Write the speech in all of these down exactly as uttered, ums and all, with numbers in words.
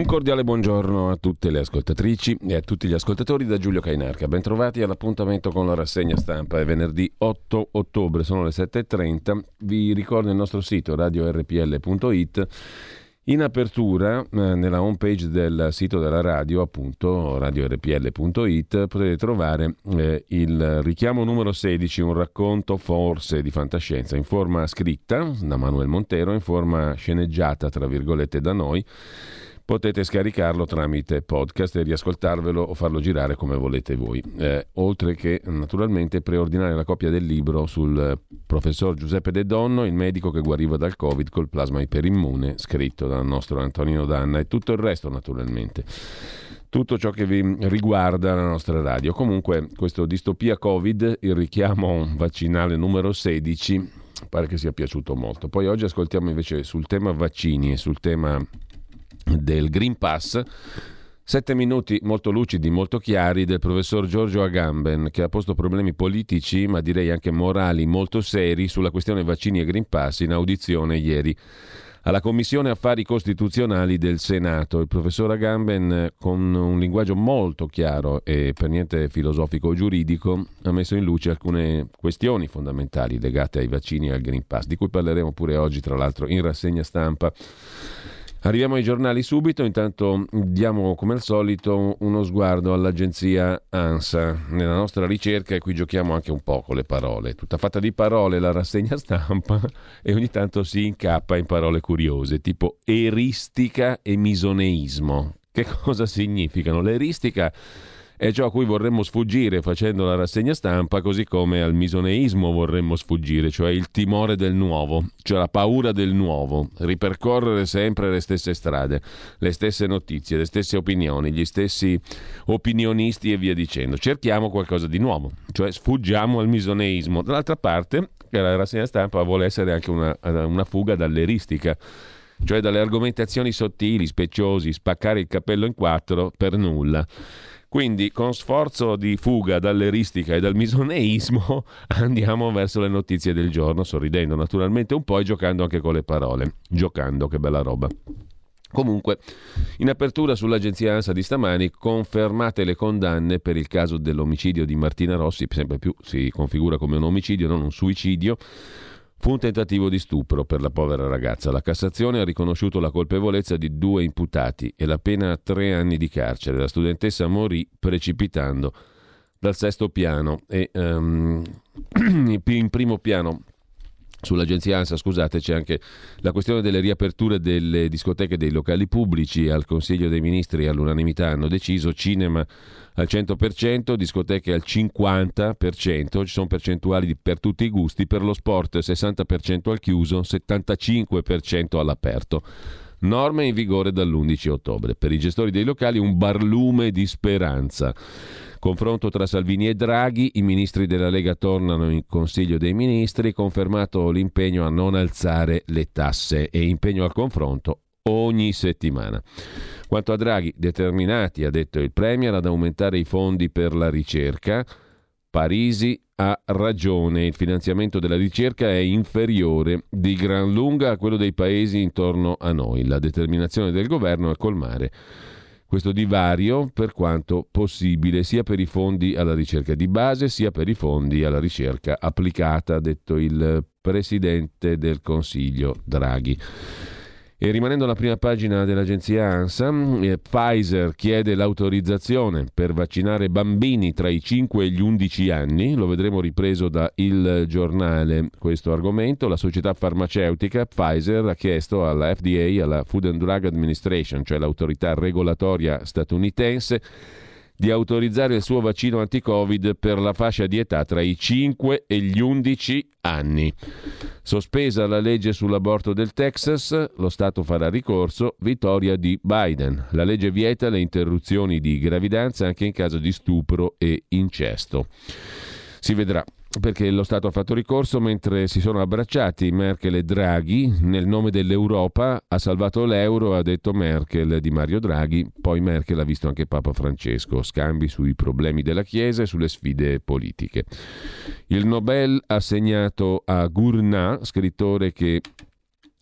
Un cordiale buongiorno a tutte le ascoltatrici e a tutti gli ascoltatori da Giulio Cainarca. Bentrovati all'appuntamento con la rassegna stampa. È venerdì otto ottobre, sono le sette e trenta. Vi ricordo il nostro sito radio erre pi elle punto it. In apertura, eh, nella home page del sito della radio, appunto radio erre pi elle punto it, potete trovare eh, il richiamo numero sedici, un racconto forse di fantascienza in forma scritta da Manuel Montero, in forma sceneggiata tra virgolette da noi. Potete scaricarlo tramite podcast e riascoltarvelo o farlo girare come volete voi. Eh, oltre che naturalmente preordinare la copia del libro sul professor Giuseppe De Donno, il medico che guariva dal Covid col plasma iperimmune, scritto dal nostro Antonino Danna, e tutto il resto naturalmente. Tutto ciò che vi riguarda la nostra radio. Comunque questo distopia Covid, il richiamo vaccinale numero sedici, pare che sia piaciuto molto. Poi oggi ascoltiamo invece sul tema vaccini e sul tema del Green Pass sette minuti molto lucidi, molto chiari del professor Giorgio Agamben, che ha posto problemi politici ma direi anche morali molto seri sulla questione vaccini e Green Pass in audizione ieri alla Commissione Affari Costituzionali del Senato. Il professor Agamben, con un linguaggio molto chiaro e per niente filosofico o giuridico, ha messo in luce alcune questioni fondamentali legate ai vaccini e al Green Pass, di cui parleremo pure oggi tra l'altro in rassegna stampa. Arriviamo ai giornali subito, intanto diamo come al solito uno sguardo all'agenzia ANSA. Nella nostra ricerca, e qui giochiamo anche un po' con le parole, tutta fatta di parole la rassegna stampa e ogni tanto si incappa in parole curiose, tipo eristica e misoneismo. Che cosa significano? L'eristica è ciò a cui vorremmo sfuggire facendo la rassegna stampa, così come al misoneismo vorremmo sfuggire, cioè il timore del nuovo, cioè la paura del nuovo, ripercorrere sempre le stesse strade, le stesse notizie, le stesse opinioni, gli stessi opinionisti e via dicendo. Cerchiamo qualcosa di nuovo, cioè sfuggiamo al misoneismo. Dall'altra parte, la rassegna stampa vuole essere anche una, una fuga dall'eristica, cioè dalle argomentazioni sottili, speciosi, spaccare il cappello in quattro per nulla. Quindi con sforzo di fuga dall'eristica e dal misoneismo andiamo verso le notizie del giorno, sorridendo naturalmente un po' e giocando anche con le parole. Giocando, che bella roba. Comunque, in apertura sull'agenzia ANSA di stamani, confermate le condanne per il caso dell'omicidio di Martina Rossi, sempre più si configura come un omicidio, non un suicidio. Fu un tentativo di stupro per la povera ragazza. La Cassazione ha riconosciuto la colpevolezza di due imputati e la pena a tre anni di carcere. La studentessa morì precipitando dal sesto piano e um, in primo piano sull'agenzia ANSA, scusate, c'è anche la questione delle riaperture delle discoteche e dei locali pubblici. Al Consiglio dei Ministri all'unanimità hanno deciso cinema al cento per cento, discoteche al cinquanta per cento, ci sono percentuali per tutti i gusti, per lo sport sessanta per cento al chiuso, settantacinque per cento all'aperto. Norme in vigore dall'undici ottobre. Per i gestori dei locali un barlume di speranza. Confronto tra Salvini e Draghi, i ministri della Lega tornano in Consiglio dei Ministri, confermato l'impegno a non alzare le tasse e impegno al confronto ogni settimana. Quanto a Draghi, determinati, ha detto il Premier, ad aumentare i fondi per la ricerca. Parisi ha ragione, il finanziamento della ricerca è inferiore di gran lunga a quello dei paesi intorno a noi. La determinazione del governo è colmare questo divario per quanto possibile, sia per i fondi alla ricerca di base, sia per i fondi alla ricerca applicata, ha detto il Presidente del Consiglio Draghi. E rimanendo alla prima pagina dell'agenzia ANSA, eh, Pfizer chiede l'autorizzazione per vaccinare bambini tra i cinque e gli undici anni, lo vedremo ripreso da Il Giornale questo argomento. La società farmaceutica Pfizer ha chiesto alla F D A, alla Food and Drug Administration, cioè l'autorità regolatoria statunitense, di autorizzare il suo vaccino anti-Covid per la fascia di età tra i cinque e gli undici anni. Sospesa la legge sull'aborto del Texas, lo Stato farà ricorso, vittoria di Biden. La legge vieta le interruzioni di gravidanza anche in caso di stupro e incesto. Si vedrà, perché lo Stato ha fatto ricorso mentre si sono abbracciati Merkel e Draghi. Nel nome dell'Europa ha salvato l'euro, ha detto Merkel di Mario Draghi. Poi Merkel ha visto anche Papa Francesco, scambi sui problemi della Chiesa e sulle sfide politiche. Il Nobel assegnato a Gurnah, scrittore che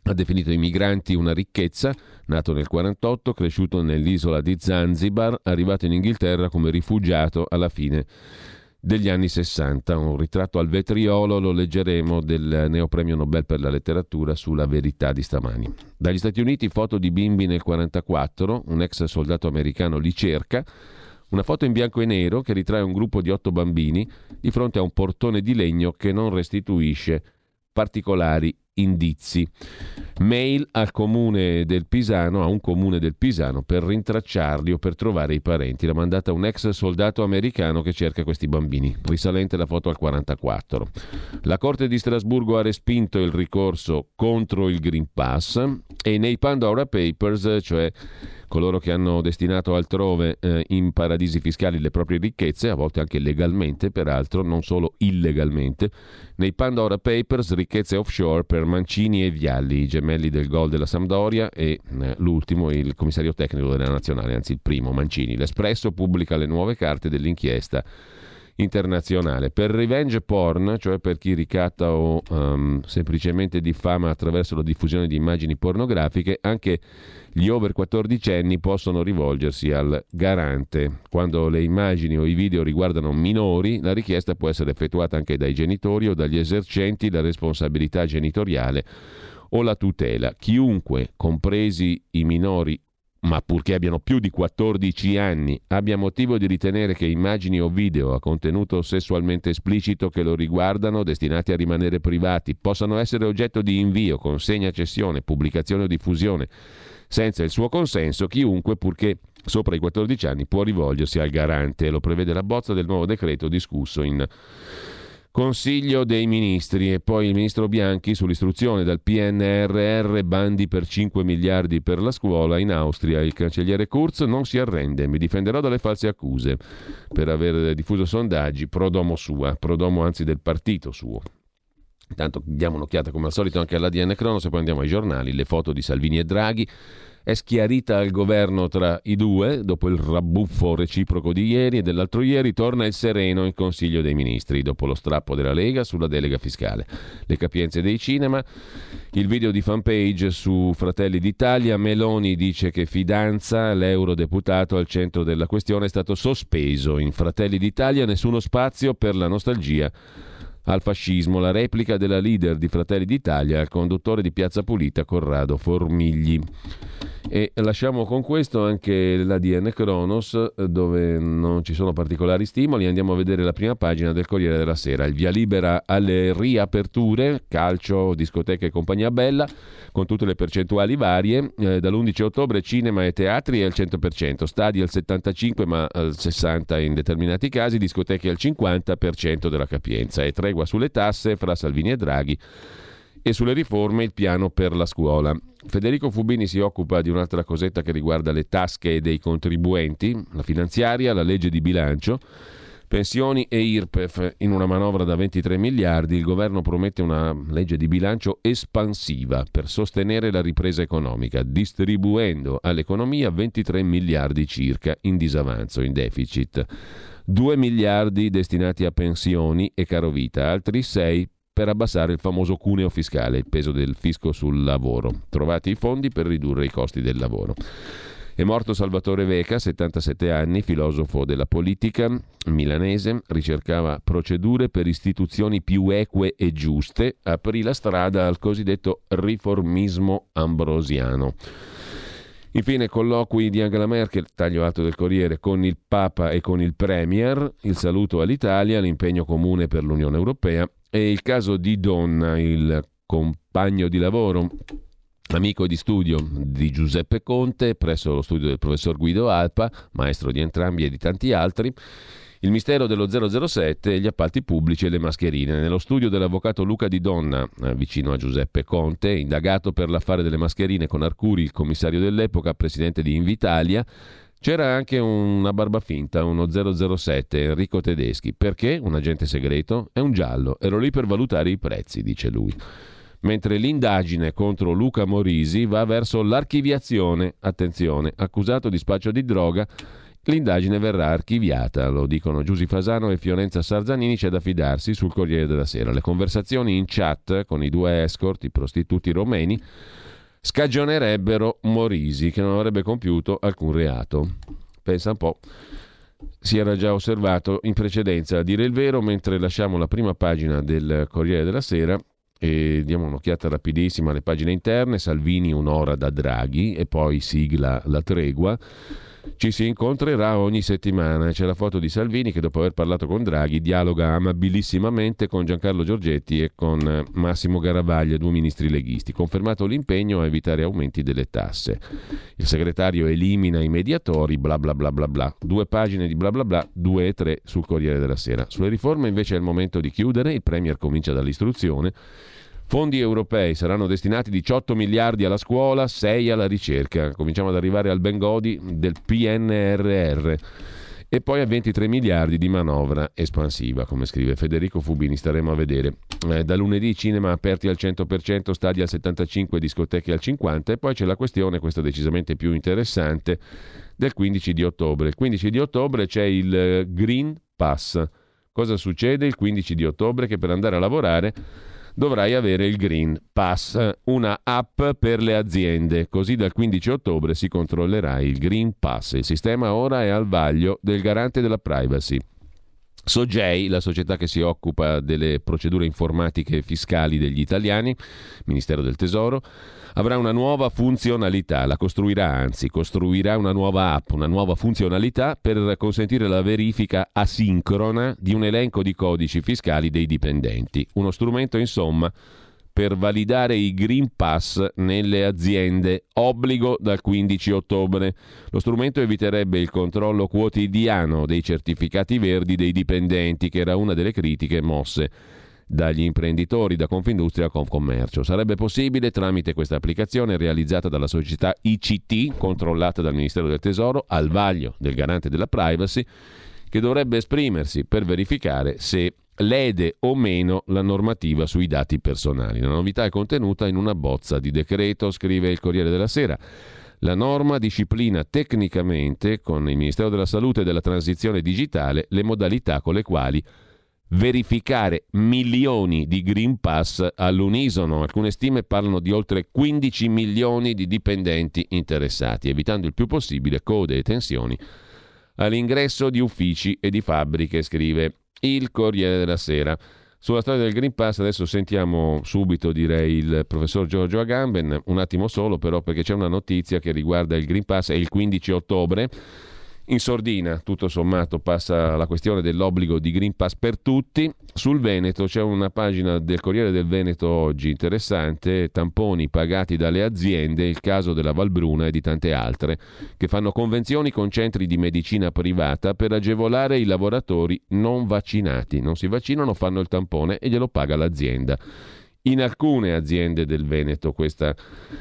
Ha definito i migranti una ricchezza, nato nel quarantotto, cresciuto nell'isola di Zanzibar, arrivato in Inghilterra come rifugiato alla fine degli anni sessanta. Un ritratto al vetriolo, lo leggeremo, del neopremio Nobel per la letteratura sulla Verità di stamani. Dagli Stati Uniti foto di bimbi nel quarantaquattro, un ex soldato americano li cerca, una foto in bianco e nero che ritrae un gruppo di otto bambini di fronte a un portone di legno che non restituisce particolari indizi. Mail al comune del Pisano, a un comune del Pisano, per rintracciarli o per trovare i parenti. L'ha mandata un ex soldato americano che cerca questi bambini. Risalente la foto al quarantaquattro. La Corte di Strasburgo ha respinto il ricorso contro il Green Pass e nei Pandora Papers, cioè coloro che hanno destinato altrove eh, in paradisi fiscali le proprie ricchezze, a volte anche legalmente, peraltro, non solo illegalmente. Nei Pandora Papers, ricchezze offshore per Mancini e Vialli, i gemelli del gol della Sampdoria, e eh, l'ultimo, il commissario tecnico della nazionale, anzi il primo, Mancini. L'Espresso pubblica le nuove carte dell'inchiesta internazionale. Per revenge porn, cioè per chi ricatta o um, semplicemente diffama attraverso la diffusione di immagini pornografiche, anche gli over quattordicenni possono rivolgersi al garante. Quando le immagini o i video riguardano minori, la richiesta può essere effettuata anche dai genitori o dagli esercenti la responsabilità genitoriale o la tutela. Chiunque, compresi i minori, ma purché abbiano più di quattordici anni, abbia motivo di ritenere che immagini o video a contenuto sessualmente esplicito che lo riguardano, destinati a rimanere privati, possano essere oggetto di invio, consegna, cessione, pubblicazione o diffusione senza il suo consenso, chiunque, purché sopra i quattordici anni, può rivolgersi al garante. Lo prevede la bozza del nuovo decreto discusso in Consiglio dei Ministri. E poi il ministro Bianchi sull'istruzione, dal P N R R bandi per cinque miliardi per la scuola. In Austria il cancelliere Kurz non si arrende, mi difenderò dalle false accuse per aver diffuso sondaggi, pro domo sua, pro domo anzi del partito suo. Intanto diamo un'occhiata come al solito anche all'A D N Cronos e poi andiamo ai giornali. Le foto di Salvini e Draghi. È schiarita al governo tra i due, dopo il rabbuffo reciproco di ieri e dell'altro ieri torna il sereno in Consiglio dei Ministri, dopo lo strappo della Lega sulla delega fiscale. Le capienze dei cinema, il video di fanpage su Fratelli d'Italia, Meloni dice che fidanza, l'eurodeputato al centro della questione è stato sospeso. In Fratelli d'Italia nessuno spazio per la nostalgia al fascismo, la replica della leader di Fratelli d'Italia al conduttore di Piazza Pulita Corrado Formigli. E lasciamo con questo anche l'A D N Cronos, dove non ci sono particolari stimoli. Andiamo a vedere la prima pagina del Corriere della Sera. Il via libera alle riaperture, calcio, discoteche e compagnia bella, con tutte le percentuali varie. Eh, dall'undici ottobre cinema e teatri al cento per cento, stadi al settantacinque per cento ma al sessanta per cento in determinati casi, discoteche al cinquanta per cento della capienza. E tregua sulle tasse fra Salvini e Draghi. E sulle riforme il piano per la scuola. Federico Fubini si occupa di un'altra cosetta che riguarda le tasche dei contribuenti, la finanziaria, la legge di bilancio, pensioni e I R P E F. In una manovra da ventitré miliardi il governo promette una legge di bilancio espansiva per sostenere la ripresa economica, distribuendo all'economia ventitré miliardi circa in disavanzo, in deficit. due miliardi destinati a pensioni e carovita, altri sei per abbassare il famoso cuneo fiscale, il peso del fisco sul lavoro. Trovati i fondi per ridurre i costi del lavoro. È morto Salvatore Veca, settantasette anni, filosofo della politica milanese, ricercava procedure per istituzioni più eque e giuste, aprì la strada al cosiddetto riformismo ambrosiano. Infine, colloqui di Angela Merkel, taglio alto del Corriere, con il Papa e con il Premier, il saluto all'Italia, l'impegno comune per l'Unione Europea e il caso di Donna, il compagno di lavoro, amico di studio di Giuseppe Conte, presso lo studio del professor Guido Alpa, maestro di entrambi e di tanti altri. Il mistero dello zero zero sette, gli appalti pubblici e le mascherine. Nello studio dell'avvocato Luca Di Donna, vicino a Giuseppe Conte, indagato per l'affare delle mascherine con Arcuri, il commissario dell'epoca, presidente di Invitalia, c'era anche una barba finta, uno zero zero sette, Enrico Tedeschi. Perché? Un agente segreto? È un giallo. Ero lì per valutare i prezzi, dice lui. Mentre l'indagine contro Luca Morisi va verso l'archiviazione, attenzione, accusato di spaccio di droga l'indagine verrà archiviata, lo dicono Giusy Fasano e Fiorenza Sarzanini, c'è da fidarsi sul Corriere della Sera. Le conversazioni in chat con i due escort, i prostituti romeni, scagionerebbero Morisi, che non avrebbe compiuto alcun reato. Pensa un po'. Si era già osservato in precedenza, a dire il vero, mentre lasciamo la prima pagina del Corriere della Sera e diamo un'occhiata rapidissima alle pagine interne. Salvini un'ora da Draghi e poi sigla la tregua. Ci si incontrerà ogni settimana. C'è la foto di Salvini che dopo aver parlato con Draghi dialoga amabilissimamente con Giancarlo Giorgetti e con Massimo Garavaglia, due ministri leghisti. Confermato l'impegno a evitare aumenti delle tasse. Il segretario elimina i mediatori, bla bla bla bla bla. Due pagine di bla bla bla, due e tre sul Corriere della Sera. Sulle riforme invece è il momento di chiudere. Il Premier comincia dall'istruzione. Fondi europei saranno destinati diciotto miliardi alla scuola, sei alla ricerca. Cominciamo ad arrivare al Bengodi del P N R R. E poi a ventitré miliardi di manovra espansiva, come scrive Federico Fubini, staremo a vedere. Eh, da lunedì cinema aperti al cento per cento, stadi al settantacinque per cento, discoteche al cinquanta per cento, e poi c'è la questione, questa decisamente più interessante, del quindici di ottobre. Il quindici di ottobre c'è il Green Pass. Cosa succede il quindici di ottobre? Che per andare a lavorare dovrai avere il Green Pass, una app per le aziende, così dal quindici ottobre si controllerà il Green Pass. Il sistema ora è al vaglio del garante della privacy. Sogei, la società che si occupa delle procedure informatiche fiscali degli italiani, Ministero del Tesoro, avrà una nuova funzionalità, la costruirà, anzi costruirà una nuova app, una nuova funzionalità per consentire la verifica asincrona di un elenco di codici fiscali dei dipendenti. Uno strumento, insomma, per validare i Green Pass nelle aziende, obbligo dal quindici ottobre. Lo strumento eviterebbe il controllo quotidiano dei certificati verdi dei dipendenti, che era una delle critiche mosse dagli imprenditori, da Confindustria a Confcommercio. Sarebbe possibile tramite questa applicazione realizzata dalla società I C T, controllata dal Ministero del Tesoro, al vaglio del garante della privacy, che dovrebbe esprimersi per verificare se lede o meno la normativa sui dati personali. La novità è contenuta in una bozza di decreto, scrive il Corriere della Sera. La norma disciplina tecnicamente, con il Ministero della Salute e della Transizione Digitale, le modalità con le quali verificare milioni di Green Pass all'unisono. Alcune stime parlano di oltre quindici milioni di dipendenti interessati, evitando il più possibile code e tensioni all'ingresso di uffici e di fabbriche, scrive il Corriere della Sera. Sulla storia del Green Pass adesso sentiamo subito, direi, il professor Giorgio Agamben, un attimo solo però, perché c'è una notizia che riguarda il Green Pass. È il quindici ottobre. In sordina, tutto sommato, passa la questione dell'obbligo di Green Pass per tutti. Sul Veneto c'è una pagina del Corriere del Veneto oggi interessante, tamponi pagati dalle aziende, il caso della Valbruna e di tante altre, che fanno convenzioni con centri di medicina privata per agevolare i lavoratori non vaccinati. Non si vaccinano, fanno il tampone e glielo paga l'azienda. In alcune aziende del Veneto questa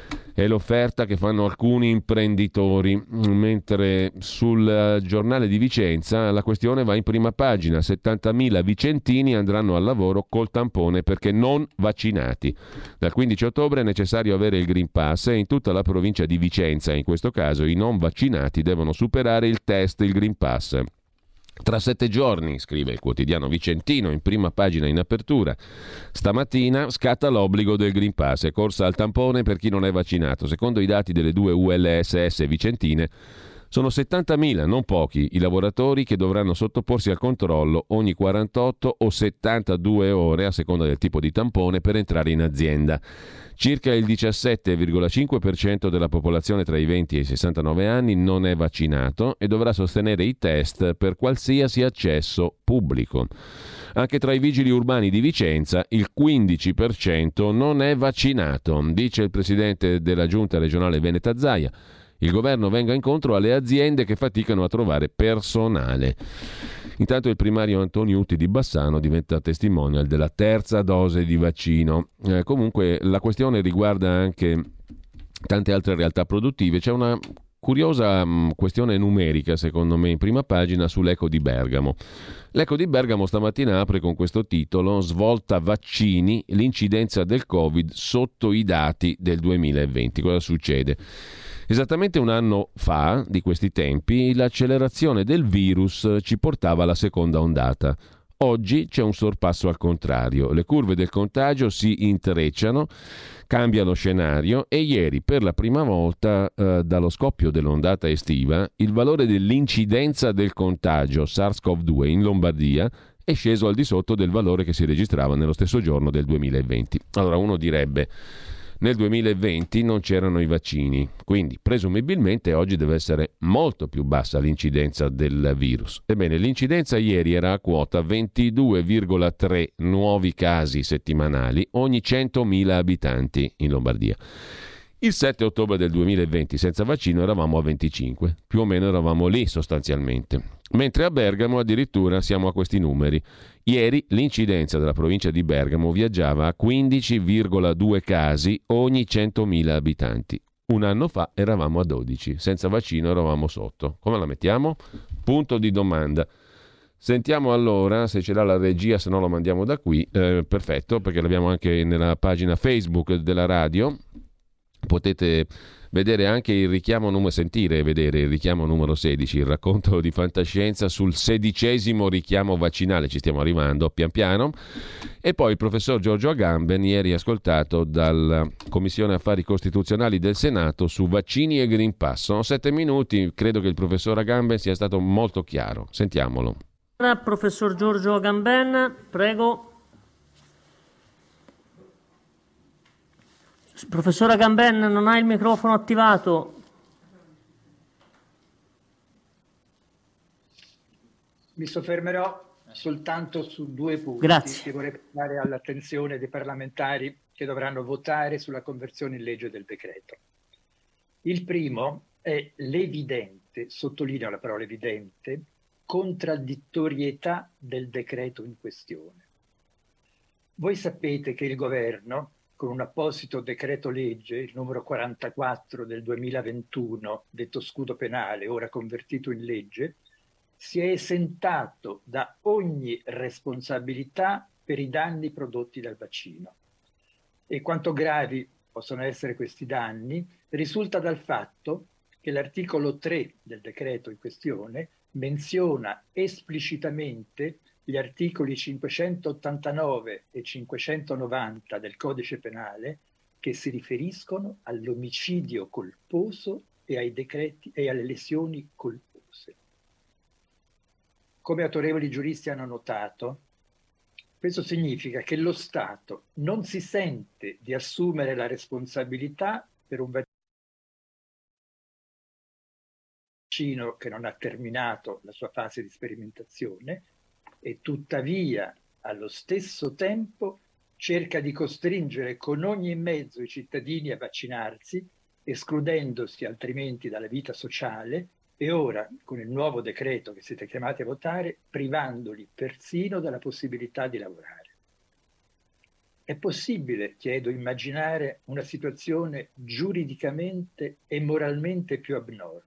è l'offerta che fanno alcuni imprenditori, mentre sul giornale di Vicenza la questione va in prima pagina. settantamila vicentini andranno al lavoro col tampone perché non vaccinati. Dal quindici ottobre è necessario avere il Green Pass e in tutta la provincia di Vicenza, in questo caso, i non vaccinati devono superare il test, il Green Pass. Tra sette giorni, scrive il quotidiano vicentino in prima pagina in apertura, stamattina scatta l'obbligo del Green Pass e corsa al tampone per chi non è vaccinato. Secondo i dati delle due U L S S vicentine, sono settantamila, non pochi, i lavoratori che dovranno sottoporsi al controllo ogni quarantotto o settantadue ore, a seconda del tipo di tampone, per entrare in azienda. Circa il diciassette virgola cinque per cento della popolazione tra i venti e i sessantanove anni non è vaccinato e dovrà sostenere i test per qualsiasi accesso pubblico. Anche tra i vigili urbani di Vicenza il quindici per cento non è vaccinato, dice il presidente della giunta regionale Veneta Zaia. Il governo venga incontro alle aziende che faticano a trovare personale. Intanto il primario Antoniutti di Bassano diventa testimonial della terza dose di vaccino. Eh, comunque la questione riguarda anche tante altre realtà produttive. C'è una curiosa mh, questione numerica, secondo me, in prima pagina sull'Eco di Bergamo. L'Eco di Bergamo stamattina apre con questo titolo: svolta vaccini, l'incidenza del Covid sotto i dati del duemilaventi. Cosa succede? Esattamente un anno fa, di questi tempi, l'accelerazione del virus ci portava alla seconda ondata. Oggi c'è un sorpasso al contrario, le curve del contagio si intrecciano, cambia lo scenario e ieri per la prima volta eh, dallo scoppio dell'ondata estiva il valore dell'incidenza del contagio SARS-CoV due in Lombardia è sceso al di sotto del valore che si registrava nello stesso giorno del duemilaventi. Allora uno direbbe: nel duemilaventi non c'erano i vaccini, quindi presumibilmente oggi deve essere molto più bassa l'incidenza del virus. Ebbene, l'incidenza ieri era a quota ventidue virgola tre nuovi casi settimanali ogni centomila abitanti in Lombardia. Il sette ottobre del duemilaventi senza vaccino eravamo a venticinque, più o meno eravamo lì sostanzialmente. Mentre a Bergamo addirittura siamo a questi numeri. Ieri l'incidenza della provincia di Bergamo viaggiava a quindici virgola due casi ogni centomila abitanti. Un anno fa eravamo a dodici, senza vaccino eravamo sotto. Come la mettiamo? Punto di domanda. Sentiamo allora se ce l'ha la regia, se no lo mandiamo da qui. Eh, perfetto, perché l'abbiamo anche nella pagina Facebook della radio. Potete vedere anche il richiamo numero, sentire e vedere il richiamo numero sedici, il racconto di fantascienza sul sedicesimo richiamo vaccinale. Ci stiamo arrivando pian piano. E poi il professor Giorgio Agamben, ieri ascoltato dalla Commissione Affari Costituzionali del Senato su vaccini e Green Pass. Sono sette minuti, credo che il professor Agamben sia stato molto chiaro. Sentiamolo. Professor Giorgio Agamben, prego. Professor Agamben, non ha il microfono attivato. Mi soffermerò soltanto su due punti Grazie. che vorrei portare all'attenzione dei parlamentari che dovranno votare sulla conversione in legge del decreto. Il primo è l'evidente, sottolineo la parola evidente, contraddittorietà del decreto in questione. Voi sapete che il governo, con un apposito decreto legge, il numero quarantaquattro del duemilaventuno, detto scudo penale, ora convertito in legge, si è esentato da ogni responsabilità per i danni prodotti dal vaccino. E quanto gravi possono essere questi danni risulta dal fatto che l'articolo tre del decreto in questione menziona esplicitamente gli articoli cinquecentottantanove e cinquecentonovanta del Codice Penale che si riferiscono all'omicidio colposo e ai decreti e alle lesioni colpose. Come autorevoli giuristi hanno notato, questo significa che lo Stato non si sente di assumere la responsabilità per un vaccino che non ha terminato la sua fase di sperimentazione e tuttavia allo stesso tempo cerca di costringere con ogni mezzo i cittadini a vaccinarsi, escludendosi altrimenti dalla vita sociale e ora, con il nuovo decreto che siete chiamati a votare, privandoli persino della possibilità di lavorare. È possibile, chiedo, immaginare una situazione giuridicamente e moralmente più abnorme?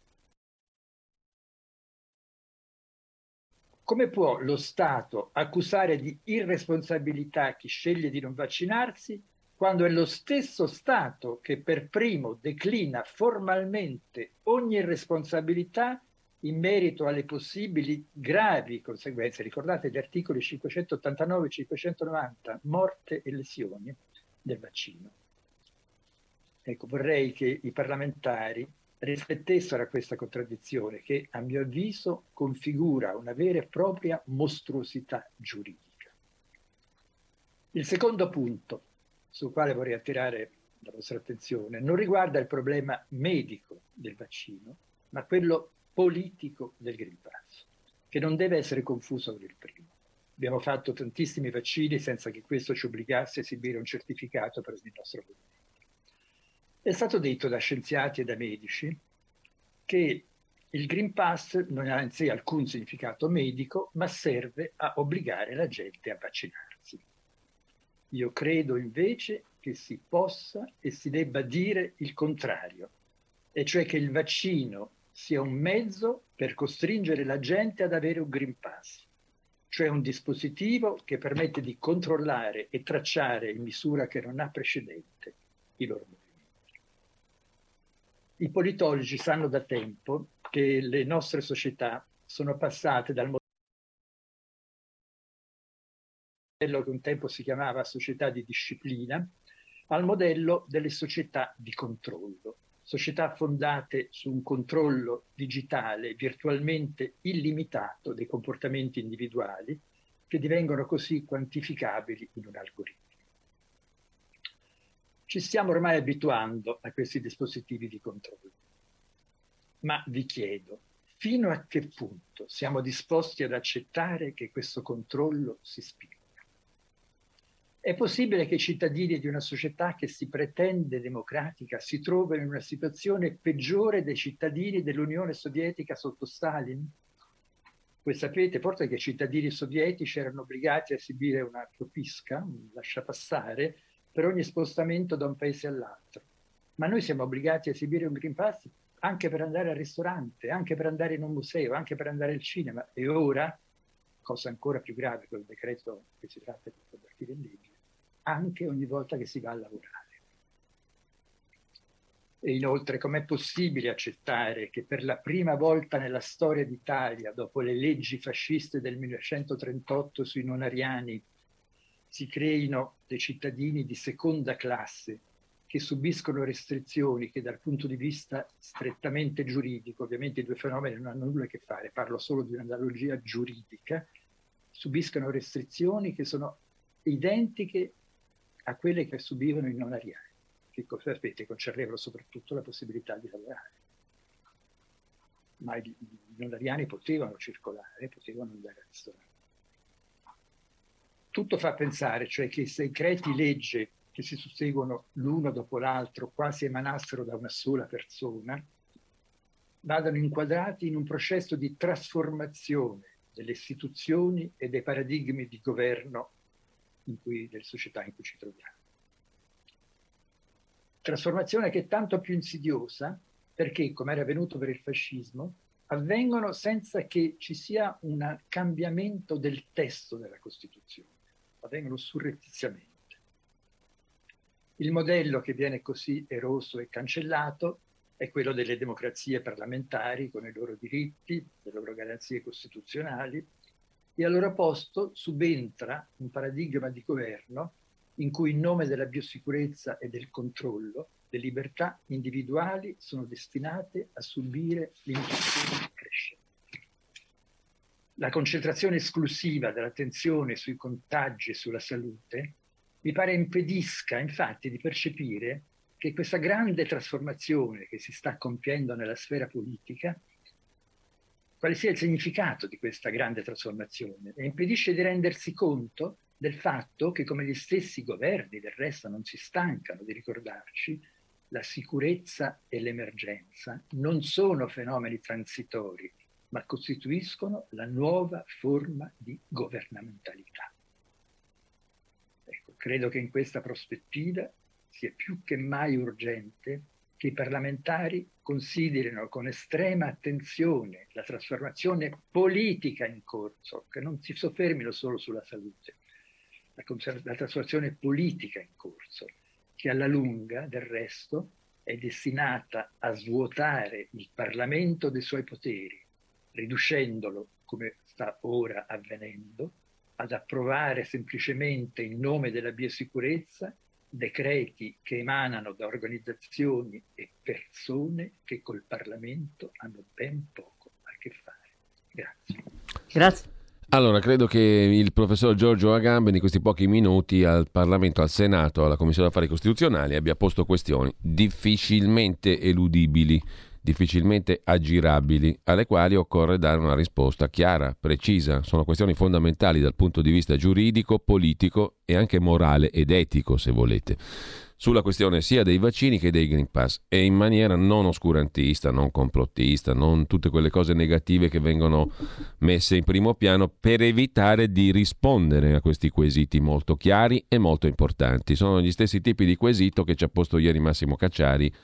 Come può lo Stato accusare di irresponsabilità chi sceglie di non vaccinarsi quando è lo stesso Stato che per primo declina formalmente ogni responsabilità in merito alle possibili gravi conseguenze? Ricordate gli articoli cinquecentottantanove e cinquecentonovanta, morte e lesioni del vaccino. Ecco, vorrei che i parlamentari riflettessero a questa contraddizione che, a mio avviso, configura una vera e propria mostruosità giuridica. Il secondo punto sul quale vorrei attirare la vostra attenzione non riguarda il problema medico del vaccino, ma quello politico del Green Pass, che non deve essere confuso con il primo. Abbiamo fatto tantissimi vaccini senza che questo ci obbligasse a esibire un certificato per il nostro movimento. È stato detto da scienziati e da medici che il Green Pass non ha in sé alcun significato medico, ma serve a obbligare la gente a vaccinarsi. Io credo invece che si possa e si debba dire il contrario e cioè che il vaccino sia un mezzo per costringere la gente ad avere un Green Pass, cioè un dispositivo che permette di controllare e tracciare in misura che non ha precedente i loro movimenti. I politologi sanno da tempo che le nostre società sono passate dal modello che un tempo si chiamava società di disciplina al modello delle società di controllo. Società fondate su un controllo digitale virtualmente illimitato dei comportamenti individuali che divengono così quantificabili in un algoritmo. Ci stiamo ormai abituando a questi dispositivi di controllo, ma vi chiedo, fino a che punto siamo disposti ad accettare che questo controllo si spinga? È possibile che i cittadini di una società che si pretende democratica si trovino in una situazione peggiore dei cittadini dell'Unione Sovietica sotto Stalin? Voi sapete forse che i cittadini sovietici erano obbligati a esibire una propiska, un lasciapassare, per ogni spostamento da un paese all'altro. Ma noi siamo obbligati a esibire un Green Pass anche per andare al ristorante, anche per andare in un museo, anche per andare al cinema. E ora, cosa ancora più grave col decreto che si tratta di convertire in legge, anche ogni volta che si va a lavorare. E inoltre, com'è possibile accettare che per la prima volta nella storia d'Italia, dopo le leggi fasciste del millenovecentotrentotto sui non ariani, si creino dei cittadini di seconda classe che subiscono restrizioni che dal punto di vista strettamente giuridico, ovviamente i due fenomeni non hanno nulla a che fare, parlo solo di un'analogia giuridica, subiscono restrizioni che sono identiche a quelle che subivano i non ariani, che cosa sapete, concernevano soprattutto la possibilità di lavorare. Ma i, i non ariani potevano circolare, potevano andare al ristorante. Tutto fa pensare, cioè, che se i decreti legge che si susseguono l'uno dopo l'altro, quasi emanassero da una sola persona, vadano inquadrati in un processo di trasformazione delle istituzioni e dei paradigmi di governo in cui, delle società in cui ci troviamo. Trasformazione che è tanto più insidiosa perché, come era avvenuto per il fascismo, avvengono senza che ci sia un cambiamento del testo della Costituzione, avvengono surrettiziamente. Il modello che viene così eroso e cancellato è quello delle democrazie parlamentari con i loro diritti, le loro garanzie costituzionali, e al loro posto subentra un paradigma di governo in cui in nome della biosicurezza e del controllo le libertà individuali sono destinate a subire limitazioni crescenti. La concentrazione esclusiva dell'attenzione sui contagi e sulla salute mi pare impedisca infatti di percepire che questa grande trasformazione che si sta compiendo nella sfera politica, quale sia il significato di questa grande trasformazione, e impedisce di rendersi conto del fatto che, come gli stessi governi del resto non si stancano di ricordarci, la sicurezza e l'emergenza non sono fenomeni transitori, ma costituiscono la nuova forma di governamentalità. Ecco, credo che in questa prospettiva sia più che mai urgente che i parlamentari considerino con estrema attenzione la trasformazione politica in corso, che non si soffermino solo sulla salute, la, la trasformazione politica in corso, che alla lunga, del resto, è destinata a svuotare il Parlamento dei suoi poteri, riducendolo, come sta ora avvenendo, ad approvare semplicemente in nome della biosicurezza decreti che emanano da organizzazioni e persone che col Parlamento hanno ben poco a che fare. Grazie. Grazie. Allora, credo che il professor Giorgio Agamben in questi pochi minuti al Parlamento, al Senato, alla Commissione Affari Costituzionali abbia posto questioni difficilmente eludibili, difficilmente aggirabili, alle quali occorre dare una risposta chiara, precisa. Sono questioni fondamentali dal punto di vista giuridico, politico e anche morale ed etico, se volete, sulla questione sia dei vaccini che dei Green Pass, e in maniera non oscurantista, non complottista, non tutte quelle cose negative che vengono messe in primo piano, per evitare di rispondere a questi quesiti molto chiari e molto importanti. Sono gli stessi tipi di quesito che ci ha posto ieri Massimo Cacciari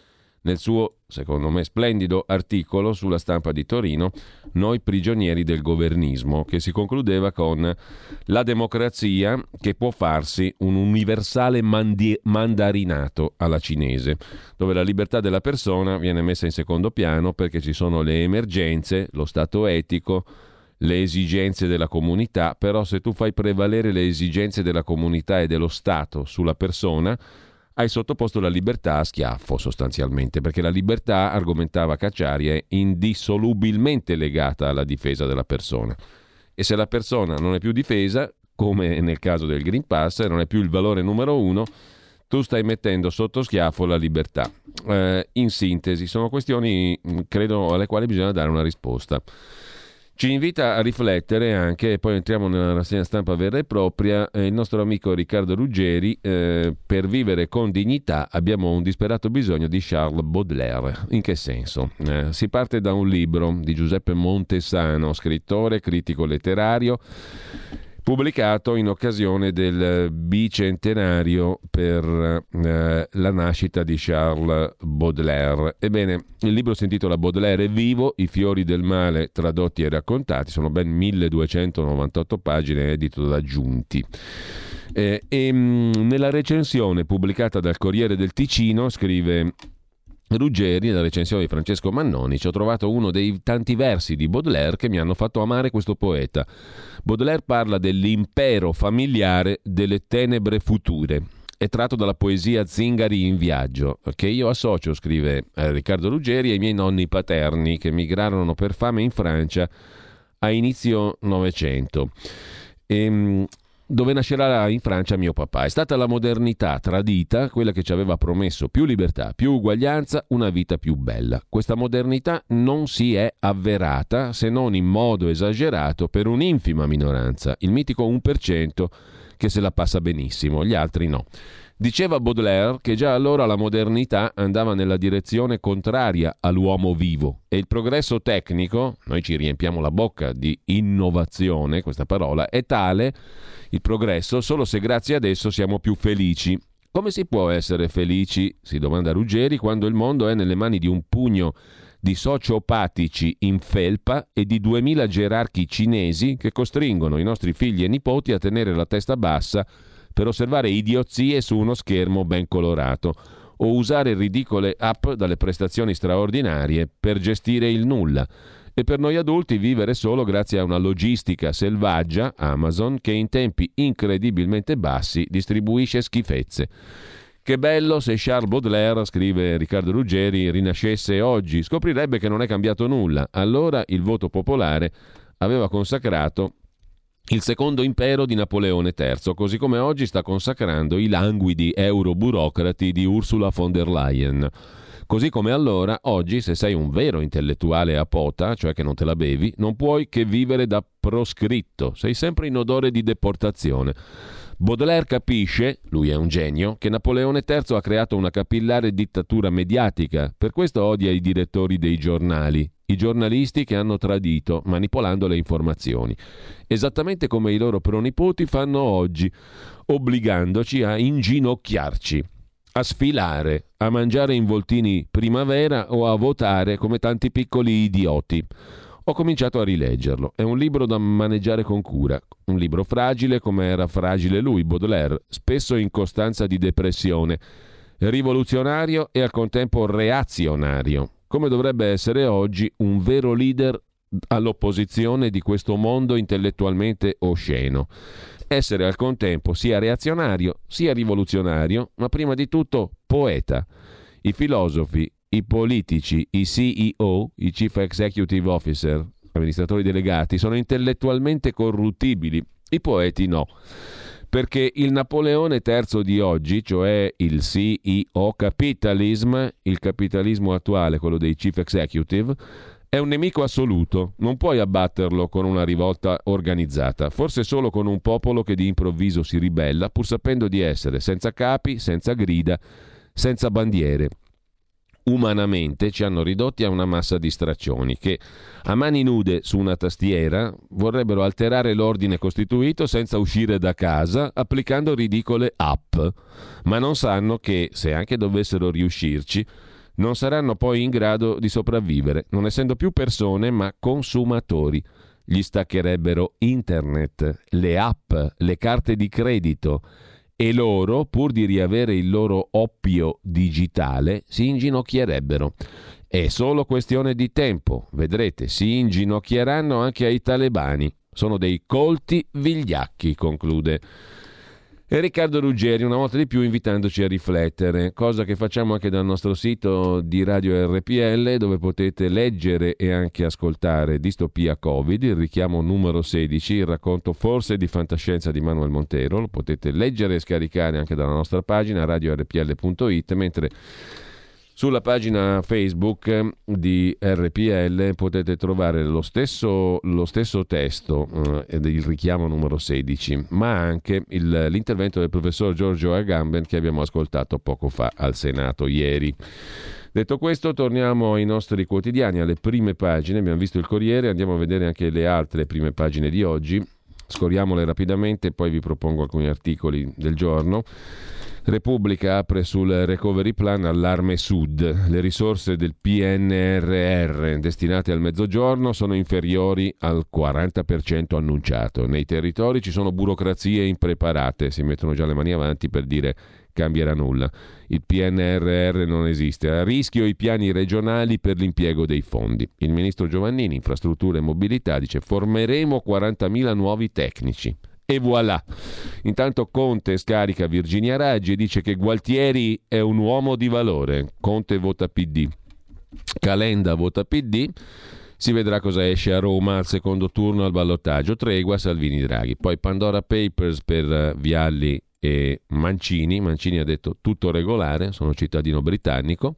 nel suo, secondo me, splendido articolo sulla Stampa di Torino, Noi prigionieri del governismo, che si concludeva con la democrazia che può farsi un universale mandi- mandarinato alla cinese, dove la libertà della persona viene messa in secondo piano perché ci sono le emergenze, lo stato etico, le esigenze della comunità, però se tu fai prevalere le esigenze della comunità e dello Stato sulla persona, hai sottoposto la libertà a schiaffo sostanzialmente, perché la libertà, argomentava Cacciari, è indissolubilmente legata alla difesa della persona. E se la persona non è più difesa, come nel caso del Green Pass, non è più il valore numero uno, tu stai mettendo sotto schiaffo la libertà. Eh, in sintesi, sono questioni, credo, alle quali bisogna dare una risposta. Ci invita a riflettere anche, e poi entriamo nella rassegna stampa vera e propria, eh, il nostro amico Riccardo Ruggeri. Eh, per vivere con dignità abbiamo un disperato bisogno di Charles Baudelaire. In che senso? Eh, si parte da un libro di Giuseppe Montesano, scrittore, critico letterario, pubblicato in occasione del bicentenario per eh, la nascita di Charles Baudelaire. Ebbene, il libro si intitola Baudelaire è vivo, i fiori del male tradotti e raccontati, sono ben milleduecentonovantotto pagine, edito da Giunti. Eh, e mh, nella recensione pubblicata dal Corriere del Ticino scrive Ruggeri, nella recensione di Francesco Mannoni, ci ho trovato uno dei tanti versi di Baudelaire che mi hanno fatto amare questo poeta. Baudelaire parla dell'impero familiare delle tenebre future. È tratto dalla poesia Zingari in viaggio, che io associo, scrive eh, Riccardo Ruggeri, ai miei nonni paterni che migrarono per fame in Francia a inizio Novecento. E, dove nascerà in Francia mio papà. È stata la modernità tradita quella che ci aveva promesso più libertà, più uguaglianza, una vita più bella. Questa modernità non si è avverata, se non in modo esagerato, per un'infima minoranza, il mitico uno per cento che se la passa benissimo, gli altri no. Diceva Baudelaire che già allora la modernità andava nella direzione contraria all'uomo vivo e il progresso tecnico, noi ci riempiamo la bocca di innovazione, questa parola, è tale, il progresso, solo se grazie ad esso siamo più felici. Come si può essere felici, si domanda Ruggeri, quando il mondo è nelle mani di un pugno di sociopatici in felpa e di duemila gerarchi cinesi che costringono i nostri figli e nipoti a tenere la testa bassa per osservare idiozie su uno schermo ben colorato o usare ridicole app dalle prestazioni straordinarie per gestire il nulla e per noi adulti vivere solo grazie a una logistica selvaggia, Amazon, che in tempi incredibilmente bassi distribuisce schifezze. Che bello se Charles Baudelaire, scrive Riccardo Ruggeri, rinascesse oggi, scoprirebbe che non è cambiato nulla. Allora il voto popolare aveva consacrato il secondo impero di Napoleone terzo, così come oggi sta consacrando i languidi euroburocrati di Ursula von der Leyen. Così come allora, oggi, se sei un vero intellettuale apota, cioè che non te la bevi, non puoi che vivere da proscritto, sei sempre in odore di deportazione. Baudelaire capisce, lui è un genio, che Napoleone terzo ha creato una capillare dittatura mediatica, per questo odia i direttori dei giornali, i giornalisti che hanno tradito, manipolando le informazioni, esattamente come i loro pronipoti fanno oggi, obbligandoci a inginocchiarci, a sfilare, a mangiare involtini primavera o a votare come tanti piccoli idioti. Ho cominciato a rileggerlo. È un libro da maneggiare con cura, un libro fragile come era fragile lui, Baudelaire, spesso in costanza di depressione, rivoluzionario e al contempo reazionario, come dovrebbe essere oggi un vero leader all'opposizione di questo mondo intellettualmente osceno. Essere al contempo sia reazionario sia rivoluzionario, ma prima di tutto poeta. I filosofi, i politici, i C E O, i Chief Executive Officer, amministratori delegati, sono intellettualmente corruttibili, i poeti no. Perché il Napoleone terzo di oggi, cioè il C E O capitalism, il capitalismo attuale, quello dei Chief Executive, è un nemico assoluto. Non puoi abbatterlo con una rivolta organizzata, forse solo con un popolo che di improvviso si ribella, pur sapendo di essere senza capi, senza grida, senza bandiere. Umanamente ci hanno ridotti a una massa di straccioni che a mani nude su una tastiera vorrebbero alterare l'ordine costituito senza uscire da casa applicando ridicole app, ma non sanno che se anche dovessero riuscirci non saranno poi in grado di sopravvivere, non essendo più persone ma consumatori. Gli staccherebbero internet, le app, le carte di credito e loro, pur di riavere il loro oppio digitale, si inginocchierebbero. È solo questione di tempo, vedrete, si inginocchieranno anche ai talebani. Sono dei colti vigliacchi, conclude. E Riccardo Ruggeri, una volta di più invitandoci a riflettere, cosa che facciamo anche dal nostro sito di Radio R P L, dove potete leggere e anche ascoltare Distopia Covid, il richiamo numero sedici, il racconto forse di fantascienza di Manuel Montero. Lo potete leggere e scaricare anche dalla nostra pagina radio r p l punto it, mentre sulla pagina Facebook di R P L potete trovare lo stesso, lo stesso testo eh, del richiamo numero sedici, ma anche il, l'intervento del professor Giorgio Agamben che abbiamo ascoltato poco fa al Senato ieri. Detto questo, torniamo ai nostri quotidiani, alle prime pagine. Abbiamo visto il Corriere, andiamo a vedere anche le altre prime pagine di oggi. Scorriamole rapidamente, poi vi propongo alcuni articoli del giorno. Repubblica apre sul recovery plan, allarme sud. Le risorse del P N R R destinate al mezzogiorno sono inferiori al quaranta per cento annunciato. Nei territori ci sono burocrazie impreparate, si mettono già le mani avanti per dire cambierà nulla. Il P N R R non esiste. A rischio i piani regionali per l'impiego dei fondi. Il ministro Giovannini, infrastrutture e mobilità, dice formeremo quarantamila nuovi tecnici. E voilà. Intanto Conte scarica Virginia Raggi e dice che Gualtieri è un uomo di valore. Conte vota P D. Calenda vota P D. Si vedrà cosa esce a Roma al secondo turno al ballottaggio. Tregua Salvini Draghi. Poi Pandora Papers per Vialli e Mancini. Mancini ha detto tutto regolare, sono cittadino britannico.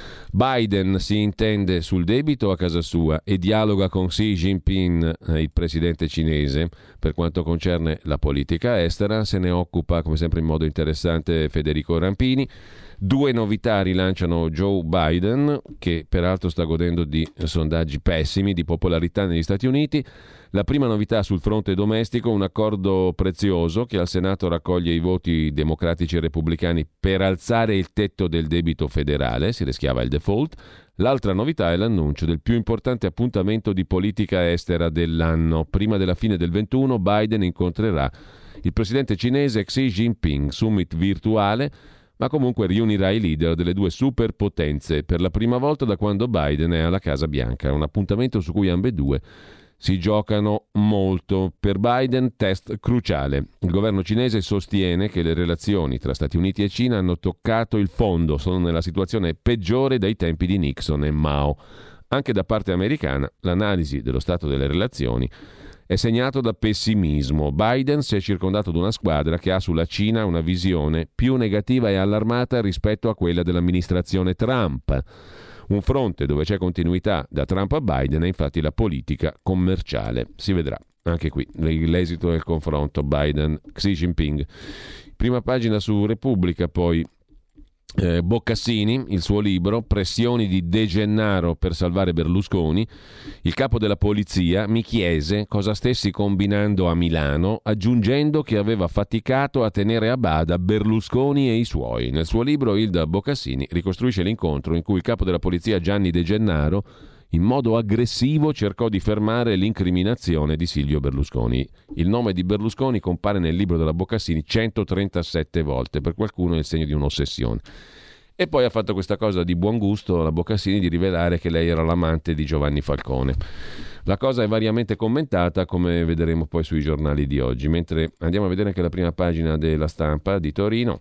Biden si intende sul debito a casa sua e dialoga con Xi Jinping, il presidente cinese, per quanto concerne la politica estera. Se ne occupa, come sempre in modo interessante, Federico Rampini. Due novità rilanciano Joe Biden, che peraltro sta godendo di sondaggi pessimi di popolarità negli Stati Uniti. La prima novità sul fronte domestico, un accordo prezioso che al Senato raccoglie i voti democratici e repubblicani per alzare il tetto del debito federale, si rischiava il default. L'altra novità è l'annuncio del più importante appuntamento di politica estera dell'anno. Prima della fine del ventuno Biden incontrerà il presidente cinese Xi Jinping, summit virtuale, ma comunque riunirà i leader delle due superpotenze per la prima volta da quando Biden è alla Casa Bianca, un appuntamento su cui ambedue si giocano molto. Per Biden test cruciale. Il governo cinese sostiene che le relazioni tra Stati Uniti e Cina hanno toccato il fondo, sono nella situazione peggiore dai tempi di Nixon e Mao. Anche da parte americana l'analisi dello stato delle relazioni è segnato da pessimismo. Biden si è circondato di una squadra che ha sulla Cina una visione più negativa e allarmata rispetto a quella dell'amministrazione Trump. Un fronte dove c'è continuità da Trump a Biden è infatti la politica commerciale. Si vedrà anche qui l'esito del confronto Biden-Xi Jinping. Prima pagina su Repubblica, poi eh, Boccassini, il suo libro Pressioni di De Gennaro per salvare Berlusconi. Il capo della polizia mi chiese cosa stessi combinando a Milano, aggiungendo che aveva faticato a tenere a bada Berlusconi e i suoi. Nel suo libro Ilda Boccassini ricostruisce l'incontro in cui il capo della polizia Gianni De Gennaro in modo aggressivo cercò di fermare l'incriminazione di Silvio Berlusconi. Il nome di Berlusconi compare nel libro della Boccassini centotrentasette volte, per qualcuno è il segno di un'ossessione. E poi ha fatto questa cosa di buon gusto la Boccassini di rivelare che lei era l'amante di Giovanni Falcone. La cosa è variamente commentata, come vedremo poi sui giornali di oggi, mentre andiamo a vedere anche la prima pagina della Stampa di Torino.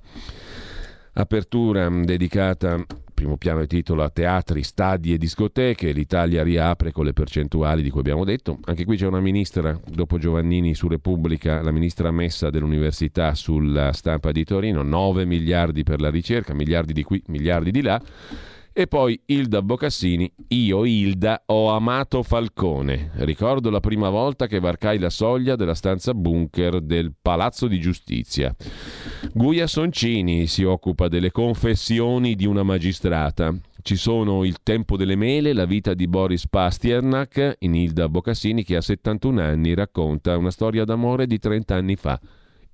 Apertura dedicata, primo piano e titolo, a teatri, stadi e discoteche. L'Italia riapre con le percentuali di cui abbiamo detto. Anche qui c'è una ministra, dopo Giovannini su Repubblica, la ministra Messa dell'Università sulla Stampa di Torino. nove miliardi per la ricerca, miliardi di qui, miliardi di là. E poi Ilda Boccassini, io Ilda ho amato Falcone. Ricordo la prima volta che varcai la soglia della stanza bunker del Palazzo di Giustizia. Guia Soncini si occupa delle confessioni di una magistrata. Ci sono Il tempo delle mele, la vita di Boris Pasternak, in Ilda Boccassini che a settantuno anni racconta una storia d'amore di trenta anni fa.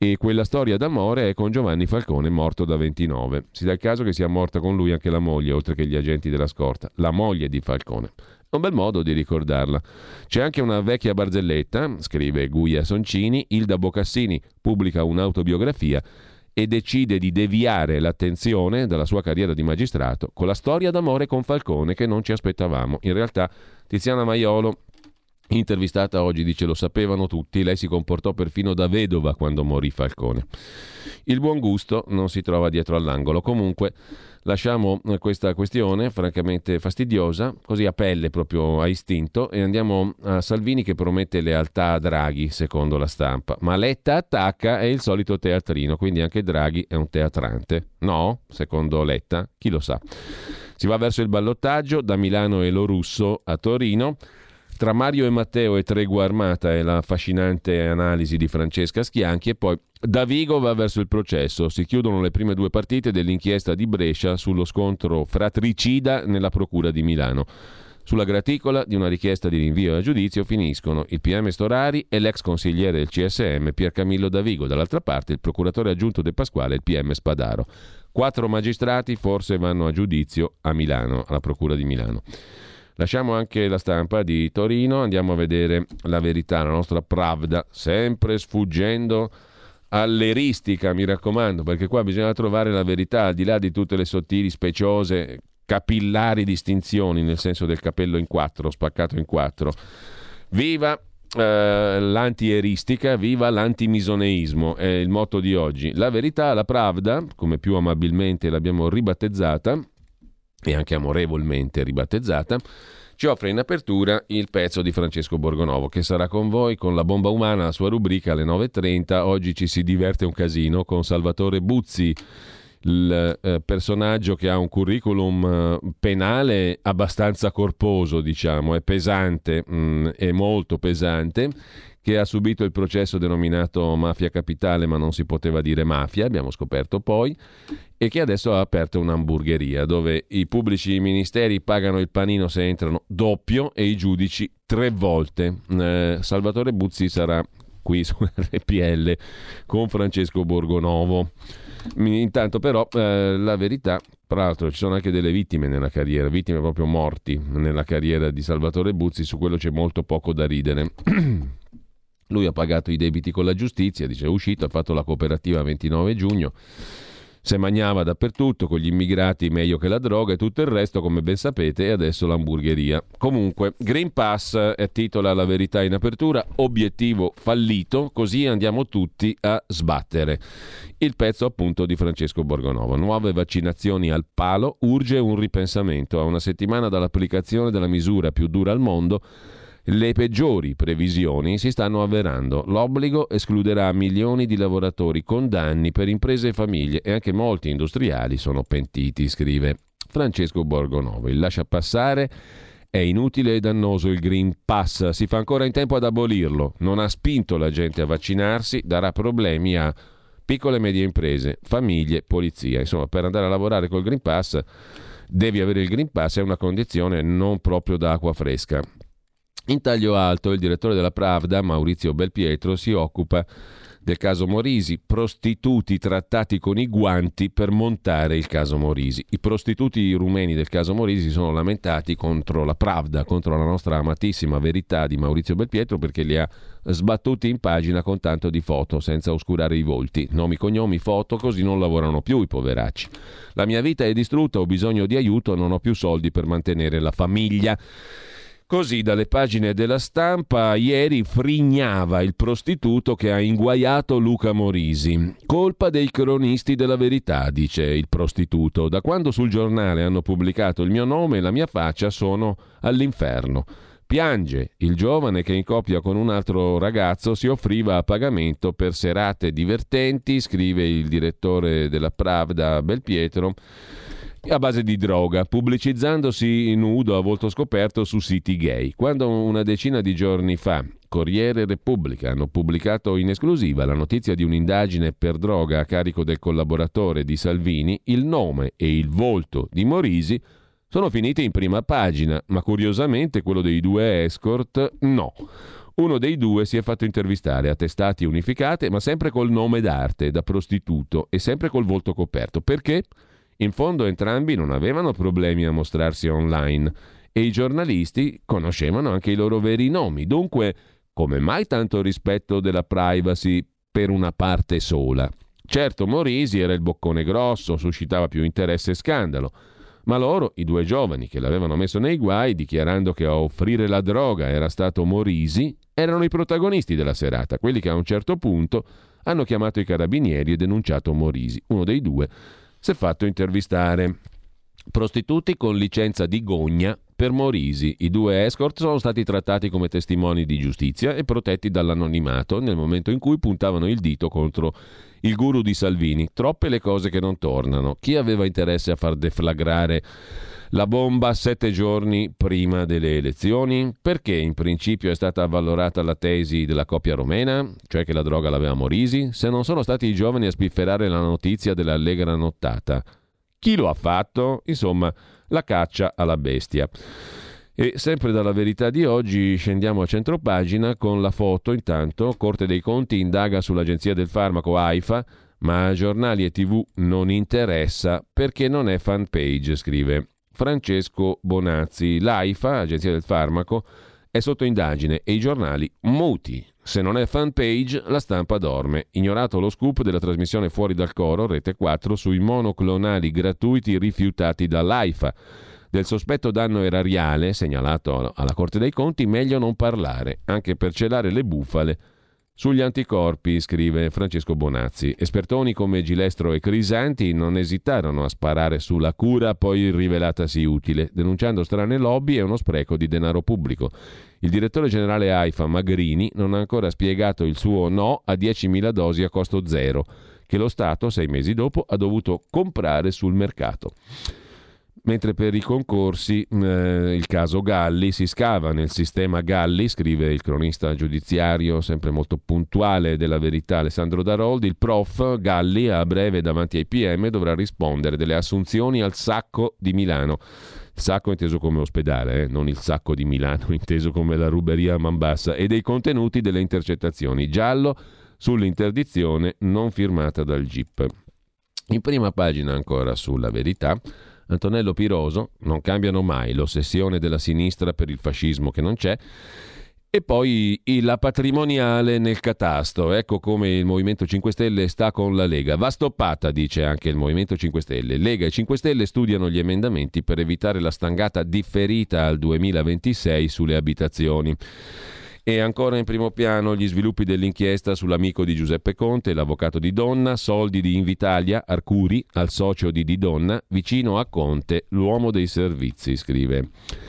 e quella storia d'amore è con Giovanni Falcone, morto da ventinove. Si dà il caso che sia morta con lui anche la moglie, oltre che gli agenti della scorta, la moglie di Falcone. È un bel modo di ricordarla. C'è anche una vecchia barzelletta, scrive Guia Soncini, Ilda Bocassini pubblica un'autobiografia e decide di deviare l'attenzione dalla sua carriera di magistrato con la storia d'amore con Falcone che non ci aspettavamo. In realtà Tiziana Maiolo, intervistata oggi, dice: lo sapevano tutti, lei si comportò perfino da vedova quando morì Falcone. Il buon gusto non si trova dietro all'angolo. Comunque lasciamo questa questione francamente fastidiosa, così a pelle, proprio a istinto, e andiamo a Salvini che promette lealtà a Draghi, secondo la Stampa. Ma Letta attacca è il solito teatrino, quindi anche Draghi è un teatrante. No? Secondo Letta? Chi lo sa. Si va verso il ballottaggio, da Milano e Lo Russo a Torino. Tra Mario e Matteo e tregua armata è la affascinante analisi di Francesca Schianchi, e poi Davigo va verso il processo. Si chiudono le prime due partite dell'inchiesta di Brescia sullo scontro fratricida nella procura di Milano. Sulla graticola di una richiesta di rinvio a giudizio finiscono il P M Storari e l'ex consigliere del C S M Piercamillo Davigo, dall'altra parte il procuratore aggiunto De Pasquale e il P M Spadaro. Quattro magistrati forse vanno a giudizio a Milano, alla procura di Milano. Lasciamo anche la Stampa di Torino, andiamo a vedere La Verità, la nostra Pravda, sempre sfuggendo all'eristica, mi raccomando, perché qua bisogna trovare la verità al di là di tutte le sottili, speciose, capillari distinzioni, nel senso del capello in quattro, spaccato in quattro. Viva eh, l'antieristica, viva l'antimisoneismo, è il motto di oggi. La Verità, la Pravda, come più amabilmente l'abbiamo ribattezzata, e anche amorevolmente ribattezzata, ci offre in apertura il pezzo di Francesco Borgonovo, che sarà con voi con La bomba umana, la sua rubrica alle nove e trenta. Oggi ci si diverte un casino con Salvatore Buzzi, il eh, personaggio che ha un curriculum eh, penale abbastanza corposo, diciamo, è pesante, mh, è molto pesante, che ha subito il processo denominato Mafia Capitale, ma non si poteva dire mafia, abbiamo scoperto poi, e che adesso ha aperto un'hamburgeria dove i pubblici ministeri pagano il panino se entrano doppio e i giudici tre volte. Eh, Salvatore Buzzi sarà qui su R P L con Francesco Borgonovo. Intanto però eh, la verità, tra l'altro ci sono anche delle vittime nella carriera, vittime proprio morti nella carriera di Salvatore Buzzi, su quello c'è molto poco da ridere. Lui ha pagato i debiti con la giustizia, dice, è uscito, ha fatto la cooperativa ventinove giugno, se magnava dappertutto, con gli immigrati meglio che la droga e tutto il resto, come ben sapete, e adesso l'hamburgeria. Comunque, Green Pass è titola La Verità in apertura, obiettivo fallito, così andiamo tutti a sbattere. Il pezzo appunto di Francesco Borgonovo. Nuove vaccinazioni al palo, urge un ripensamento. A una settimana dall'applicazione della misura più dura al mondo, le peggiori previsioni si stanno avverando. L'obbligo escluderà milioni di lavoratori con danni per imprese e famiglie e anche molti industriali sono pentiti, scrive Francesco Borgonovo. Il lasciapassare è inutile e dannoso, il Green Pass si fa ancora in tempo ad abolirlo, non ha spinto la gente a vaccinarsi, darà problemi a piccole e medie imprese, famiglie, polizia. Insomma, per andare a lavorare col Green Pass devi avere il Green Pass, è una condizione non proprio da acqua fresca. In taglio alto il direttore della Pravda, Maurizio Belpietro, si occupa del caso Morisi, prostituti trattati con i guanti per montare il caso Morisi. I prostituti rumeni del caso Morisi si sono lamentati contro la Pravda, contro la nostra amatissima Verità di Maurizio Belpietro, perché li ha sbattuti in pagina con tanto di foto, senza oscurare i volti. Nomi, cognomi, foto, così non lavorano più i poveracci. La mia vita è distrutta, ho bisogno di aiuto, non ho più soldi per mantenere la famiglia. Così dalle pagine della Stampa ieri frignava il prostituto che ha inguaiato Luca Morisi. Colpa dei cronisti della Verità, dice il prostituto. Da quando sul giornale hanno pubblicato il mio nome e la mia faccia sono all'inferno. Piange il giovane che in coppia con un altro ragazzo si offriva a pagamento per serate divertenti, scrive il direttore della Pravda Belpietro, a base di droga, pubblicizzandosi nudo a volto scoperto su siti gay. Quando una decina di giorni fa Corriere e Repubblica hanno pubblicato in esclusiva la notizia di un'indagine per droga a carico del collaboratore di Salvini, il nome e il volto di Morisi sono finiti in prima pagina, ma curiosamente quello dei due escort no. Uno dei due si è fatto intervistare a testate unificate, ma sempre col nome d'arte, da prostituto, e sempre col volto coperto. Perché? In fondo entrambi non avevano problemi a mostrarsi online e i giornalisti conoscevano anche i loro veri nomi. Dunque, come mai tanto rispetto della privacy per una parte sola? Certo, Morisi era il boccone grosso, suscitava più interesse e scandalo, ma loro, i due giovani che l'avevano messo nei guai, dichiarando che a offrire la droga era stato Morisi, erano i protagonisti della serata, quelli che a un certo punto hanno chiamato i carabinieri e denunciato Morisi. Uno dei due si è fatto intervistare. Prostituti con licenza di gogna per Morisi. I due escort sono stati trattati come testimoni di giustizia e protetti dall'anonimato nel momento in cui puntavano il dito contro il guru di Salvini. Troppe le cose che non tornano. Chi aveva interesse a far deflagrare la bomba sette giorni prima delle elezioni? Perché in principio è stata avvalorata la tesi della coppia romena, cioè che la droga l'aveva Morisi? Se non sono stati i giovani a spifferare la notizia dell'allegra nottata, chi lo ha fatto? Insomma, la caccia alla bestia. E sempre dalla Verità di oggi scendiamo a centropagina con la foto. Intanto, Corte dei Conti indaga sull'Agenzia del Farmaco AIFA, ma a giornali e tv non interessa perché non è fan page, scrive Francesco Bonazzi. L'AIFA, Agenzia del Farmaco, è sotto indagine e i giornali muti. Se non è fan page, la stampa dorme. Ignorato lo scoop della trasmissione Fuori dal Coro, Rete quattro, sui monoclonali gratuiti rifiutati dall'AIFA. Del sospetto danno erariale, segnalato alla Corte dei Conti, meglio non parlare, anche per celare le bufale sugli anticorpi, scrive Francesco Bonazzi. Espertoni come Gilestro e Crisanti non esitarono a sparare sulla cura poi rivelatasi utile, denunciando strane lobby e uno spreco di denaro pubblico. Il direttore generale AIFA Magrini non ha ancora spiegato il suo no a diecimila dosi a costo zero, che lo Stato, sei mesi dopo, ha dovuto comprare sul mercato. Mentre per i concorsi, eh, il caso Galli, si scava nel sistema Galli, scrive il cronista giudiziario sempre molto puntuale della Verità Alessandro Daroldi. Il prof Galli a breve davanti ai P M dovrà rispondere delle assunzioni al Sacco di Milano. Il Sacco inteso come ospedale, eh, non il Sacco di Milano inteso come la ruberia a man bassa, e dei contenuti delle intercettazioni. Giallo sull'interdizione non firmata dal G I P. In prima pagina ancora sulla Verità, Antonello Piroso, non cambiano mai, l'ossessione della sinistra per il fascismo che non c'è, e poi la patrimoniale nel catasto. Ecco come il Movimento cinque Stelle sta con la Lega. Va stoppata, dice anche il Movimento cinque Stelle. Lega e cinque Stelle studiano gli emendamenti per evitare la stangata differita al duemilaventisei sulle abitazioni. E ancora in primo piano gli sviluppi dell'inchiesta sull'amico di Giuseppe Conte, l'avvocato di Donna, soldi di Invitalia, Arcuri, al socio di Di Donna, vicino a Conte, l'uomo dei servizi, scrive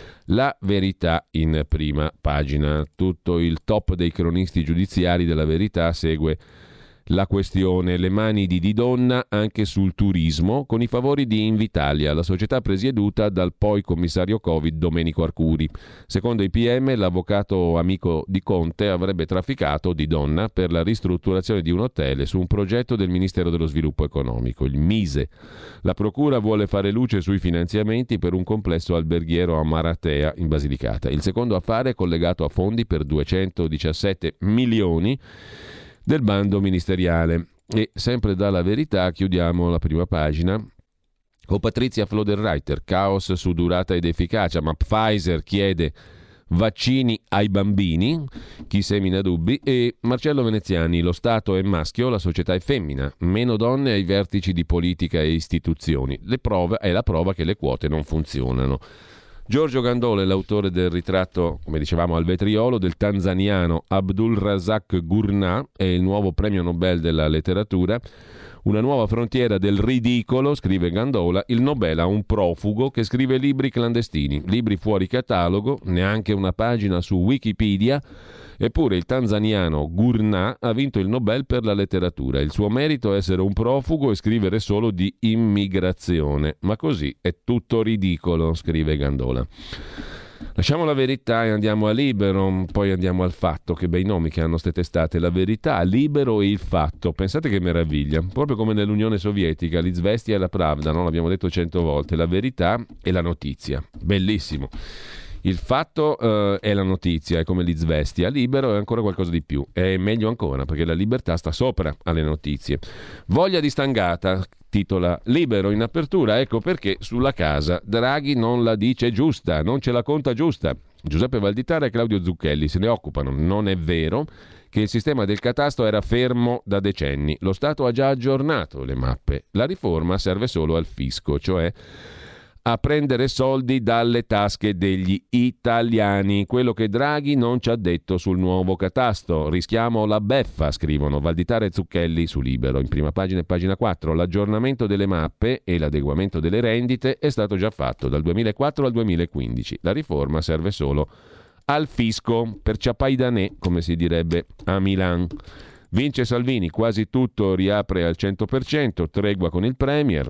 La Verità in prima pagina. Tutto il top dei cronisti giudiziari della Verità segue la questione, le mani di Di Donna anche sul turismo con i favori di Invitalia, la società presieduta dal poi commissario Covid Domenico Arcuri. Secondo i P M, l'avvocato amico di Conte avrebbe trafficato Di Donna per la ristrutturazione di un hotel su un progetto del Ministero dello Sviluppo Economico, il MISE. La procura vuole fare luce sui finanziamenti per un complesso alberghiero a Maratea in Basilicata. Il secondo affare è collegato a fondi per duecentodiciassette milioni del bando ministeriale. E sempre dalla Verità chiudiamo la prima pagina con Patrizia Floderreiter, caos su durata ed efficacia, ma Pfizer chiede vaccini ai bambini, chi semina dubbi, e Marcello Veneziani, lo Stato è maschio, la società è femmina, meno donne ai vertici di politica e istituzioni, le prove, è la prova che le quote non funzionano. Giorgio Gandola è l'autore del ritratto, come dicevamo, al vetriolo del tanzaniano Abdul Razak Gurnah, è il nuovo premio Nobel della letteratura. Una nuova frontiera del ridicolo, scrive Gandola, il Nobel a un profugo che scrive libri clandestini, libri fuori catalogo, neanche una pagina su Wikipedia. Eppure il tanzaniano Gurnah ha vinto il Nobel per la letteratura. Il suo merito è essere un profugo e scrivere solo di immigrazione. Ma così è tutto ridicolo, scrive Gandola. Lasciamo la Verità e andiamo a Libero, poi andiamo al Fatto. Che bei nomi che hanno ste testate, la Verità, Libero e il Fatto. Pensate che meraviglia, proprio come nell'Unione Sovietica, l'Izvestia e la Pravda, no? L'abbiamo detto cento volte, la Verità e la Notizia. Bellissimo. Il fatto eh, è la notizia, è come l'Izvestia. Libero è ancora qualcosa di più, è meglio ancora perché la libertà sta sopra alle notizie. Voglia di stangata, titola Libero in apertura, ecco perché sulla casa Draghi non la dice giusta, non ce la conta giusta. Giuseppe Valditara e Claudio Zucchelli se ne occupano. Non è vero che il sistema del catasto era fermo da decenni. Lo Stato ha già aggiornato le mappe. La riforma serve solo al fisco, cioè a prendere soldi dalle tasche degli italiani. Quello che Draghi non ci ha detto sul nuovo catasto. Rischiamo la beffa, scrivono Valditara e Zucchelli su Libero. In prima pagina e pagina quattro. L'aggiornamento delle mappe e l'adeguamento delle rendite è stato già fatto dal duemilaquattro al duemilaquindici. La riforma serve solo al fisco, per ciapaidanè, come si direbbe a Milan. Vince Salvini, quasi tutto riapre al cento per cento, tregua con il Premier.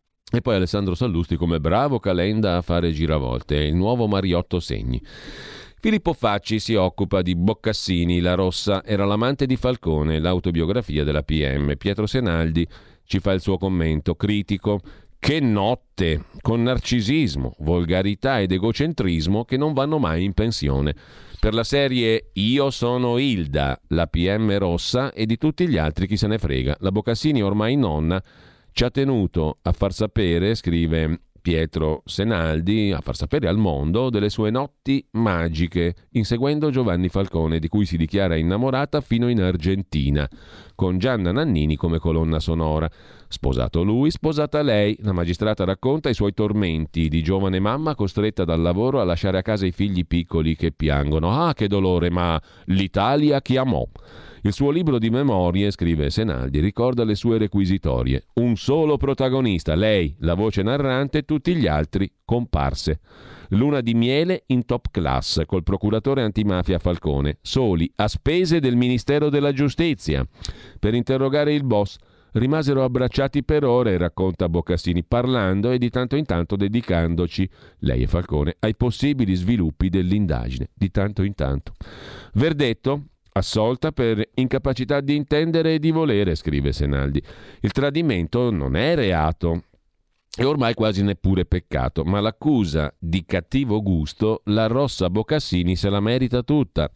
E poi Alessandro Sallusti come bravo Calenda a fare giravolte, il nuovo Mariotto Segni. Filippo Facci si occupa di Boccassini, La Rossa era l'amante di Falcone, l'autobiografia della P M. Pietro Senaldi ci fa il suo commento critico. Che notte, con narcisismo, volgarità ed egocentrismo che non vanno mai in pensione. Per la serie Io sono Ilda, la P M rossa e di tutti gli altri chi se ne frega. La Boccassini ormai nonna ci ha tenuto a far sapere, scrive Pietro Senaldi, a far sapere al mondo delle sue notti magiche, inseguendo Giovanni Falcone, di cui si dichiara innamorata fino in Argentina, con Gianna Nannini come colonna sonora. Sposato lui, sposata lei. La magistrata racconta i suoi tormenti di giovane mamma costretta dal lavoro a lasciare a casa i figli piccoli che piangono. Ah, che dolore, ma l'Italia chiamò. Il suo libro di memorie, scrive Senaldi, ricorda le sue requisitorie. Un solo protagonista, lei, la voce narrante, tutti gli altri comparse. Luna di miele in top class col procuratore antimafia Falcone, soli a spese del Ministero della Giustizia. Per interrogare il boss rimasero abbracciati per ore, racconta Boccassini, parlando e di tanto in tanto dedicandoci, lei e Falcone, ai possibili sviluppi dell'indagine, di tanto in tanto. Verdetto? Assolta per incapacità di intendere e di volere, scrive Senaldi. Il tradimento non è reato e ormai quasi neppure peccato, ma l'accusa di cattivo gusto la Rossa Boccassini se la merita tutta.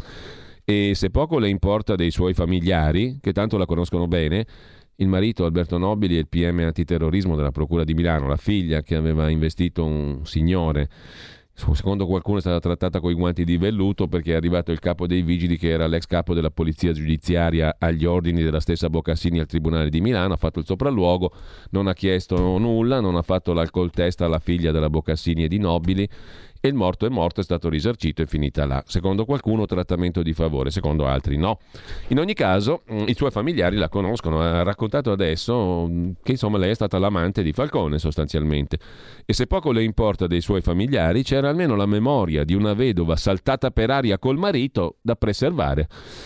E se poco le importa dei suoi familiari, che tanto la conoscono bene, il marito Alberto Nobili e il P M antiterrorismo della Procura di Milano, la figlia che aveva investito un signore, secondo qualcuno è stata trattata coi guanti di velluto perché è arrivato il capo dei vigili che era l'ex capo della polizia giudiziaria agli ordini della stessa Boccassini al Tribunale di Milano, ha fatto il sopralluogo, non ha chiesto nulla, non ha fatto l'alcol test alla figlia della Boccassini e di Nobili e il morto è morto, è stato risarcito e finita là. Secondo qualcuno trattamento di favore, secondo altri no. In ogni caso i suoi familiari la conoscono, ha raccontato adesso che insomma lei è stata l'amante di Falcone sostanzialmente, e se poco le importa dei suoi familiari c'era almeno la memoria di una vedova saltata per aria col marito da preservare.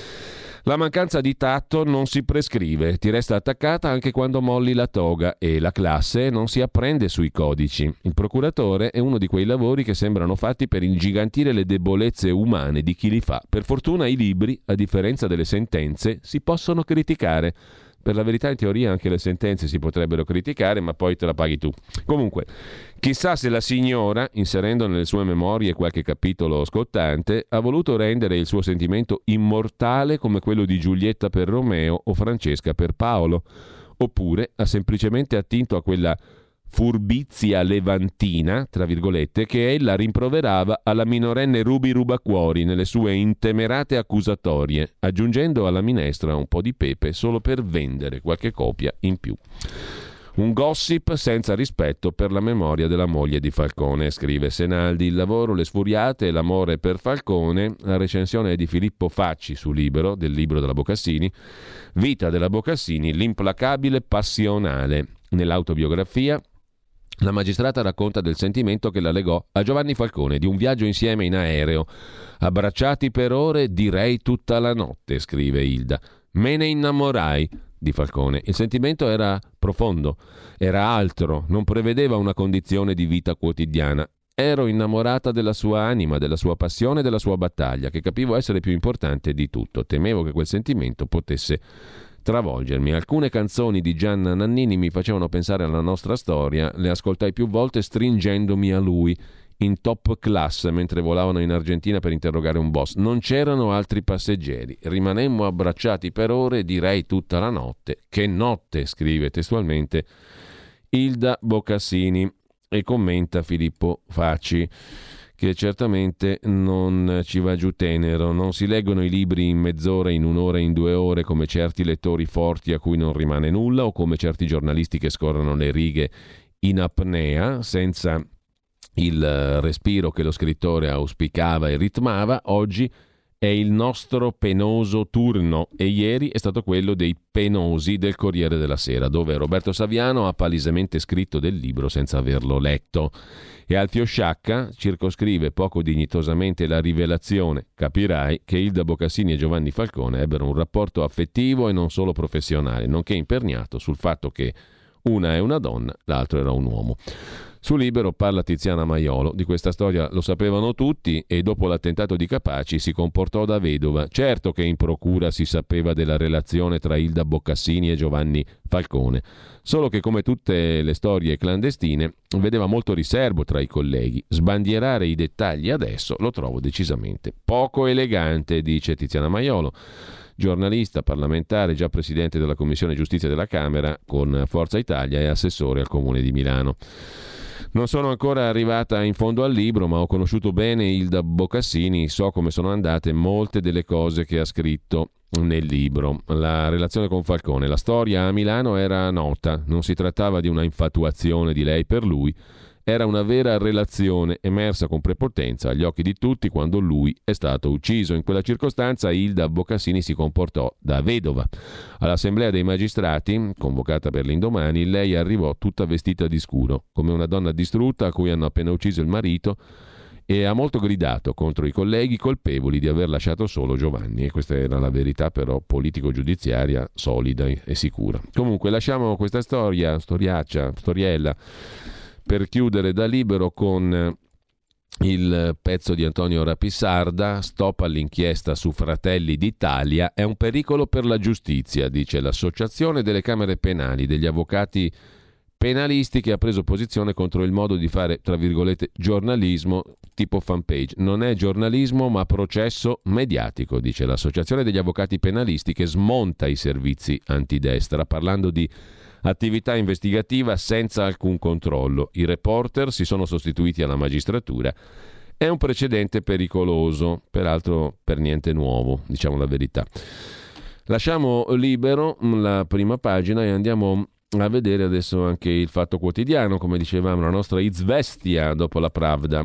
La mancanza di tatto non si prescrive, ti resta attaccata anche quando molli la toga e la classe non si apprende sui codici. Il procuratore è uno di quei lavori che sembrano fatti per ingigantire le debolezze umane di chi li fa. Per fortuna i libri, a differenza delle sentenze, si possono criticare. Per la verità in teoria anche le sentenze si potrebbero criticare, ma poi te la paghi tu. Comunque, chissà se la signora, inserendo nelle sue memorie qualche capitolo scottante, ha voluto rendere il suo sentimento immortale come quello di Giulietta per Romeo o Francesca per Paolo, oppure ha semplicemente attinto a quella furbizia levantina, tra virgolette, che ella rimproverava alla minorenne Ruby Rubacuori nelle sue intemerate accusatorie, aggiungendo alla minestra un po' di pepe solo per vendere qualche copia in più. Un gossip senza rispetto per la memoria della moglie di Falcone, scrive Senaldi. Il lavoro, le sfuriate e l'amore per Falcone. La recensione è di Filippo Facci su Libero, del libro della Boccassini. Vita della Boccassini, l'implacabile passionale. Nell'autobiografia la magistrata racconta del sentimento che la legò a Giovanni Falcone, di un viaggio insieme in aereo. Abbracciati per ore, direi tutta la notte, scrive Ilda. Me ne innamorai di Falcone. Il sentimento era profondo, era altro, non prevedeva una condizione di vita quotidiana. Ero innamorata della sua anima, della sua passione, della sua battaglia, che capivo essere più importante di tutto. Temevo che quel sentimento potesse travolgermi. Alcune canzoni di Gianna Nannini mi facevano pensare alla nostra storia, le ascoltai più volte stringendomi a lui. in top class mentre volavano in Argentina per interrogare un boss. Non c'erano altri passeggeri. Rimanemmo abbracciati per ore, direi tutta la notte. Che notte, scrive testualmente Ilda Boccassini, e commenta Filippo Facci, che certamente non ci va giù tenero. Non si leggono i libri in mezz'ora, in un'ora, in due ore come certi lettori forti a cui non rimane nulla, o come certi giornalisti che scorrono le righe in apnea senza il respiro che lo scrittore auspicava e ritmava. Oggi è il nostro penoso turno, e ieri è stato quello dei penosi del Corriere della Sera, dove Roberto Saviano ha palesemente scritto del libro senza averlo letto. E Alfio Sciacca circoscrive poco dignitosamente la rivelazione: capirai che Ilda Boccassini e Giovanni Falcone ebbero un rapporto affettivo e non solo professionale, nonché imperniato sul fatto che una è una donna, l'altro era un uomo. Su Libero parla Tiziana Maiolo. Di questa storia lo sapevano tutti e dopo l'attentato di Capaci si comportò da vedova. Certo che in procura si sapeva della relazione tra Ilda Boccassini e Giovanni Falcone, solo che come tutte le storie clandestine vedeva molto riservo tra i colleghi. Sbandierare i dettagli adesso lo trovo decisamente poco elegante, dice Tiziana Maiolo, giornalista, parlamentare, già presidente della Commissione Giustizia della Camera con Forza Italia e assessore al Comune di Milano. Non sono ancora arrivata in fondo al libro, ma ho conosciuto bene Ilda Boccassini, so come sono andate molte delle cose che ha scritto nel libro. La relazione con Falcone, la storia a Milano era nota, non si trattava di una infatuazione di lei per lui, era una vera relazione emersa con prepotenza agli occhi di tutti quando lui è stato ucciso. In quella circostanza Ilda Boccassini si comportò da vedova. All'assemblea dei magistrati, convocata per l'indomani, lei arrivò tutta vestita di scuro, come una donna distrutta a cui hanno appena ucciso il marito, e ha molto gridato contro i colleghi colpevoli di aver lasciato solo Giovanni. E questa era la verità però politico-giudiziaria solida e sicura. Comunque lasciamo questa storia, storiaccia, storiella, per chiudere da Libero con il pezzo di Antonio Rapissarda. Stop all'inchiesta su Fratelli d'Italia, è un pericolo per la giustizia, dice l'Associazione delle Camere Penali degli Avvocati Penalisti, che ha preso posizione contro il modo di fare, tra virgolette, giornalismo tipo fanpage. Non è giornalismo ma processo mediatico, dice l'Associazione degli Avvocati Penalisti, che smonta i servizi antidestra parlando di attività investigativa senza alcun controllo. I reporter si sono sostituiti alla magistratura. È un precedente pericoloso, peraltro per niente nuovo, diciamo la verità. Lasciamo Libero la prima pagina e andiamo a vedere adesso anche il Fatto Quotidiano, come dicevamo, la nostra Izvestia dopo la Pravda.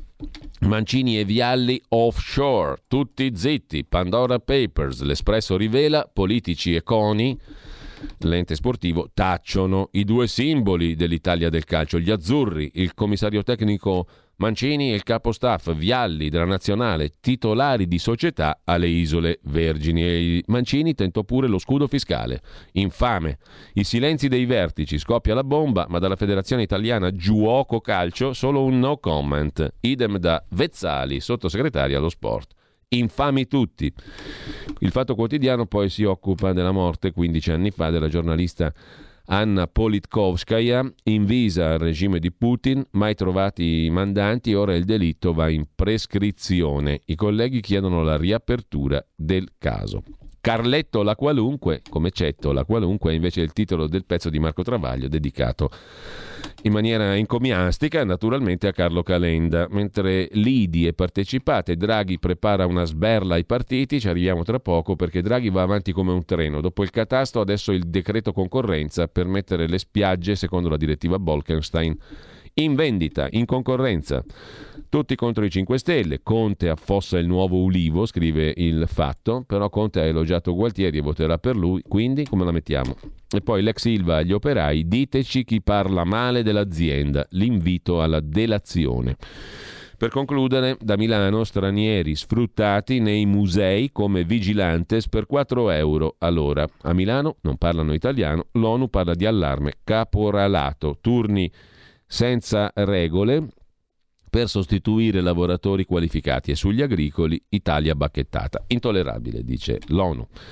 Mancini e Vialli offshore, tutti zitti, Pandora Papers, l'Espresso rivela, politici e CONI, l'ente sportivo, tacciono i due simboli dell'Italia del calcio, gli azzurri, il commissario tecnico Mancini e il capo staff Vialli della nazionale, titolari di società alle Isole Vergini. E Mancini tentò pure lo scudo fiscale. Infame. I silenzi dei vertici, scoppia la bomba, ma dalla Federazione Italiana Giuoco Calcio solo un no comment. Idem da Vezzali, sottosegretario allo sport. Infami tutti. Il Fatto Quotidiano poi si occupa della morte quindici anni fa della giornalista Anna Politkovskaya, invisa al regime di Putin, mai trovati i mandanti, ora il delitto va in prescrizione. I colleghi chiedono la riapertura del caso. Carletto la qualunque, come Cetto la qualunque, è invece il titolo del pezzo di Marco Travaglio dedicato in maniera encomiastica naturalmente a Carlo Calenda. Mentre Lidi è partecipata e Draghi prepara una sberla ai partiti, ci arriviamo tra poco perché Draghi va avanti come un treno. Dopo il catasto adesso il decreto concorrenza per mettere le spiagge secondo la direttiva Bolkestein in vendita, in concorrenza. Tutti contro i cinque Stelle. Conte affossa il nuovo Ulivo, scrive il Fatto, però Conte ha elogiato Gualtieri e voterà per lui, quindi come la mettiamo? E poi l'ex Ilva agli operai, diteci chi parla male dell'azienda, l'invito alla delazione. Per concludere, da Milano, stranieri sfruttati nei musei come vigilantes per quattro euro all'ora. A Milano non parlano italiano, l'ONU parla di allarme caporalato, turni senza regole per sostituire lavoratori qualificati, e sugli agricoli Italia bacchettata. Intollerabile, dice l'ONU.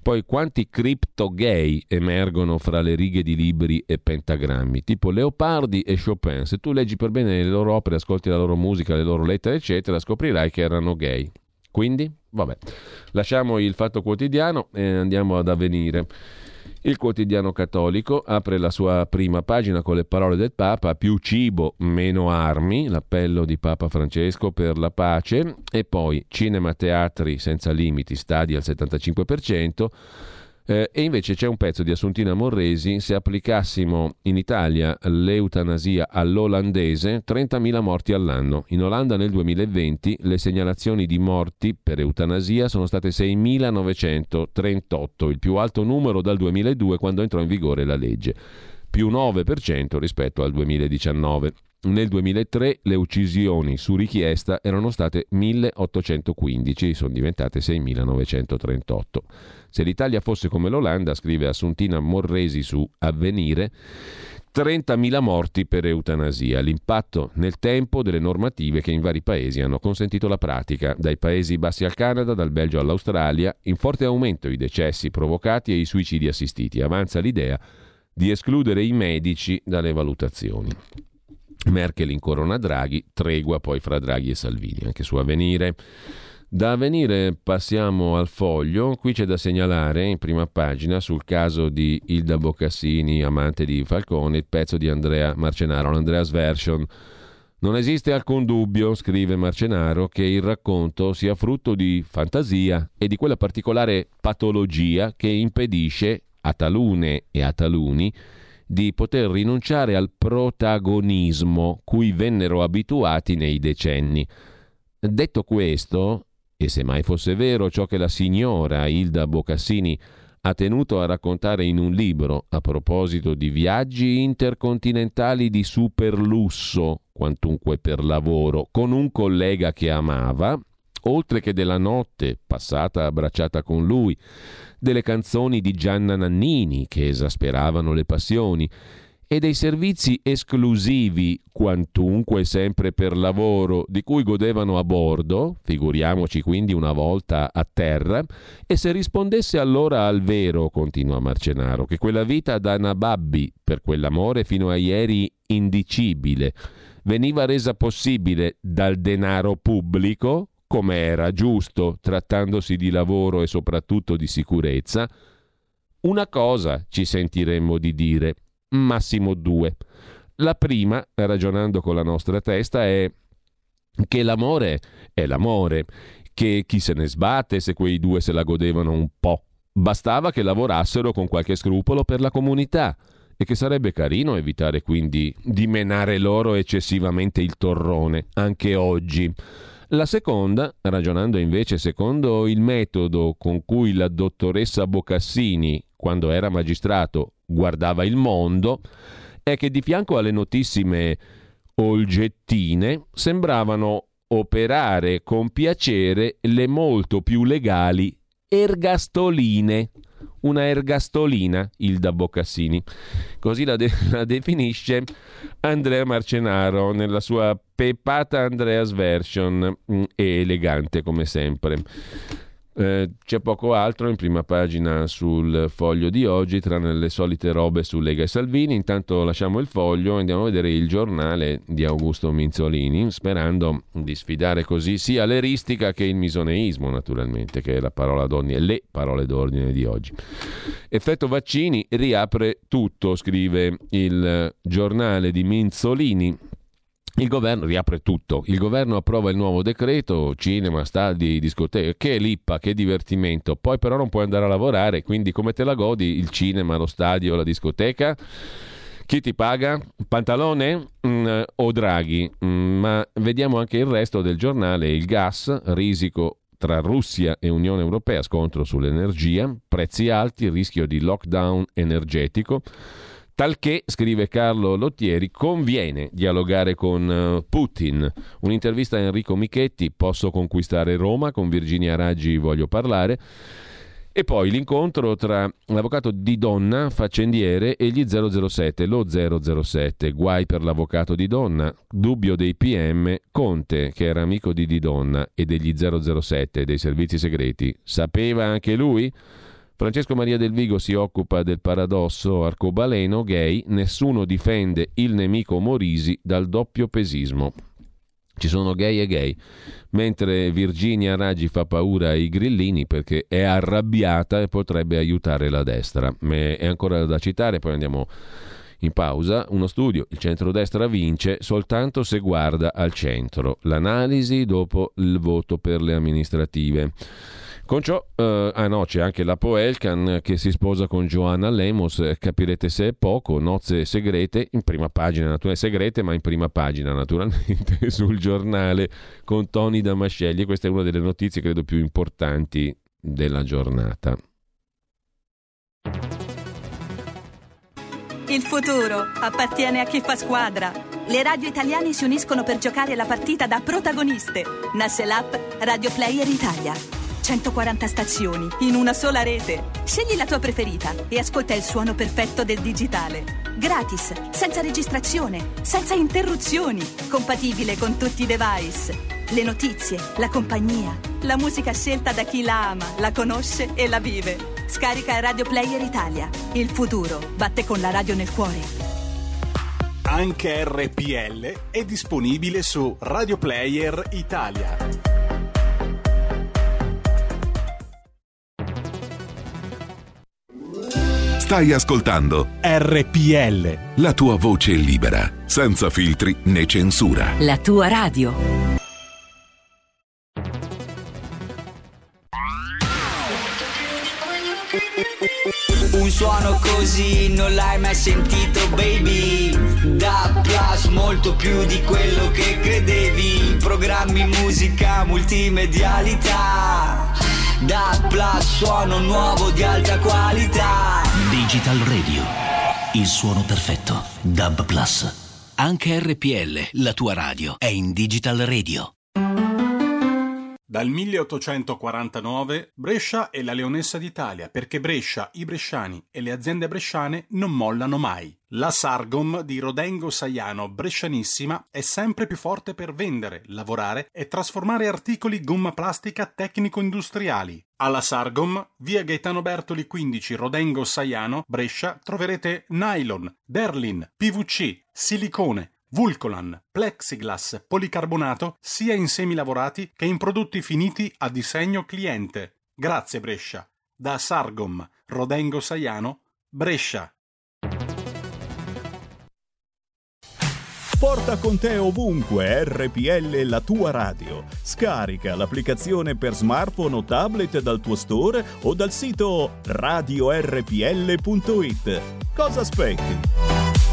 Poi quanti cripto gay emergono fra le righe di libri e pentagrammi, tipo Leopardi e Chopin. Se tu leggi per bene le loro opere, ascolti la loro musica, le loro lettere, eccetera, scoprirai che erano gay. Quindi, vabbè, lasciamo il Fatto Quotidiano e andiamo ad Avvenire. Il quotidiano cattolico apre la sua prima pagina con le parole del Papa: più cibo, meno armi, l'appello di Papa Francesco per la pace, e poi cinema, teatri senza limiti, stadi al settantacinque per cento. Eh, e invece c'è un pezzo di Assuntina Morresi: se applicassimo in Italia l'eutanasia all'olandese, trentamila morti all'anno. In Olanda nel duemilaventi le segnalazioni di morti per eutanasia sono state seimilanovecentotrentotto, il più alto numero dal duemiladue, quando entrò in vigore la legge, più nove per cento rispetto al duemiladiciannove. Nel duemilatré le uccisioni su richiesta erano state milleottocentoquindici, sono diventate seimilanovecentotrentotto. Se l'Italia fosse come l'Olanda, scrive Assuntina Morresi su Avvenire, trentamila morti per eutanasia. L'impatto nel tempo delle normative che in vari paesi hanno consentito la pratica, dai Paesi Bassi al Canada, dal Belgio all'Australia. In forte aumento i decessi provocati e i suicidi assistiti. Avanza l'idea di escludere i medici dalle valutazioni. Merkel incorona Draghi, tregua poi fra Draghi e Salvini, anche su Avvenire. Da Avvenire passiamo al Foglio. Qui c'è da segnalare in prima pagina, sul caso di Ilda Boccassini, amante di Falcone, il pezzo di Andrea Marcenaro, l'Andreas Version. Non esiste alcun dubbio, scrive Marcenaro, che il racconto sia frutto di fantasia e di quella particolare patologia che impedisce a talune e a taluni di poter rinunciare al protagonismo cui vennero abituati nei decenni. Detto questo, e se mai fosse vero ciò che la signora Ilda Boccassini ha tenuto a raccontare in un libro a proposito di viaggi intercontinentali di superlusso, quantunque per lavoro, con un collega che amava, oltre che della notte passata abbracciata con lui, delle canzoni di Gianna Nannini che esasperavano le passioni, e dei servizi esclusivi, quantunque sempre per lavoro, di cui godevano a bordo, figuriamoci quindi una volta a terra. E se rispondesse allora al vero, continua Marcenaro, che quella vita da nababbi, per quell'amore fino a ieri indicibile, veniva resa possibile dal denaro pubblico, come era giusto, trattandosi di lavoro e soprattutto di sicurezza, una cosa ci sentiremmo di dire, massimo due. La prima, ragionando con la nostra testa, è che l'amore è l'amore, che chi se ne sbatte se quei due se la godevano un po'. Bastava che lavorassero con qualche scrupolo per la comunità, e che sarebbe carino evitare quindi di menare loro eccessivamente il torrone, anche oggi. La seconda, ragionando invece secondo il metodo con cui la dottoressa Boccassini, quando era magistrato, guardava il mondo, è che di fianco alle notissime olgettine sembravano operare con piacere le molto più legali ergastoline. Una ergastolina, Ilda Boccassini. Così la, de- la definisce Andrea Marcenaro nella sua pepata Andreas Version, mh, e elegante come sempre. Eh, c'è poco altro in prima pagina sul Foglio di oggi, tranne le solite robe su Lega e Salvini. Intanto lasciamo il Foglio e andiamo a vedere Il Giornale di Augusto Minzolini, sperando di sfidare così sia l'eristica che il misoneismo, naturalmente, che è la parola d'ordine, le parole d'ordine di oggi. Effetto vaccini riapre tutto, scrive Il Giornale di Minzolini. Il governo riapre tutto. Il governo approva il nuovo decreto, cinema, stadi, discoteche, che lippa, che divertimento. Poi però non puoi andare a lavorare, quindi come te la godi il cinema, lo stadio, la discoteca? Chi ti paga? Pantalone mm, o Draghi? Mm, ma vediamo anche il resto del giornale. Il gas, risico tra Russia e Unione Europea, scontro sull'energia, prezzi alti, rischio di lockdown energetico. Talché, scrive Carlo Lottieri, conviene dialogare con Putin. Un'intervista a Enrico Michetti, posso conquistare Roma, con Virginia Raggi voglio parlare. E poi l'incontro tra l'avvocato Di Donna, faccendiere, e gli zero zero sette, lo zero zero sette, guai per l'avvocato Di Donna, dubbio dei P M, Conte, che era amico di Di Donna e degli zero zero sette, dei servizi segreti, sapeva anche lui? Francesco Maria Del Vigo si occupa del paradosso arcobaleno gay, nessuno difende il nemico Morisi dal doppio pesismo. Ci sono gay e gay, mentre Virginia Raggi fa paura ai grillini perché è arrabbiata e potrebbe aiutare la destra. È ancora da citare, poi andiamo in pausa. Uno studio: il centrodestra vince soltanto se guarda al centro. L'analisi dopo il voto per le amministrative. Con ciò, eh, ah no, c'è anche la Poelcan che si sposa con Joanna Lemos, capirete se è poco, nozze segrete, in prima pagina, naturalmente segrete, ma in prima pagina naturalmente, sul giornale con Tony Damascelli. Questa è una delle notizie credo più importanti della giornata. Il futuro appartiene a chi fa squadra. Le radio italiane si uniscono per giocare la partita da protagoniste. Nasce l'app Radio Player Italia. centoquaranta stazioni in una sola rete. Scegli la tua preferita e ascolta il suono perfetto del digitale. Gratis, senza registrazione, senza interruzioni, compatibile con tutti i device. Le notizie, la compagnia, la musica scelta da chi la ama, la conosce e la vive. Scarica Radio Player Italia. Il futuro batte con la radio nel cuore. Anche R P L è disponibile su Radio Player Italia. Stai ascoltando R P L, la tua voce libera, senza filtri né censura. La tua radio. Un suono così non l'hai mai sentito, baby. Da Plus, molto più di quello che credevi. Programmi, musica, multimedialità. Da Plus, suono nuovo di alta qualità. Digital Radio, il suono perfetto. Dub Plus. Anche R P L, la tua radio, è in Digital Radio. Dal milleottocentoquarantanove Brescia è la leonessa d'Italia, perché Brescia, i bresciani e le aziende bresciane non mollano mai. La Sargom di Rodengo Saiano Brescianissima è sempre più forte per vendere, lavorare e trasformare articoli gomma plastica tecnico-industriali. Alla Sargom, via Gaetano Bertoli quindici, Rodengo Saiano, Brescia, troverete nylon, derlin, P V C, silicone, Vulcolan, plexiglass, policarbonato, sia in semi lavorati che in prodotti finiti a disegno cliente. Grazie Brescia. Da Sargom, Rodengo Saiano, Brescia. Porta con te ovunque R P L, la tua radio. Scarica l'applicazione per smartphone o tablet dal tuo store o dal sito radio R P L punto it. Cosa aspetti?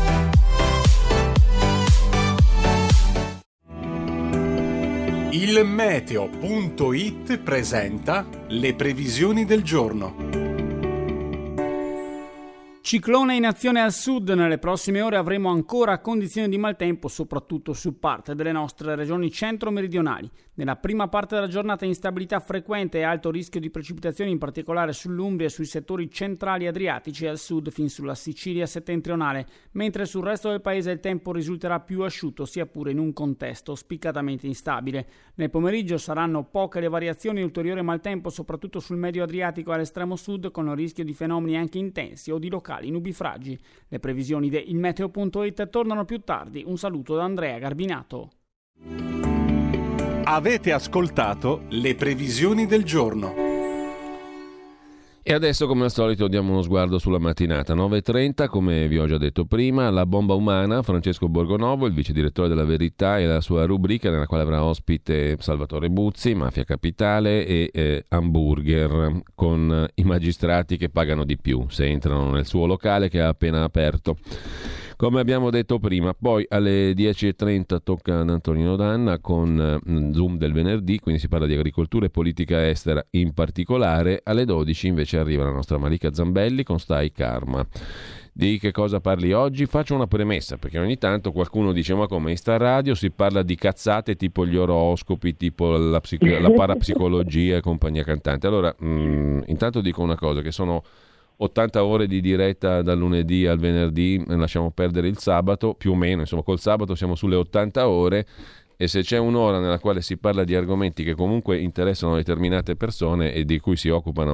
Il meteo punto it presenta le previsioni del giorno. Ciclone in azione al sud. Nelle prossime ore avremo ancora condizioni di maltempo, soprattutto su parte delle nostre regioni centro-meridionali. Nella prima parte della giornata instabilità frequente e alto rischio di precipitazioni, in particolare sull'Umbria e sui settori centrali adriatici e al sud fin sulla Sicilia settentrionale, mentre sul resto del paese il tempo risulterà più asciutto, sia pure in un contesto spiccatamente instabile. Nel pomeriggio saranno poche le variazioni, ulteriore maltempo soprattutto sul medio adriatico e all'estremo sud, con il rischio di fenomeni anche intensi o di locali nubifragi. Le previsioni di il meteo punto it tornano più tardi. Un saluto da Andrea Garbinato. Avete ascoltato le previsioni del giorno. E adesso, come al solito, diamo uno sguardo sulla mattinata. nove e trenta, come vi ho già detto prima, la bomba umana, Francesco Borgonovo, il vice direttore della Verità, e la sua rubrica nella quale avrà ospite Salvatore Buzzi, Mafia Capitale e eh, Hamburger, con i magistrati che pagano di più se entrano nel suo locale che ha appena aperto. Come abbiamo detto prima, poi alle dieci e trenta tocca ad Antonino Danna con Zoom del venerdì, quindi si parla di agricoltura e politica estera in particolare. Alle dodici invece arriva la nostra Malika Zambelli con Stai Karma. Di che cosa parli oggi? Faccio una premessa, perché ogni tanto qualcuno dice: ma come in sta radio si parla di cazzate tipo gli oroscopi, tipo la, psico- la parapsicologia e compagnia cantante. Allora, mh, intanto dico una cosa, che sono ottanta ore di diretta dal lunedì al venerdì, lasciamo perdere il sabato, più o meno, insomma col sabato siamo sulle ottanta ore, e se c'è un'ora nella quale si parla di argomenti che comunque interessano determinate persone e di cui si occupano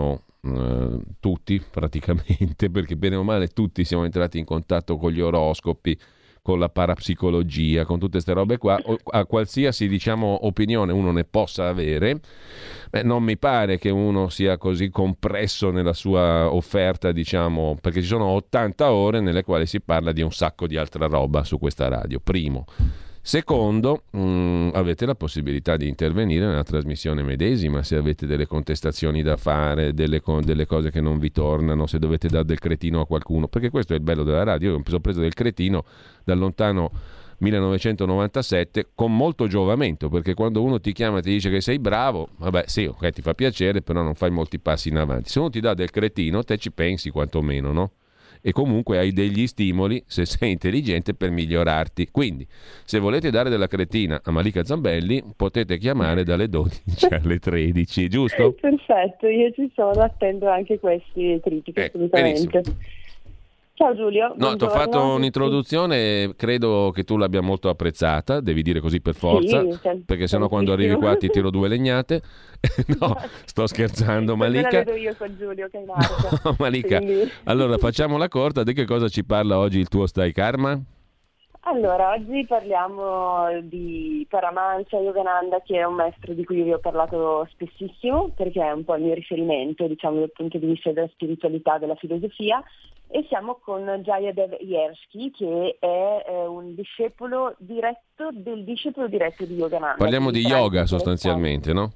eh, tutti praticamente, perché bene o male tutti siamo entrati in contatto con gli oroscopi, con la parapsicologia, con tutte queste robe qua, a qualsiasi, diciamo, opinione uno ne possa avere, beh, non mi pare che uno sia così compresso nella sua offerta, diciamo, perché ci sono ottanta ore nelle quali si parla di un sacco di altra roba su questa radio, primo. Secondo, mh, avete la possibilità di intervenire nella trasmissione medesima se avete delle contestazioni da fare, delle, co- delle cose che non vi tornano, se dovete dare del cretino a qualcuno, perché questo è il bello della radio. Io mi sono preso del cretino dal lontano millenovecentonovantasette con molto giovamento, perché quando uno ti chiama e ti dice che sei bravo, vabbè sì, ok, ti fa piacere, però non fai molti passi in avanti. Se uno ti dà del cretino, te ci pensi quantomeno, no? E comunque hai degli stimoli, se sei intelligente, per migliorarti. Quindi, se volete dare della cretina a Malika Zambelli, potete chiamare dalle dodici alle tredici, giusto? Perfetto, io ci sono, attendo anche queste critiche, ecco, assolutamente. benissimo. Ciao Giulio. No, ti ho fatto un'introduzione, credo che tu l'abbia molto apprezzata, devi dire così per forza, sì, perché sennò quando arrivi qua ti tiro due legnate. No, sto scherzando, Malika. Me la vedo io con Giulio che è in arte. No, Malika, quindi... allora facciamola corta, di che cosa ci parla oggi il tuo Stai Karma? Allora, oggi parliamo di Paramahansa Yogananda, che è un maestro di cui vi ho parlato spessissimo, perché è un po' il mio riferimento, diciamo, dal punto di vista della spiritualità, della filosofia, e siamo con Jayadev Yersky, che è eh, un discepolo diretto del discepolo diretto di Yogananda. Parliamo di yoga sostanzialmente, no?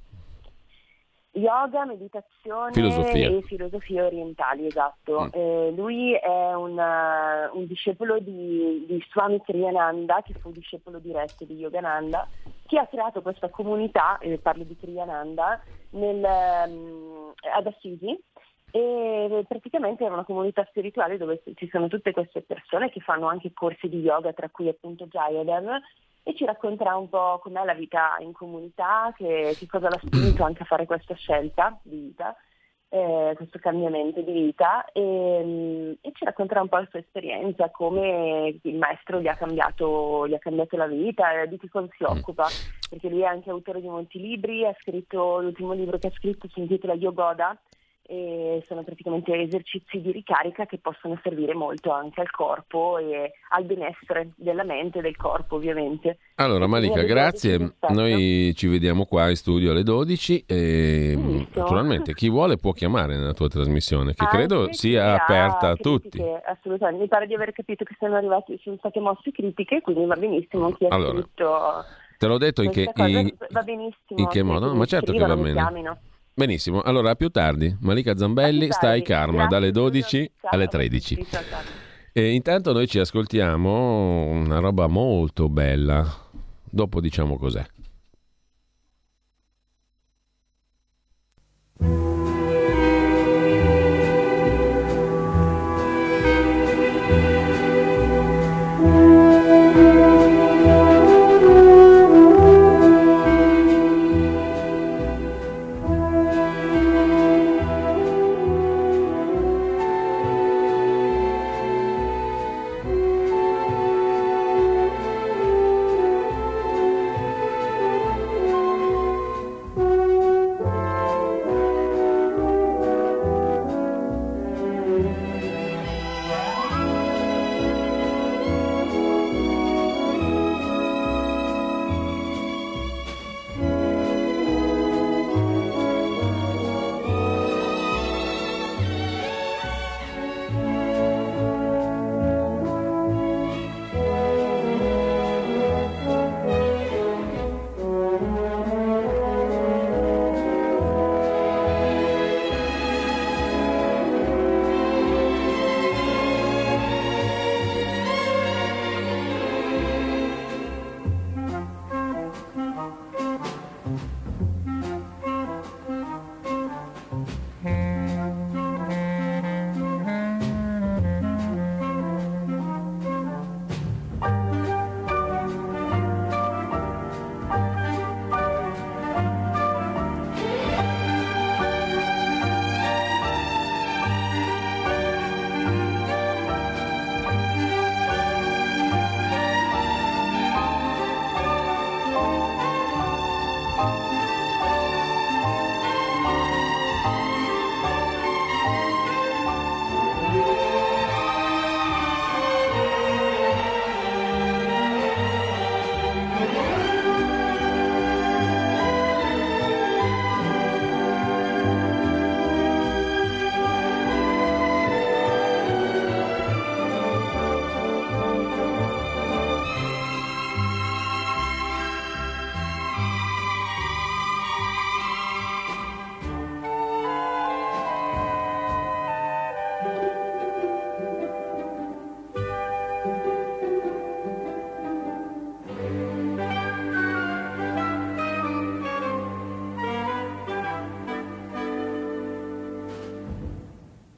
Yoga, meditazione filosofia. e filosofie orientali, esatto. Mm. Eh, lui è una, un discepolo di, di Swami Triyananda, che fu discepolo diretto di Yogananda, che ha creato questa comunità, eh, parlo di Triyananda, nel, um, ad Assisi, e praticamente è una comunità spirituale dove ci sono tutte queste persone che fanno anche corsi di yoga, tra cui appunto Jayadev, e ci racconterà un po' com'è la vita in comunità, che, che cosa l'ha spinto anche a fare questa scelta di vita, eh, questo cambiamento di vita, e, e ci racconterà un po' la sua esperienza, come il maestro gli ha cambiato, gli ha cambiato la vita, di che cosa si occupa, perché lui è anche autore di molti libri, ha scritto, l'ultimo libro che ha scritto si intitola Yogoda, e sono praticamente esercizi di ricarica che possono servire molto anche al corpo e al benessere della mente e del corpo, ovviamente. Allora Malika, grazie, noi ci vediamo qua in studio alle dodici e Benissimo. Naturalmente chi vuole può chiamare nella tua trasmissione, che anche credo sia aperta a critiche, tutti. Assolutamente, mi pare di aver capito che sono arrivati, sono state mosse critiche, quindi va benissimo chi ha allora, scritto. Te l'ho detto in che, in, va benissimo, in che modo? No, ma certo che va bene. Chiamino. Benissimo, allora a più tardi. Malika Zambelli, tardi. Stai Karma, grazie, dalle dodici ciao, alle tredici. Ciao, ciao. E intanto noi ci ascoltiamo una roba molto bella. Dopo diciamo cos'è.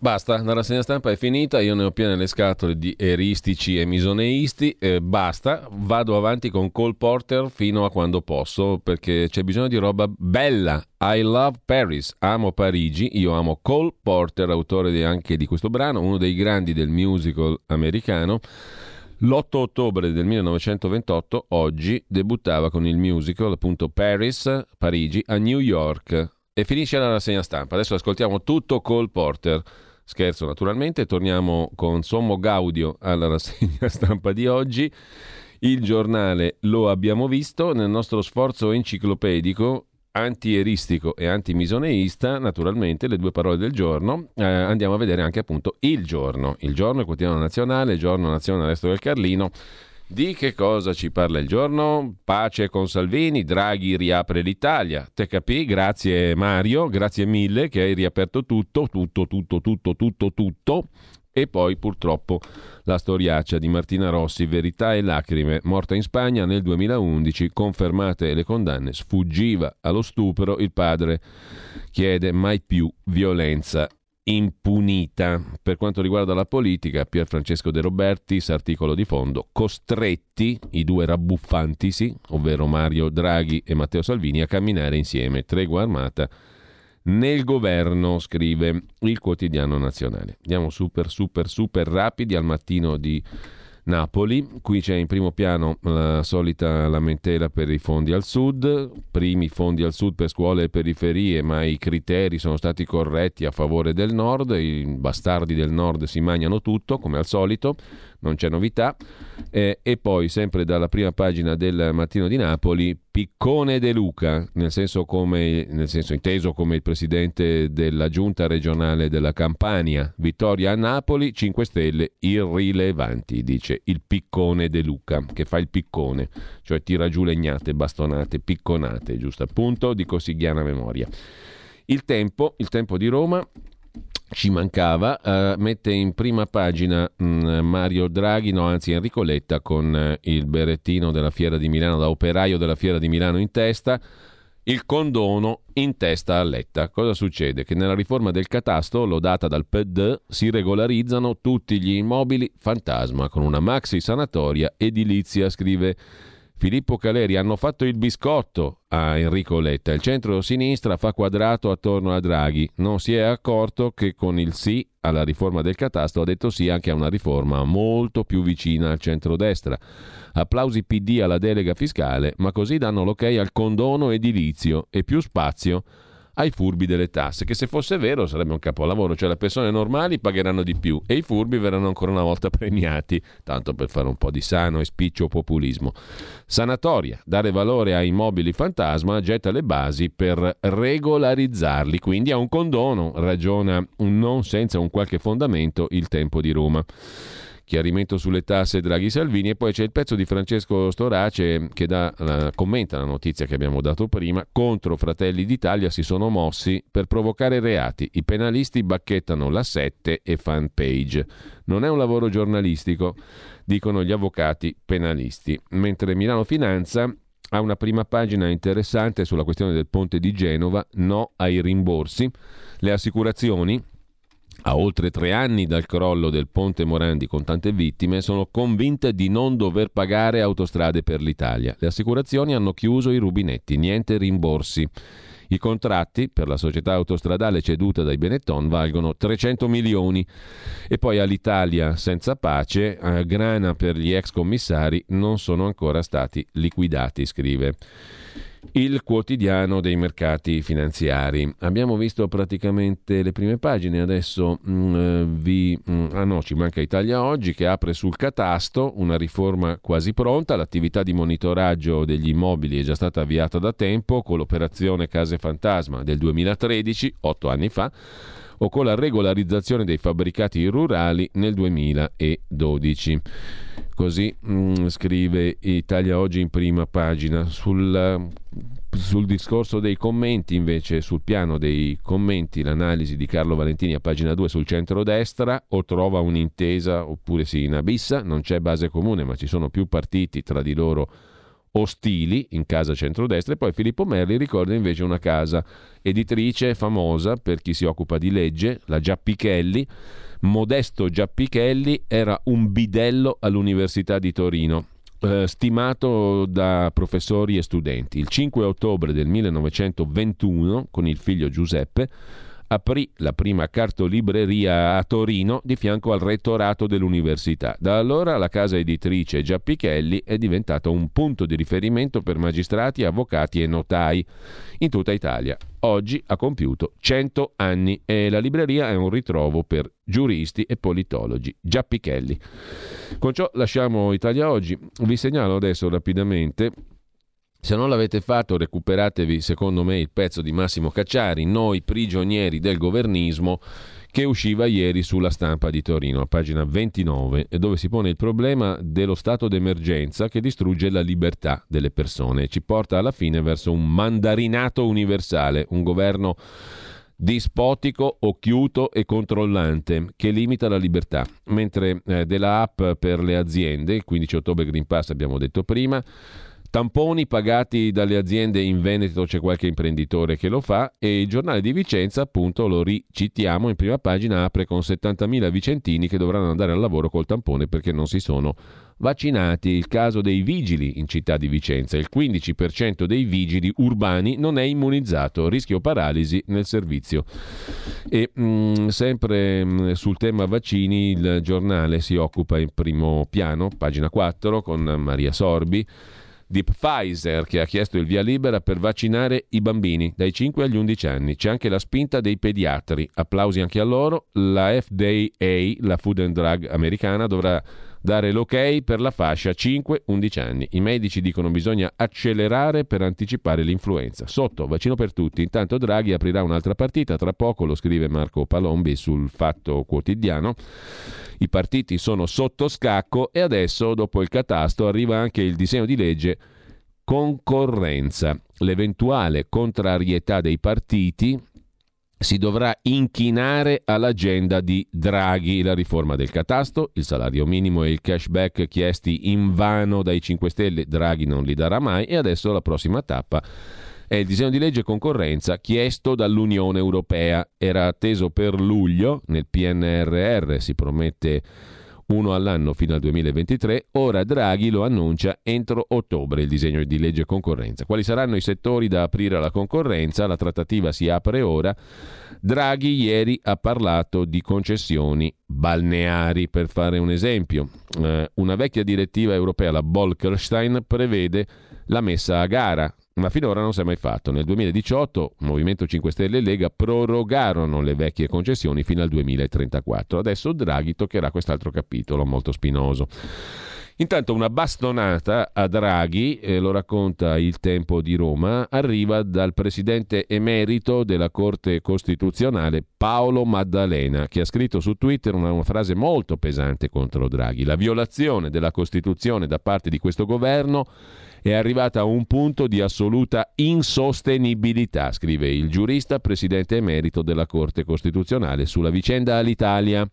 Basta, la rassegna stampa è finita, io ne ho piene le scatole di eristici e misoneisti, eh, basta, vado avanti con Cole Porter fino a quando posso, perché c'è bisogno di roba bella. I love Paris, amo Parigi, io amo Cole Porter, autore di, anche di questo brano, uno dei grandi del musical americano. L'otto ottobre del millenovecentoventotto, oggi, debuttava con il musical, appunto Paris, Parigi, a New York. E finisce la rassegna stampa. Adesso ascoltiamo tutto Cole Porter. Scherzo naturalmente, torniamo con sommo gaudio alla rassegna stampa di oggi. Il giornale lo abbiamo visto nel nostro sforzo enciclopedico, antieristico e antimisoneista, naturalmente le due parole del giorno. Eh, andiamo a vedere anche appunto Il Giorno. Il Giorno, il quotidiano nazionale, il Giorno Nazione, Resto del Carlino. Di che cosa ci parla il giorno? Pace con Salvini, Draghi riapre l'Italia. Te capì? Grazie Mario, grazie mille che hai riaperto tutto, tutto, tutto, tutto, tutto, tutto. E poi purtroppo la storiaccia di Martina Rossi, Verità e lacrime, morta in Spagna nel duemilaundici, confermate le condanne, sfuggiva allo stupro, il padre chiede mai più violenza impunita. Per quanto riguarda la politica, Pier Francesco De Robertis, articolo di fondo, costretti i due rabbuffantisi, ovvero Mario Draghi e Matteo Salvini, a camminare insieme, tregua armata nel governo, scrive il Quotidiano Nazionale. Andiamo super super super rapidi al Mattino di Napoli. Qui c'è in primo piano la solita lamentela per i fondi al sud, primi fondi al sud per scuole e periferie, ma i criteri sono stati corretti a favore del nord, i bastardi del nord si mangiano tutto come al solito, non c'è novità. Eh, e poi sempre dalla prima pagina del Mattino di Napoli, Piccone De Luca, nel senso, come, nel senso inteso come il presidente della giunta regionale della Campania, vittoria a Napoli, cinque Stelle irrilevanti, dice il Piccone De Luca, che fa il piccone, cioè tira giù legnate, bastonate, picconate, giusto appunto, di cosighiana memoria. Il Tempo, il Tempo di Roma, ci mancava, uh, mette in prima pagina mh, Mario Draghi, no anzi Enrico Letta con uh, il berrettino della Fiera di Milano, da operaio della Fiera di Milano in testa, il condono in testa a Letta. Cosa succede? Che nella riforma del catasto, lodata dal P D, si regolarizzano tutti gli immobili fantasma con una maxi sanatoria edilizia, scrive Filippo Caleri. Hanno fatto il biscotto a Enrico Letta. Il centro-sinistra fa quadrato attorno a Draghi. Non si è accorto che con il sì alla riforma del catasto ha detto sì anche a una riforma molto più vicina al centrodestra. Applausi P D alla delega fiscale, ma così danno l'ok al condono edilizio e più spazio ai furbi delle tasse, che se fosse vero sarebbe un capolavoro, cioè le persone normali pagheranno di più e i furbi verranno ancora una volta premiati, tanto per fare un po' di sano e spiccio populismo. Sanatoria, dare valore a immobili fantasma, getta le basi per regolarizzarli, quindi a un condono, ragiona non senza un qualche fondamento il Tempo di Roma. Chiarimento sulle tasse Draghi-Salvini, e poi c'è il pezzo di Francesco Storace che dà, uh, commenta la notizia che abbiamo dato prima. Contro Fratelli d'Italia si sono mossi per provocare reati. I penalisti bacchettano la sette e fanpage. Non è un lavoro giornalistico, dicono gli avvocati penalisti. Mentre Milano Finanza ha una prima pagina interessante sulla questione del ponte di Genova, no ai rimborsi. Le assicurazioni, a oltre tre anni dal crollo del ponte Morandi con tante vittime, sono convinte di non dover pagare Autostrade per l'Italia. Le assicurazioni hanno chiuso i rubinetti, niente rimborsi. I contratti per la società autostradale ceduta dai Benetton valgono trecento milioni. E poi all'Italia senza pace, a grana per gli ex commissari, non sono ancora stati liquidati, scrive il Quotidiano dei mercati finanziari. Abbiamo visto praticamente le prime pagine, adesso mh, vi... Mh, ah no, ci manca Italia Oggi, che apre sul catasto, una riforma quasi pronta. L'attività di monitoraggio degli immobili è già stata avviata da tempo con l'operazione Case Fantasma del duemilatredici, otto anni fa, o con la regolarizzazione dei fabbricati rurali nel duemiladodici. Così mh, scrive Italia Oggi in prima pagina. Sul, sul discorso dei commenti, invece, sul piano dei commenti, l'analisi di Carlo Valentini a pagina due sul centrodestra: o trova un'intesa oppure si inabissa, non c'è base comune ma ci sono più partiti, tra di loro ostili in casa centrodestra, e poi Filippo Merli ricorda invece una casa editrice famosa per chi si occupa di legge, la Giappichelli. Modesto Giappichelli era un bidello all'Università di Torino, eh, stimato da professori e studenti. Il cinque ottobre del millenovecentoventuno, con il figlio Giuseppe, aprì la prima cartolibreria a Torino di fianco al rettorato dell'università. Da allora la casa editrice Giappichelli è diventata un punto di riferimento per magistrati, avvocati e notai in tutta Italia. Oggi ha compiuto cento anni e la libreria è un ritrovo per giuristi e politologi. Giappichelli. Con ciò lasciamo Italia Oggi. Vi segnalo adesso rapidamente, se non l'avete fatto, recuperatevi secondo me il pezzo di Massimo Cacciari, Noi prigionieri del governismo, che usciva ieri sulla Stampa di Torino, a pagina ventinove, dove si pone il problema dello stato d'emergenza che distrugge la libertà delle persone e ci porta alla fine verso un mandarinato universale, un governo dispotico, occhiuto e controllante che limita la libertà, mentre eh, della app per le aziende, il quindici ottobre Green Pass abbiamo detto prima, tamponi pagati dalle aziende. In Veneto c'è qualche imprenditore che lo fa, e il giornale di Vicenza, appunto, lo ricitiamo, in prima pagina apre con settantamila vicentini che dovranno andare al lavoro col tampone perché non si sono vaccinati. Il caso dei vigili in città di Vicenza: il quindici per cento dei vigili urbani non è immunizzato, rischio paralisi nel servizio. E mh, sempre mh, sul tema vaccini il giornale si occupa in primo piano, pagina quattro, con Maria Sorbi, di Pfizer, che ha chiesto il via libera per vaccinare i bambini dai cinque agli undici anni. C'è anche la spinta dei pediatri, applausi anche a loro. La F D A, la Food and Drug americana, dovrà dare l'ok per la fascia cinque undici anni. I medici dicono bisogna accelerare per anticipare l'influenza. Sotto, vaccino per tutti. Intanto Draghi aprirà un'altra partita tra poco, lo scrive Marco Palombi sul Fatto Quotidiano. I partiti sono sotto scacco e adesso, dopo il catasto, arriva anche il disegno di legge concorrenza. L'eventuale contrarietà dei partiti si dovrà inchinare all'agenda di Draghi, la riforma del catasto, il salario minimo e il cashback chiesti invano dai cinque Stelle. Draghi non li darà mai, e adesso la prossima tappa è il disegno di legge concorrenza chiesto dall'Unione Europea. Era atteso per luglio, nel P N R R si promette uno all'anno fino al duemilaventitré, ora Draghi lo annuncia entro ottobre il disegno di legge concorrenza. Quali saranno i settori da aprire alla concorrenza? La trattativa si apre ora. Draghi ieri ha parlato di concessioni balneari, per fare un esempio. Eh, una vecchia direttiva europea, la Bolkestein, prevede la messa a gara, ma finora non si è mai fatto. Nel duemiladiciotto Movimento cinque Stelle e Lega prorogarono le vecchie concessioni fino al duemilatrentaquattro. Adesso Draghi toccherà quest'altro capitolo molto spinoso. Intanto una bastonata a Draghi, eh, lo racconta Il Tempo di Roma, arriva dal presidente emerito della Corte Costituzionale Paolo Maddalena, che ha scritto su Twitter una, una frase molto pesante contro Draghi. La violazione della Costituzione da parte di questo governo è arrivata a un punto di assoluta insostenibilità, scrive il giurista presidente emerito della Corte Costituzionale sulla vicenda Alitalia.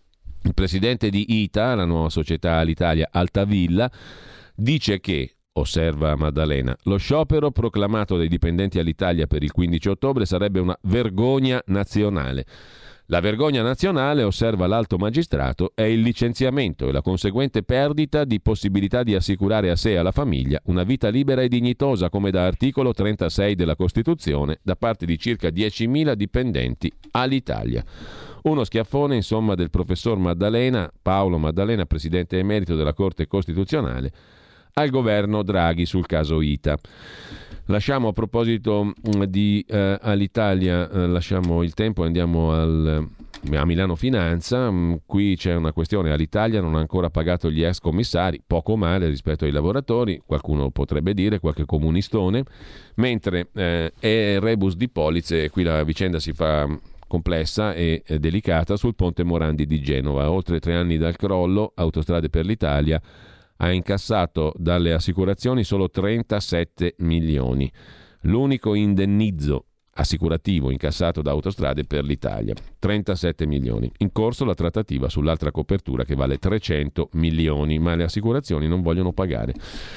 Il presidente di I T A, la nuova società Alitalia Altavilla, dice che, osserva Maddalena, lo sciopero proclamato dai dipendenti Alitalia per il quindici ottobre sarebbe una vergogna nazionale. La vergogna nazionale, osserva l'alto magistrato, è il licenziamento e la conseguente perdita di possibilità di assicurare a sé e alla famiglia una vita libera e dignitosa, come da articolo trentasei della Costituzione, da parte di circa diecimila dipendenti all'Italia. Uno schiaffone, insomma, del professor Maddalena, Paolo Maddalena, presidente emerito della Corte Costituzionale, al governo Draghi sul caso I T A. Lasciamo, a proposito di eh, all'Italia, eh, lasciamo Il Tempo e andiamo al, a Milano Finanza. Qui c'è una questione: Alitalia non ha ancora pagato gli ex commissari, poco male rispetto ai lavoratori, qualcuno potrebbe dire, qualche comunistone, mentre eh, è rebus di polizze. Qui la vicenda si fa complessa e eh, delicata sul ponte Morandi di Genova. Oltre tre anni dal crollo, Autostrade per l'Italia ha incassato dalle assicurazioni solo trentasette milioni. L'unico indennizzo assicurativo incassato da Autostrade per l'Italia, trentasette milioni. In corso la trattativa sull'altra copertura che vale trecento milioni, ma le assicurazioni non vogliono pagare.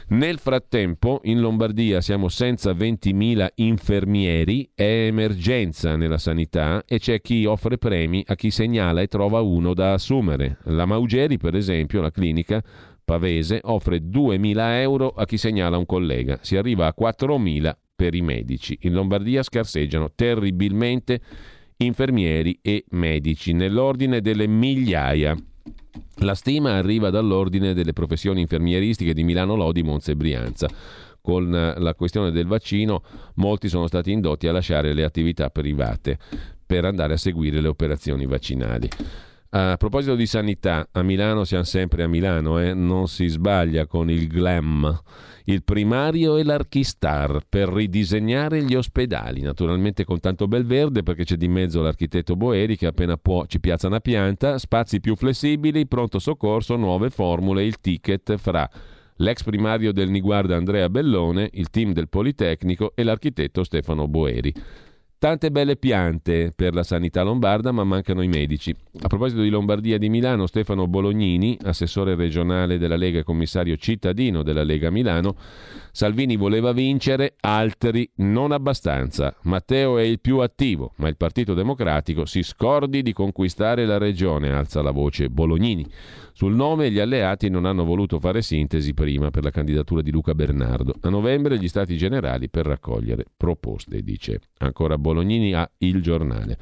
Nel frattempo in Lombardia siamo senza ventimila infermieri, è emergenza nella sanità e c'è chi offre premi a chi segnala e trova uno da assumere. La Maugeri, per esempio, la clinica pavese, offre duemila euro a chi segnala un collega. Si arriva a quattromila per i medici. In Lombardia scarseggiano terribilmente infermieri e medici, nell'ordine delle migliaia. La stima arriva dall'ordine delle professioni infermieristiche di Milano, Lodi, Monza e Brianza. Con la questione del vaccino molti sono stati indotti a lasciare le attività private per andare a seguire le operazioni vaccinali. A proposito di sanità, a Milano siamo sempre a Milano, eh? Non si sbaglia con il glam, il primario e l'Archistar per ridisegnare gli ospedali, naturalmente con tanto bel verde perché c'è di mezzo l'architetto Boeri che appena può ci piazza una pianta, spazi più flessibili, pronto soccorso, nuove formule, il ticket fra l'ex primario del Niguarda Andrea Bellone, il team del Politecnico e l'architetto Stefano Boeri. Tante belle piante per la sanità lombarda, ma mancano i medici. A proposito di Lombardia e di Milano, Stefano Bolognini, assessore regionale della Lega e commissario cittadino della Lega Milano, Salvini voleva vincere, altri non abbastanza. Matteo è il più attivo, ma il Partito Democratico si scordi di conquistare la regione, alza la voce Bolognini. Sul nome gli alleati non hanno voluto fare sintesi prima per la candidatura di Luca Bernardo. A novembre gli stati generali per raccogliere proposte, dice ancora Bolognini a Il Giornale.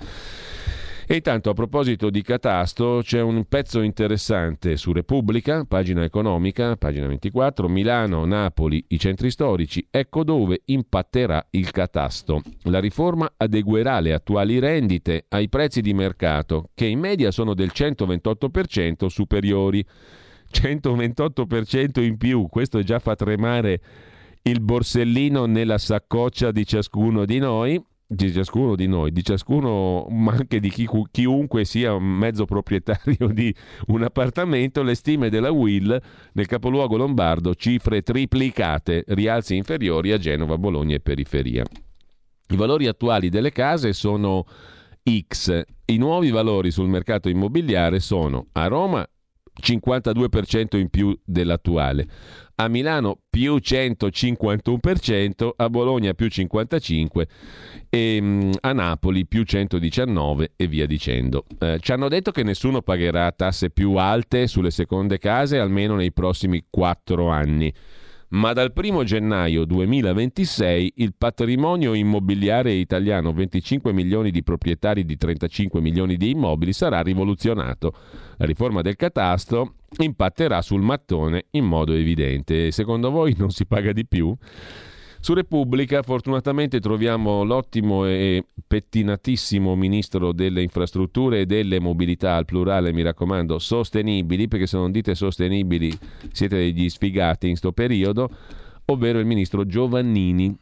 E intanto, a proposito di catasto, c'è un pezzo interessante su Repubblica, pagina economica, pagina ventiquattro, Milano, Napoli, i centri storici, ecco dove impatterà il catasto. La riforma adeguerà le attuali rendite ai prezzi di mercato, che in media sono del centoventotto per cento superiori. centoventotto per cento in più, questo già fa tremare il borsellino nella saccoccia di ciascuno di noi, di ciascuno di noi, di ciascuno, ma anche di chi, chiunque sia un mezzo proprietario di un appartamento. Le stime della U I L nel capoluogo lombardo, cifre triplicate, rialzi inferiori a Genova, Bologna e periferia. I valori attuali delle case sono X, i nuovi valori sul mercato immobiliare sono a Roma cinquantadue per cento in più dell'attuale, a Milano più centocinquantuno per cento, a Bologna più cinquantacinque per cento e mh, a Napoli più centodiciannove e via dicendo. Eh, ci hanno detto che nessuno pagherà tasse più alte sulle seconde case almeno nei prossimi quattro anni. Ma dal primo gennaio duemilaventisei il patrimonio immobiliare italiano, venticinque milioni di proprietari di trentacinque milioni di immobili, sarà rivoluzionato. La riforma del catasto impatterà sul mattone in modo evidente. Secondo voi non si paga di più? Su Repubblica fortunatamente troviamo l'ottimo e pettinatissimo ministro delle infrastrutture e delle mobilità, al plurale mi raccomando, sostenibili, perché se non dite sostenibili siete degli sfigati in sto periodo, ovvero il ministro Giovannini,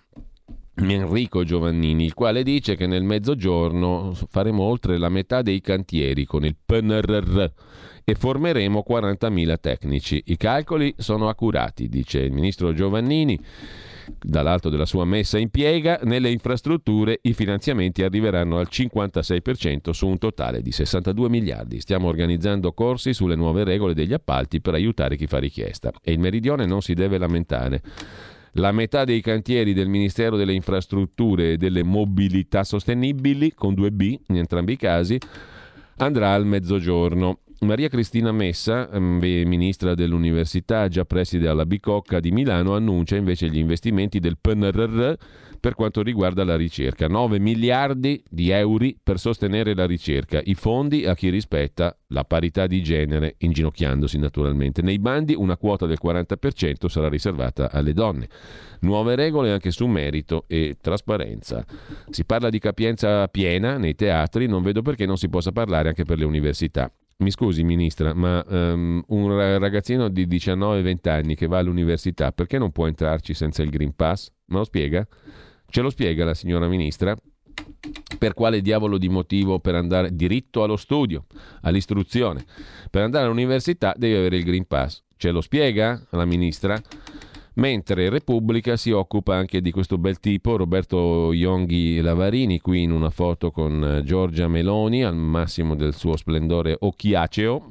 Enrico Giovannini, il quale dice che nel mezzogiorno faremo oltre la metà dei cantieri con il P N R R e formeremo quarantamila tecnici. I calcoli sono accurati, dice il ministro Giovannini. Dall'alto della sua messa in piega, nelle infrastrutture i finanziamenti arriveranno al cinquantasei per cento su un totale di sessantadue miliardi. Stiamo organizzando corsi sulle nuove regole degli appalti per aiutare chi fa richiesta e il Meridione non si deve lamentare. La metà dei cantieri del Ministero delle Infrastrutture e delle Mobilità Sostenibili, con due B in entrambi i casi, andrà al mezzogiorno. Maria Cristina Messa, ministra dell'Università, già preside alla Bicocca di Milano, annuncia invece gli investimenti del P N R R per quanto riguarda la ricerca. nove miliardi di euro per sostenere la ricerca. I fondi a chi rispetta la parità di genere, inginocchiandosi naturalmente. Nei bandi una quota del quaranta per cento sarà riservata alle donne. Nuove regole anche su merito e trasparenza. Si parla di capienza piena nei teatri, non vedo perché non si possa parlare anche per le università. Mi scusi ministra, ma um, un ragazzino di diciannove venti anni che va all'università, perché non può entrarci senza il Green Pass? Me lo spiega? Ce lo spiega la signora ministra? Per quale diavolo di motivo per andare diritto allo studio, all'istruzione? Per andare all'università devi avere il Green Pass. Ce lo spiega la ministra? Mentre Repubblica si occupa anche di questo bel tipo, Roberto Ionghi Lavarini, qui in una foto con Giorgia Meloni al massimo del suo splendore occhiaceo.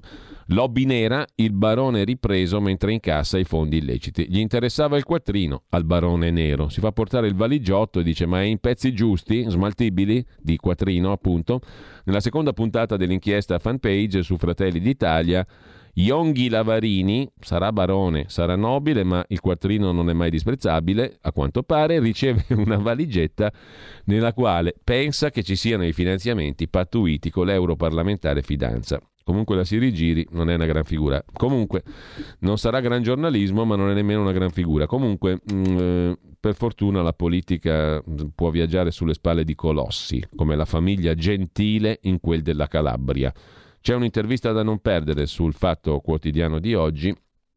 Lobby nera, il barone ripreso mentre incassa i fondi illeciti. Gli interessava il quattrino al barone nero. Si fa portare il valigiotto e dice: ma è in pezzi giusti, smaltibili? Di quattrino, appunto. Nella seconda puntata dell'inchiesta Fanpage su Fratelli d'Italia, Yonghi Lavarini, sarà barone, sarà nobile, ma il quattrino non è mai disprezzabile, a quanto pare, riceve una valigetta nella quale pensa che ci siano i finanziamenti pattuiti con l'europarlamentare Fidanza. Comunque la si rigiri, non è una gran figura. Comunque non sarà gran giornalismo, ma non è nemmeno una gran figura. Comunque mh, per fortuna la politica può viaggiare sulle spalle di colossi, come la famiglia Gentile in quel della Calabria. C'è un'intervista da non perdere sul Fatto Quotidiano di oggi,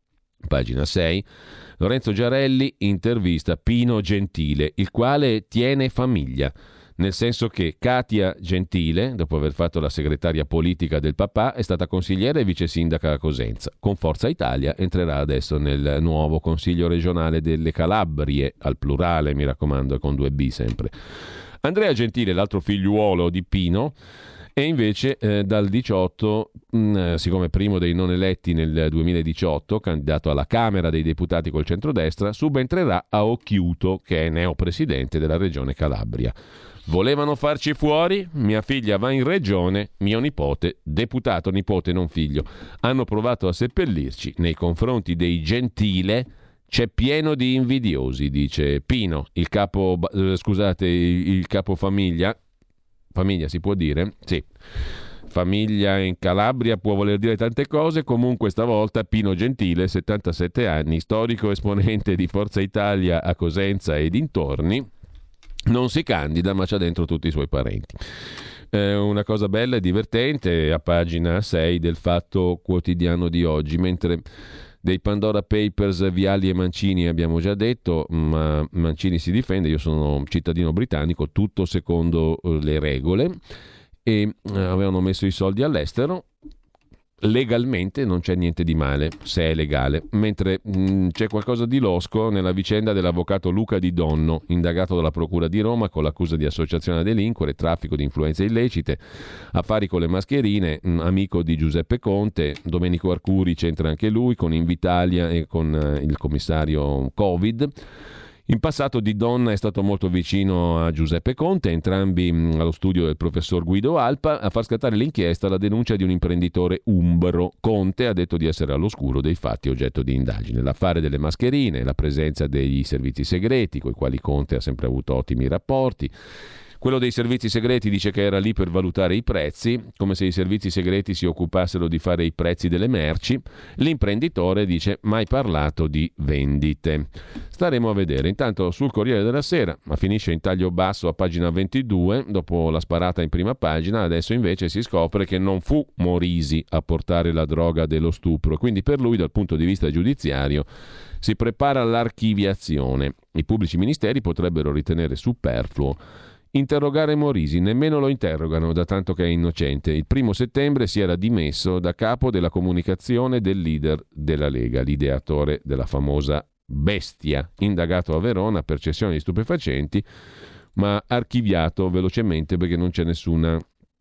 pagina sei. Lorenzo Giarelli intervista Pino Gentile, il quale tiene famiglia. Nel senso che Katia Gentile, dopo aver fatto la segretaria politica del papà, è stata consigliera e vice sindaca a Cosenza. Con Forza Italia entrerà adesso nel nuovo Consiglio regionale delle Calabrie, al plurale mi raccomando, e con due B sempre. Andrea Gentile, l'altro figliuolo di Pino, e invece eh, dal diciotto, mh, siccome primo dei non eletti nel duemiladiciotto, candidato alla Camera dei Deputati col centrodestra, subentrerà a Occhiuto, che è neopresidente della regione Calabria. Volevano farci fuori? Mia figlia va in regione, mio nipote, deputato nipote non figlio, hanno provato a seppellirci. Nei confronti dei Gentile c'è pieno di invidiosi, dice Pino, il capo, eh, scusate, il capofamiglia. Famiglia si può dire? Sì. Famiglia in Calabria può voler dire tante cose, comunque stavolta Pino Gentile, settantasette anni, storico esponente di Forza Italia a Cosenza e dintorni, non si candida ma c'ha dentro tutti i suoi parenti. Eh, una cosa bella e divertente a pagina sei del Fatto Quotidiano di oggi, mentre dei Pandora Papers, Viali e Mancini abbiamo già detto, ma Mancini si difende: io sono cittadino britannico, tutto secondo le regole, e avevano messo i soldi all'estero. Legalmente non c'è niente di male se è legale, mentre mh, c'è qualcosa di losco nella vicenda dell'avvocato Luca Di Donno, indagato dalla Procura di Roma con l'accusa di associazione a delinquere, traffico di influenze illecite, affari con le mascherine, mh, amico di Giuseppe Conte. Domenico Arcuri c'entra anche lui con Invitalia e con uh, il commissario Covid. In passato Di Donna è stato molto vicino a Giuseppe Conte, entrambi mh, allo studio del professor Guido Alpa. A far scattare l'inchiesta la denuncia di un imprenditore umbro. Conte ha detto di essere all'oscuro dei fatti oggetto di indagine. L'affare delle mascherine, la presenza dei servizi segreti, con i quali Conte ha sempre avuto ottimi rapporti. Quello dei servizi segreti dice che era lì per valutare i prezzi, come se i servizi segreti si occupassero di fare i prezzi delle merci. L'imprenditore dice mai parlato di vendite. Staremo a vedere. Intanto sul Corriere della Sera, ma finisce in taglio basso a pagina ventidue, dopo la sparata in prima pagina, adesso invece si scopre che non fu Morisi a portare la droga dello stupro, quindi per lui dal punto di vista giudiziario si prepara l'archiviazione. I pubblici ministeri potrebbero ritenere superfluo interrogare Morisi, nemmeno lo interrogano da tanto che è innocente. Il primo settembre si era dimesso da capo della comunicazione del leader della Lega, l'ideatore della famosa Bestia, indagato a Verona per cessione di stupefacenti, ma archiviato velocemente perché non c'è nessuna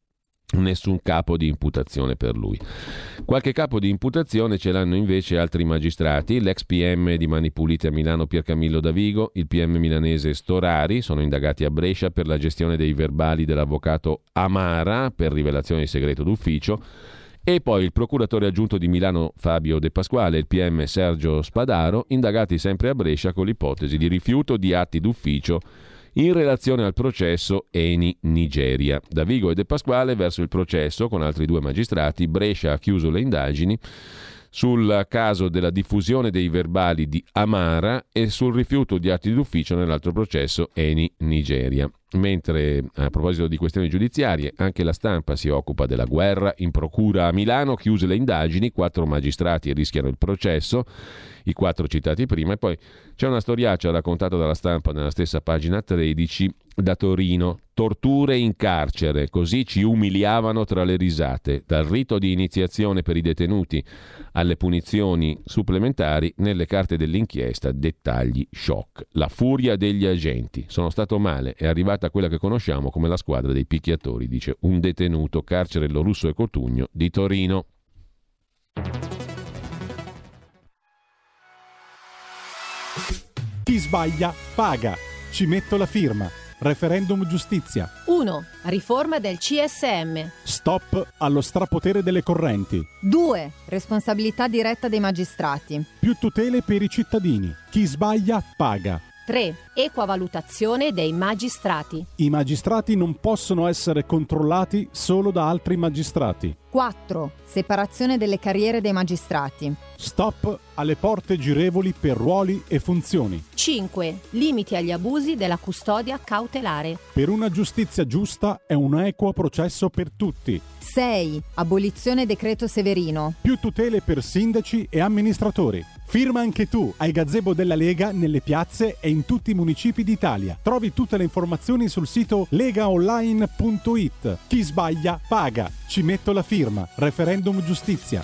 nessun capo di imputazione per lui. Qualche capo di imputazione ce l'hanno invece altri magistrati: l'ex P M di Mani Pulite a Milano Piercamillo Davigo, il P M milanese Storari, sono indagati a Brescia per la gestione dei verbali dell'avvocato Amara per rivelazione di segreto d'ufficio, e poi il procuratore aggiunto di Milano Fabio De Pasquale e il P M Sergio Spadaro, indagati sempre a Brescia con l'ipotesi di rifiuto di atti d'ufficio in relazione al processo Eni Nigeria. Davigo e De Pasquale verso il processo con altri due magistrati. Brescia ha chiuso le indagini sul caso della diffusione dei verbali di Amara e sul rifiuto di atti d'ufficio nell'altro processo Eni Nigeria. Mentre a proposito di questioni giudiziarie, anche La Stampa si occupa della guerra in procura a Milano, chiuse le indagini, quattro magistrati rischiano il processo, i quattro citati prima, e poi c'è una storiaccia raccontata dalla Stampa nella stessa pagina tredici da Torino. Torture in carcere, così ci umiliavano tra le risate, dal rito di iniziazione per i detenuti alle punizioni supplementari. Nelle carte dell'inchiesta dettagli shock. La furia degli agenti. Sono stato male, è arrivata quella che conosciamo come la squadra dei picchiatori, dice un detenuto, carcere Lo Russo e Cotugno di Torino. Chi sbaglia paga. Ci metto la firma. Referendum giustizia. uno. Riforma del C S M. Stop allo strapotere delle correnti. due. Responsabilità diretta dei magistrati. Più tutele per i cittadini. Chi sbaglia paga. tre. Equa valutazione dei magistrati. I magistrati non possono essere controllati solo da altri magistrati. quattro. Separazione delle carriere dei magistrati. Stop alle porte girevoli per ruoli e funzioni. cinque. Limiti agli abusi della custodia cautelare. Per una giustizia giusta è un equo processo per tutti. sei. Abolizione decreto Severino. Più tutele per sindaci e amministratori. Firma anche tu ai gazebo della Lega nelle piazze e in tutti i municipi d'Italia. Trovi tutte le informazioni sul sito legaonline punto it. Chi sbaglia paga. Ci metto la firma. Referendum giustizia.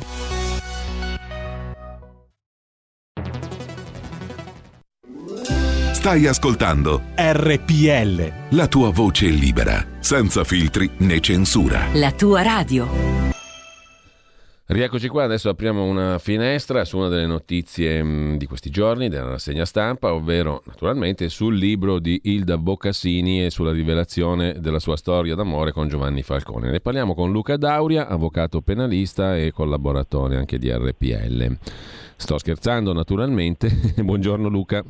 Stai ascoltando R P L, la tua voce libera, senza filtri né censura. La tua radio. Rieccoci qua, adesso apriamo una finestra su una delle notizie mh, di questi giorni della rassegna stampa, ovvero naturalmente sul libro di Ilda Boccassini e sulla rivelazione della sua storia d'amore con Giovanni Falcone. Ne parliamo con Luca Dauria, avvocato penalista e collaboratore anche di R P L. Sto scherzando naturalmente. Buongiorno Luca.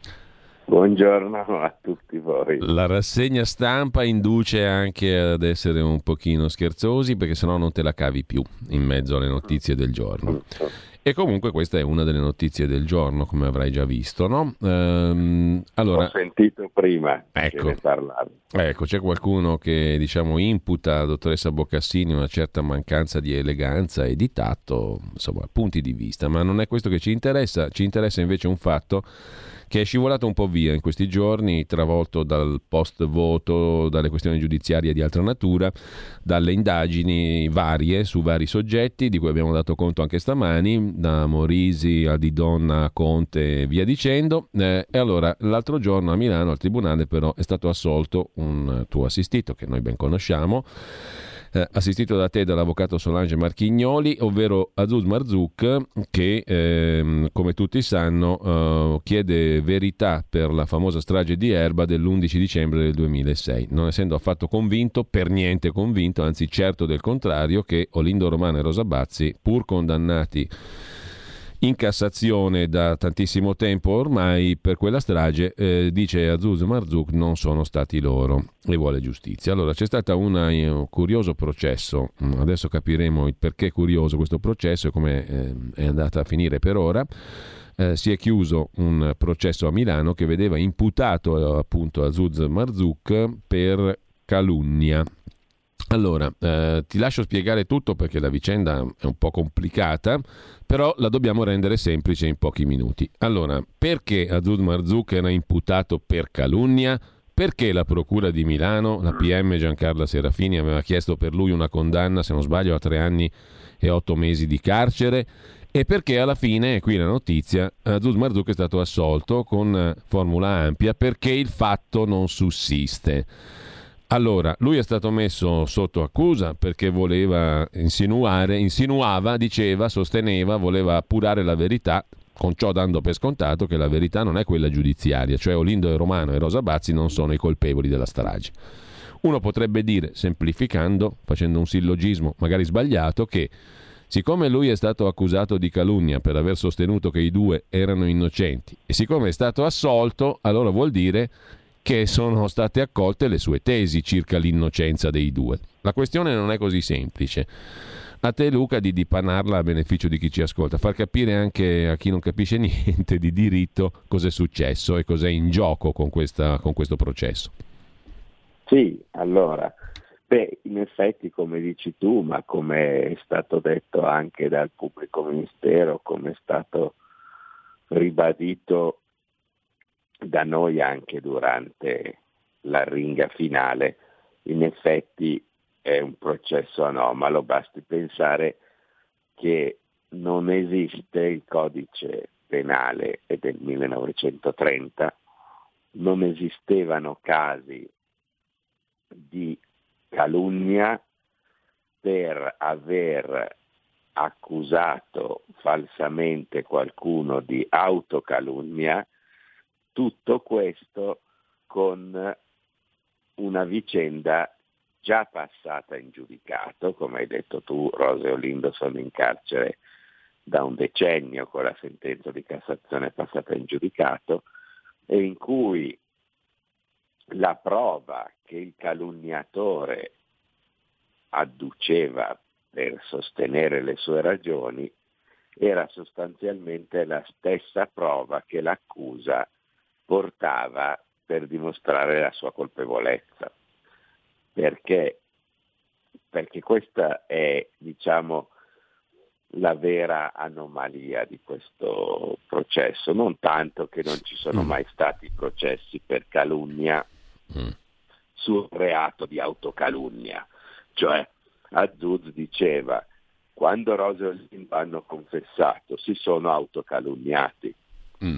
Buongiorno a tutti voi. La rassegna stampa induce anche ad essere un pochino scherzosi, perché sennò non te la cavi più in mezzo alle notizie del giorno. E comunque questa è una delle notizie del giorno, come avrai già visto, no? Ehm, allora, ho sentito prima ecco, che ne parlavi. Ecco, c'è qualcuno che diciamo imputa alla dottoressa Boccassini una certa mancanza di eleganza e di tatto, insomma, punti di vista, ma non è questo che ci interessa. Ci interessa invece un fatto che è scivolato un po' via in questi giorni, travolto dal post voto, dalle questioni giudiziarie di altra natura, dalle indagini varie su vari soggetti di cui abbiamo dato conto anche stamani, da Morisi a Di Donna a Conte e via dicendo. Eh, e allora l'altro giorno a Milano al tribunale però è stato assolto un tuo assistito che noi ben conosciamo, Eh, assistito da te e dall'avvocato Solange Marchignoli, ovvero Azouz Marzouk, che ehm, come tutti sanno eh, chiede verità per la famosa strage di Erba dell'undici dicembre del duemilasei, non essendo affatto convinto, per niente convinto, anzi certo del contrario, che Olindo Romano e Rosa Bazzi, pur condannati in Cassazione da tantissimo tempo ormai per quella strage, eh, dice Azouz Marzouk, non sono stati loro e vuole giustizia. Allora c'è stato un curioso processo, adesso capiremo il perché è curioso questo processo e come eh, è andata a finire per ora. Eh, si è chiuso un processo a Milano che vedeva imputato appunto Azouz Marzouk per calunnia. Allora, eh, ti lascio spiegare tutto perché la vicenda è un po' complicata, però la dobbiamo rendere semplice in pochi minuti. Allora, perché Azouz Marzouk era imputato per calunnia? Perché la Procura di Milano, la P M Giancarla Serafini, aveva chiesto per lui una condanna, se non sbaglio, a tre anni e otto mesi di carcere? E perché alla fine, e qui la notizia, Azouz Marzouk è stato assolto con formula ampia perché il fatto non sussiste. Allora, lui è stato messo sotto accusa perché voleva insinuare, insinuava, diceva, sosteneva, voleva appurare la verità, con ciò dando per scontato che la verità non è quella giudiziaria, cioè Olindo e Romano e Rosa Bazzi non sono i colpevoli della strage. Uno potrebbe dire, semplificando, facendo un sillogismo magari sbagliato, che siccome lui è stato accusato di calunnia per aver sostenuto che i due erano innocenti e siccome è stato assolto, allora vuol dire che sono state accolte le sue tesi circa l'innocenza dei due. La questione non è così semplice. A te Luca di dipanarla a beneficio di chi ci ascolta, far capire anche a chi non capisce niente di diritto cos'è successo e cos'è in gioco con, questa, con questo processo. Sì, allora, beh, in effetti come dici tu, ma come è stato detto anche dal pubblico ministero, come è stato ribadito da noi anche durante la ringa finale, in effetti è un processo anomalo, basti pensare che non esiste il codice penale è del millenovecentotrenta, non esistevano casi di calunnia per aver accusato falsamente qualcuno di autocalunnia, tutto questo con una vicenda già passata in giudicato. Come hai detto tu, Rose e Olindo sono in carcere da un decennio con la sentenza di Cassazione passata in giudicato, e in cui la prova che il calunniatore adduceva per sostenere le sue ragioni era sostanzialmente la stessa prova che l'accusa portava per dimostrare la sua colpevolezza. Perché? Perché questa è, diciamo, la vera anomalia di questo processo, non tanto che non ci sono mai stati processi per calunnia mm. sul reato di autocalunnia, cioè Azzuz diceva: quando Rose e Olindo hanno confessato si sono autocalunniati, mm.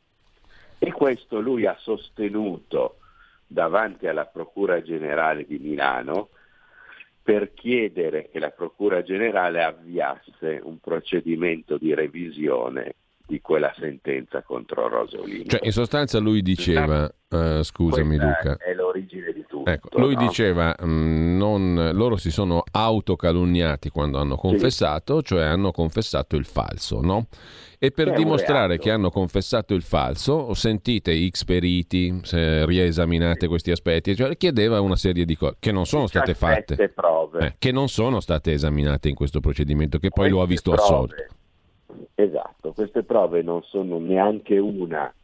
e questo lui ha sostenuto davanti alla Procura Generale di Milano per chiedere che la Procura Generale avviasse un procedimento di revisione di quella sentenza contro Rose e Olindo. Cioè, in sostanza lui diceva, uh, scusami Luca, è l'origine di tutto. Ecco, lui no? diceva, mh, non, loro si sono autocalunniati quando hanno confessato, sì. cioè hanno confessato il falso, no? E per è dimostrare che hanno confessato il falso, sentite X periti, se riesaminate questi aspetti, cioè chiedeva una serie di cose che non sono state fatte, prove. Eh, che non sono state esaminate in questo procedimento, che poi queste lo ha visto prove, assolto. Esatto, queste prove non sono neanche una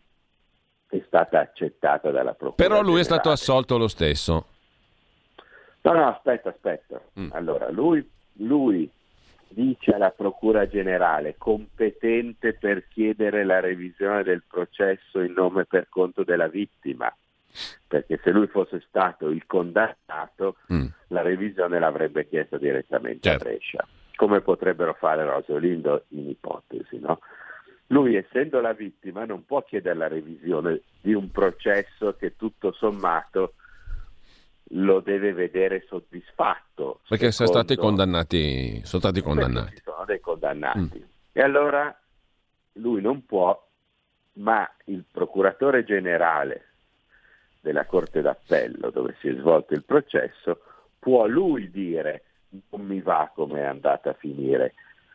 è stata accettata dalla Procura Però lui Generale. è stato assolto lo stesso. No, no, aspetta, aspetta. Mm. Allora, lui, lui dice alla Procura Generale, competente per chiedere la revisione del processo in nome e per conto della vittima, perché se lui fosse stato il condannato, mm. la revisione l'avrebbe chiesta direttamente certo. a Brescia, come potrebbero fare Rose e Olindo in ipotesi, no? Lui, essendo la vittima, non può chiedere la revisione di un processo che tutto sommato lo deve vedere soddisfatto. Perché secondo... sono stati condannati, sono stati condannati. Ci sono dei condannati. Mm. E allora lui non può, ma il procuratore generale della Corte d'Appello, dove si è svolto il processo, può lui dire: non mi va come è andata a finire.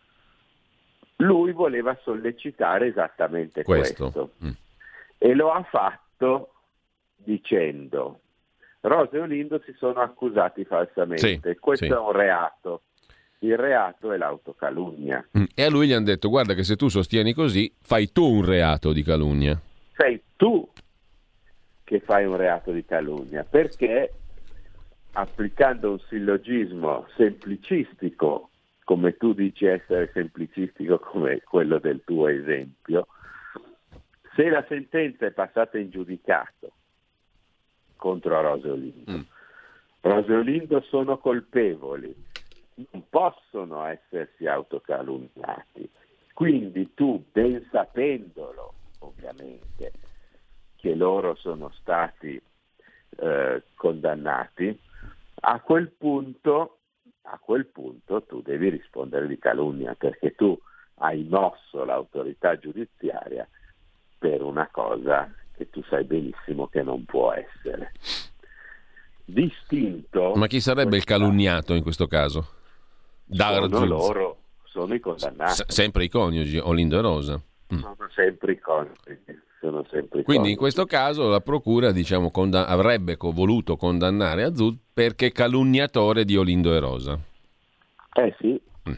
Lui voleva sollecitare esattamente questo, questo. Mm. e lo ha fatto dicendo: Rose e Olindo si sono accusati falsamente, sì, questo sì. è un reato, il reato è l'autocalunnia. Mm. E a lui gli hanno detto: guarda che se tu sostieni così fai tu un reato di calunnia. Sei tu che fai un reato di calunnia, perché applicando un sillogismo semplicistico, come tu dici essere semplicistico come quello del tuo esempio, se la sentenza è passata in giudicato contro Rose e Olindo, mm. Rose e Olindo sono colpevoli, non possono essersi autocalunniati, quindi tu, ben sapendolo ovviamente che loro sono stati eh, condannati, a quel punto a quel punto tu devi rispondere di calunnia, perché tu hai mosso l'autorità giudiziaria per una cosa che tu sai benissimo che non può essere. Distinto. Ma chi sarebbe il calunniato in questo caso? Sono loro, sono i condannati. S- sempre i coniugi, Olindo e Rosa. Mm. Sono sempre i coniugi. Sono sempre i Quindi coniugi. in questo caso la procura, diciamo, condan- avrebbe co- voluto condannare Azzuz perché calunniatore di Olindo e Rosa. Eh sì. Mm.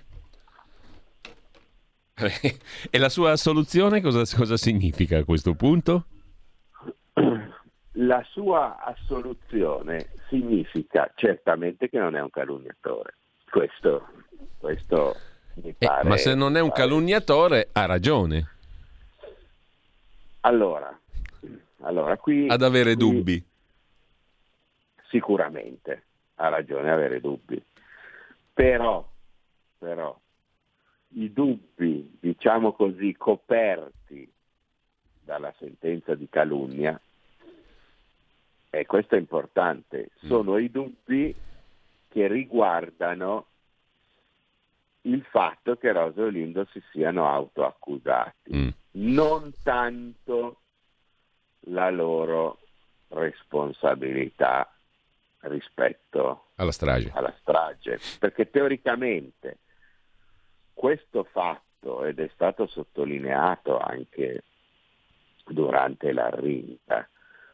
E la sua assoluzione cosa, cosa significa a questo punto? La sua assoluzione significa certamente che non è un calunniatore. Questo, questo mi pare. Eh, ma se non è un calunniatore ha ragione. Allora, allora qui ad avere qui, dubbi. Sicuramente ha ragione a avere dubbi. Però, però i dubbi, diciamo così, coperti dalla sentenza di calunnia, e questo è importante, sono mm. i dubbi che riguardano il fatto che Rosa e Olindo si siano autoaccusati, mm. non tanto la loro responsabilità rispetto alla strage. alla strage, perché teoricamente questo fatto, ed è stato sottolineato anche durante l'arringa,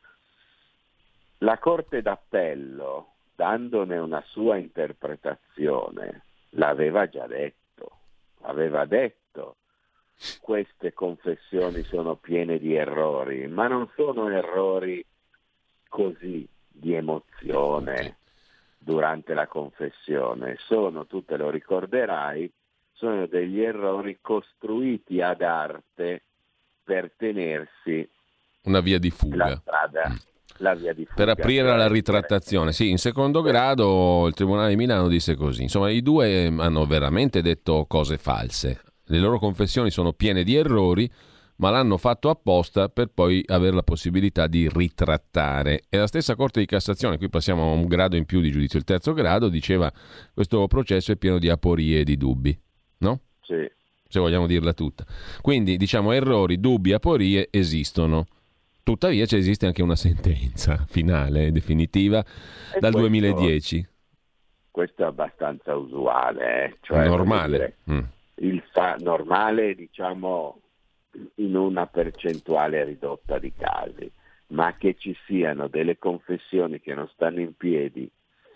la Corte d'Appello, dandone una sua interpretazione, l'aveva già detto, aveva detto queste confessioni sono piene di errori, ma non sono errori così di emozione durante la confessione, sono, tu te lo ricorderai, sono degli errori costruiti ad arte per tenersi una via di fuga. La strada, mm. la via di fuga. Per aprire alla ritrattazione. Sì, in secondo grado il Tribunale di Milano disse così. Insomma, i due hanno veramente detto cose false. Le loro confessioni sono piene di errori, ma l'hanno fatto apposta per poi avere la possibilità di ritrattare. E la stessa Corte di Cassazione, qui passiamo a un grado in più di giudizio, il terzo grado, diceva questo processo è pieno di aporie e di dubbi, no? Sì. Se vogliamo dirla tutta. Quindi, diciamo, errori, dubbi, aporie esistono. Tuttavia ci esiste anche una sentenza finale, definitiva, e dal questo, duemiladieci. Questo è abbastanza usuale, eh? Cioè, normale. Dire, mm. il fa- normale, diciamo, in una percentuale ridotta di casi, ma che ci siano delle confessioni che non stanno in piedi,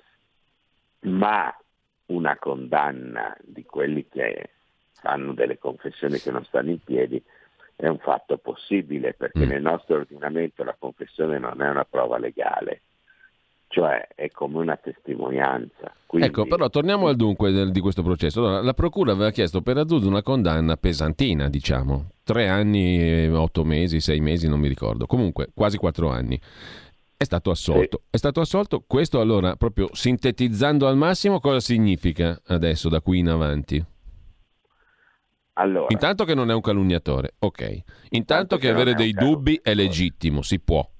ma una condanna di quelli che fanno delle confessioni che non stanno in piedi è un fatto possibile, perché mm. nel nostro ordinamento la confessione non è una prova legale, cioè è come una testimonianza. Quindi... Ecco, però torniamo al dunque del, di questo processo. Allora, la procura aveva chiesto per Azzuzzo una condanna pesantina, diciamo, tre anni, otto mesi, sei mesi, non mi ricordo, comunque quasi quattro anni. È stato assolto. Sì. È stato assolto. Questo, allora, proprio sintetizzando al massimo, cosa significa adesso da qui in avanti? Allora, intanto che non è un calunniatore, ok. Intanto che, che avere dei dubbi è legittimo, si può.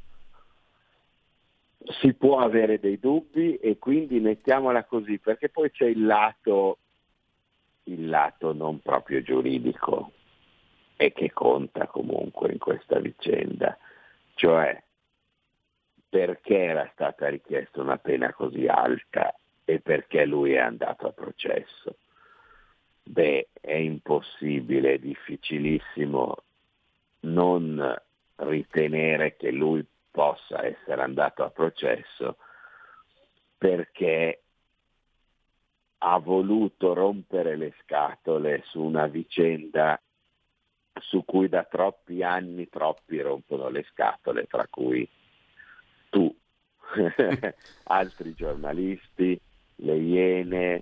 Si può avere dei dubbi, e quindi mettiamola così, perché poi c'è il lato, il lato non proprio giuridico, e che conta comunque in questa vicenda, cioè perché era stata richiesta una pena così alta e perché lui è andato a processo. Beh, è impossibile, è difficilissimo non ritenere che lui possa essere andato a processo perché ha voluto rompere le scatole su una vicenda su cui da troppi anni troppi rompono le scatole, tra cui tu, altri giornalisti, le Iene,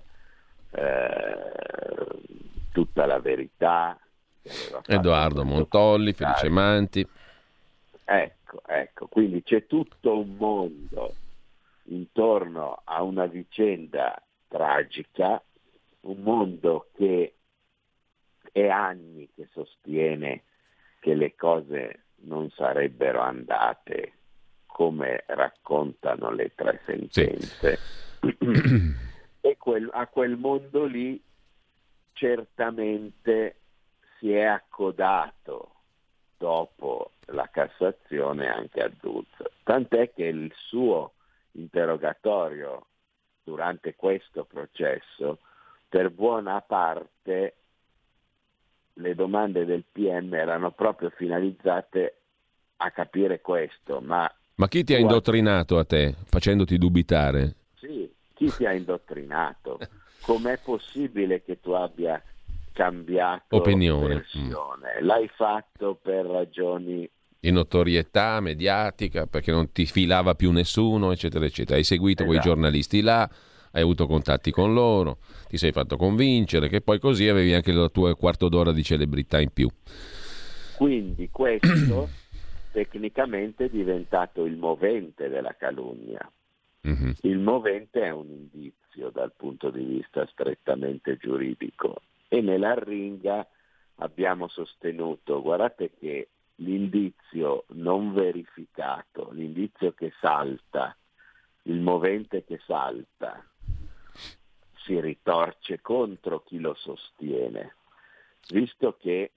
eh, tutta la verità, Edoardo Montolli, Felice Manti. Ecco, ecco, quindi c'è tutto un mondo intorno a una vicenda tragica, un mondo che è anni che sostiene che le cose non sarebbero andate come raccontano le tre sentenze. Sì. E quel, a quel mondo lì certamente si è accodato dopo la Cassazione anche Azzuzzo, tant'è che il suo interrogatorio durante questo processo, per buona parte le domande del P M erano proprio finalizzate a capire questo. Ma, ma chi ti ha indottrinato a te, facendoti dubitare? Sì, chi ti ha indottrinato? Com'è possibile che tu abbia cambiato opinione? Versione? L'hai fatto per ragioni di notorietà mediatica, perché non ti filava più nessuno, eccetera, eccetera. Hai seguito esatto. quei giornalisti là, hai avuto contatti con loro, ti sei fatto convincere, che poi così avevi anche il tuo quarto d'ora di celebrità in più. Quindi questo tecnicamente è diventato il movente della calunnia. Mm-hmm. Il movente è un indizio dal punto di vista strettamente giuridico, e nell'arringa abbiamo sostenuto, guardate che l'indizio non verificato, l'indizio che salta, il movente che salta, si ritorce contro chi lo sostiene, visto che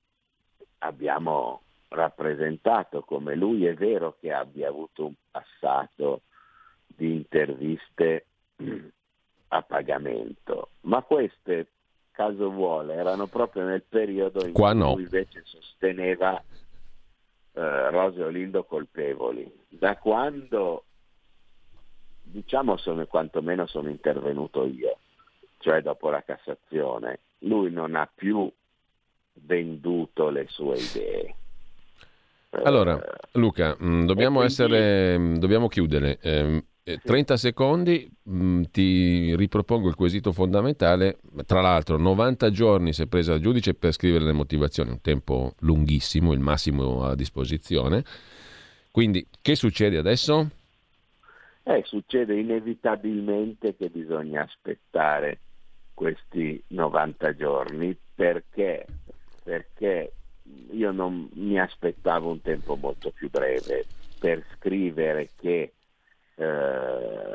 abbiamo rappresentato come lui è vero che abbia avuto un passato di interviste a pagamento, ma queste, caso vuole, erano proprio nel periodo in Qua cui no. lui invece sosteneva eh, Rose Olindo colpevoli. Da quando, diciamo, sono quantomeno sono intervenuto io, cioè dopo la Cassazione, lui non ha più venduto le sue idee. Allora, Luca, mh, dobbiamo quindi... essere, mh, dobbiamo chiudere. Eh, trenta secondi, mh, ti ripropongo il quesito fondamentale. Tra l'altro, novanta giorni si è presa il giudice per scrivere le motivazioni, un tempo lunghissimo, il massimo a disposizione. Quindi, che succede adesso? Eh, succede inevitabilmente che bisogna aspettare questi novanta giorni perché, perché io non mi aspettavo un tempo molto più breve per scrivere che eh,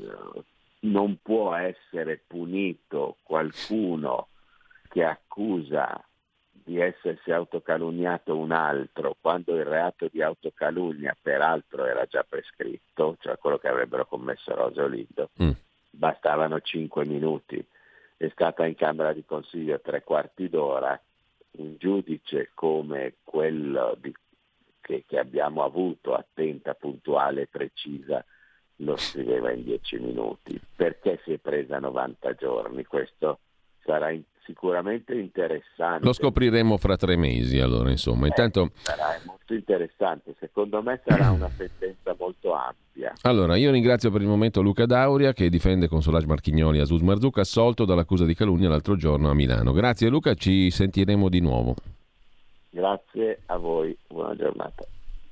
non può essere punito qualcuno che accusa di essersi autocalunniato un altro quando il reato di autocalunnia peraltro era già prescritto, cioè quello che avrebbero commesso Rose Olindo. Mm. Bastavano cinque minuti. È stata in Camera di Consiglio tre quarti d'ora. Un giudice come quello di, che, che abbiamo avuto, attenta, puntuale e precisa, lo scriveva in dieci minuti. Perché si è presa novanta giorni? Questo sarà in, sicuramente interessante. Lo scopriremo fra tre mesi, allora, insomma. Intanto... Eh, sarà molto interessante. Secondo me sarà una sentenza molto ampia. Allora, io ringrazio per il momento Luca Dauria, che difende con Solange Marchignoli Asus Marzucca, assolto dall'accusa di calunnia l'altro giorno a Milano. Grazie Luca, ci sentiremo di nuovo. Grazie a voi, buona giornata.